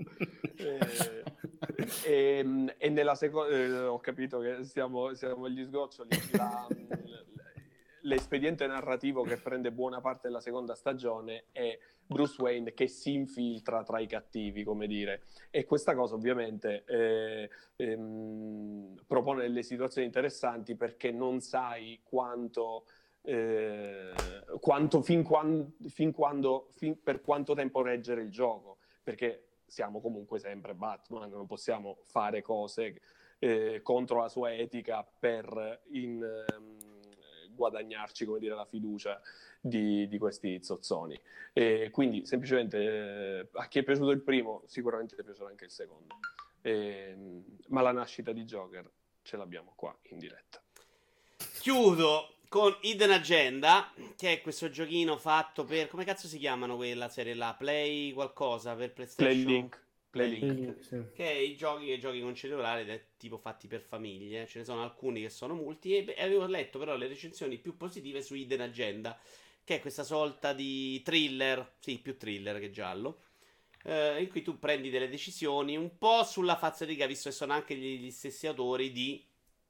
e nella seconda ho capito che siamo agli sgoccioli. L'espediente narrativo che prende buona parte della seconda stagione è Bruce Wayne che si infiltra tra i cattivi, come dire, e questa cosa ovviamente propone delle situazioni interessanti, perché non sai per quanto tempo reggere il gioco, perché siamo comunque sempre Batman, non possiamo fare cose contro la sua etica per guadagnarci, come dire, la fiducia di questi zozzoni. Quindi semplicemente a chi è piaciuto il primo sicuramente è piaciuto anche il secondo, ma la nascita di Joker ce l'abbiamo qua in diretta. Chiudo con Hidden Agenda, che è questo giochino fatto per, come cazzo si chiamano quella serie là? Play qualcosa per PlayStation? Playlink. Sì. Che è i giochi che giochi con cellulare ed è tipo fatti per famiglie. Ce ne sono alcuni che sono multi, e avevo letto però le recensioni più positive su Hidden Agenda, che è questa sorta di thriller, sì, più thriller che giallo, in cui tu prendi delle decisioni un po' sulla falsariga, visto che sono anche gli stessi autori di...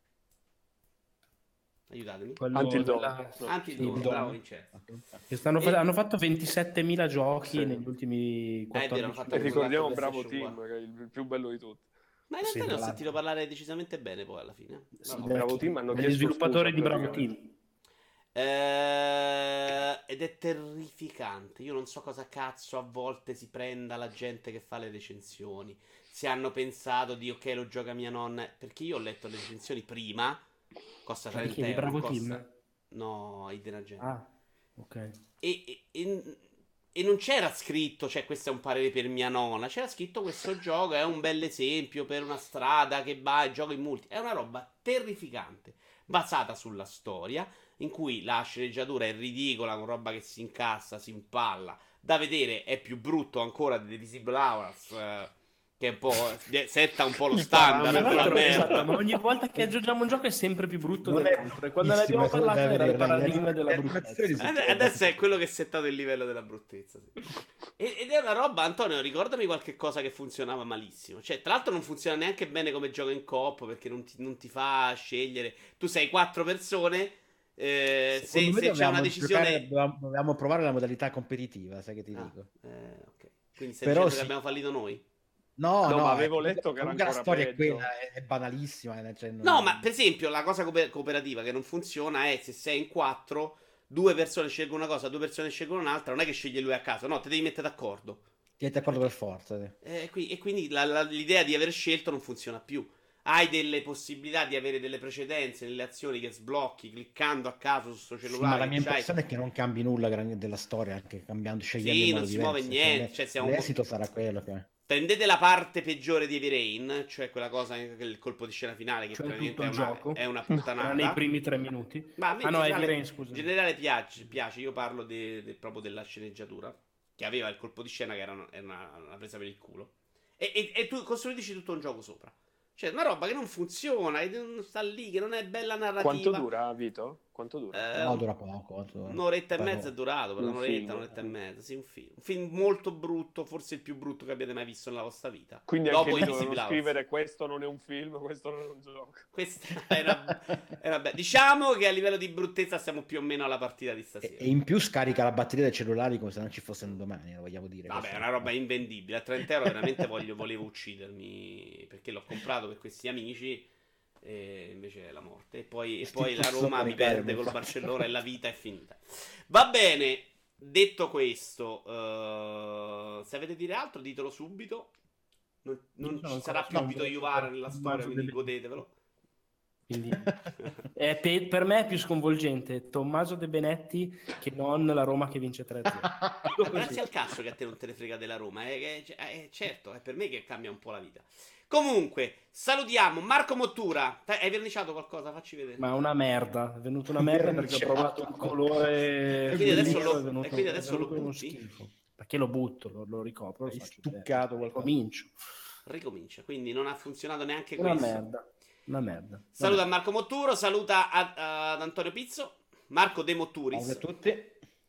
Aiutatemi. Until Dawn, bravo Vincenzo. Hanno fatto 27.000 giochi negli ultimi 14 anni. E ricordiamo Bravo Team, che è il più bello di tutti. Ma in realtà ne ho sentito parlare decisamente bene poi alla fine. Bravo Team hanno gli sviluppatori di Bravo Team. Ed è terrificante. Io non so cosa cazzo a volte si prenda la gente che fa le recensioni. Se hanno pensato di ok, lo gioca mia nonna, perché io ho letto le recensioni prima. Costa 30 euro. Bravo Team? No, Hidden Agenda. Ah, ok. E non c'era scritto, cioè questo è un parere per mia nonna. C'era scritto questo gioco è un bel esempio per una strada che va e gioca in multi. È una roba terrificante, basata sulla storia, in cui la sceneggiatura è ridicola, con roba che si incassa, si impalla. Da vedere è più brutto ancora di The Visible Hours, che è un po' setta un po' lo standard della merda. Esatto, ma ogni volta che aggiungiamo un gioco è sempre più brutto dell'altro, e quando ne abbiamo parlato era il paradigma della bruttezza. Adesso è quello che è settato il livello della bruttezza, sì. Ed è una roba, Antonio, ricordami qualche cosa che funzionava malissimo. Cioè, tra l'altro non funziona neanche bene come gioco in coop, perché non ti fa scegliere. Tu sei 4 persone, se c'è una decisione... Dobbiamo provare la modalità competitiva, sai che ti dico. Okay. Quindi stai dicendo che abbiamo fallito noi? No, ma avevo letto che era ancora la storia peggio. È quella, è banalissima. Cioè no, ma per esempio la cosa cooperativa che non funziona è se sei in 4, 2 persone scelgono una cosa, 2 persone scelgono un'altra, non è che sceglie lui a caso, no, te devi mettere d'accordo. Ti metti d'accordo per forza. E quindi l'idea di aver scelto non funziona più. Hai delle possibilità di avere delle precedenze nelle azioni che sblocchi cliccando a caso su sto cellulare. Sì, ma la mia impressione è che non cambi nulla della storia, anche cambiando, scegliendo. Sì, non si muove niente. L'esito sarà quello che... Prendete la parte peggiore di Heavy Rain, cioè quella cosa, il colpo di scena finale, che Cioè praticamente tutto il gioco? è una Era puttanata. nei primi 3 minuti. Ma a me no, in Heavy Rain, scusa. in generale piace. Io parlo proprio della sceneggiatura, che aveva il colpo di scena che era una presa per il culo. E tu costruisci tutto un gioco sopra. Cioè, una roba che non funziona, che non sta lì, che non è bella narrativa. Quanto dura, Vito? Quanto dura? No, dura poco. Un'oretta e mezza è durato, però Un un'oretta e mezza. Sì, un film molto brutto, forse il più brutto che abbiate mai visto nella vostra vita. Quindi Dopo anche lì Invisible dovevano House. scrivere questo non è un film, questo non è un gioco. Questa era bella. Diciamo che a livello di bruttezza siamo più o meno alla partita di stasera. E in più scarica la batteria dei cellulari come se non ci fossero domani, lo vogliamo dire. Vabbè, è una roba invendibile. A 30 euro veramente volevo uccidermi, perché l'ho comprato per questi amici e invece è la morte. E poi la Roma mi perde col Barcellona e la vita è finita. Va bene, detto questo, se avete dire altro ditelo subito. Non ci sarà più Vito Iuvara nella storia, quindi godetevelo. Quindi per me è più sconvolgente Tommaso De Benetti che non la Roma che vince 3-0. Grazie al cazzo che a te non te ne frega della Roma, certo, è per me che cambia un po' la vita. Comunque, salutiamo Marco Mottura. Hai verniciato qualcosa? Facci vedere. Ma una merda, è venuta una merda perché ho provato il colore. Quindi adesso è lo uno butti? schifo. Perché lo butto, lo ricopro, lo faccio stuccato vedere. Ricomincia, quindi non ha funzionato neanche una questo. Una merda. Saluta a Marco Motturo, saluta ad Antonio Pizzo, Marco De Motturis. Ciao a tutti.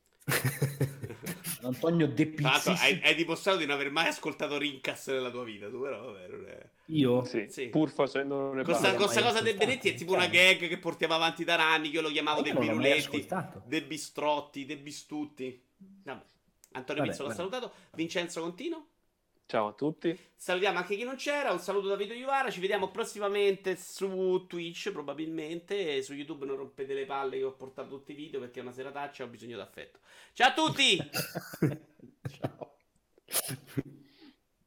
Antonio De Pizzo. Hai dimostrato di non aver mai ascoltato Rincas nella tua vita, tu però vabbè, non è... Io? Sì. Pur facendo questa cosa dei Benetti è tipo una gag che portiamo avanti da anni, che io lo chiamavo dei Biruletti, dei Bistrotti, dei Bistutti. Vabbè. Antonio Pizzo l'ha salutato. Vincenzo Contino. Ciao a tutti. Salutiamo anche chi non c'era. Un saluto da Vito Iuvara. Ci vediamo prossimamente su Twitch, probabilmente. E su YouTube non rompete le palle che ho portato tutti i video perché è una serataccia e ho bisogno d'affetto. Ciao a tutti!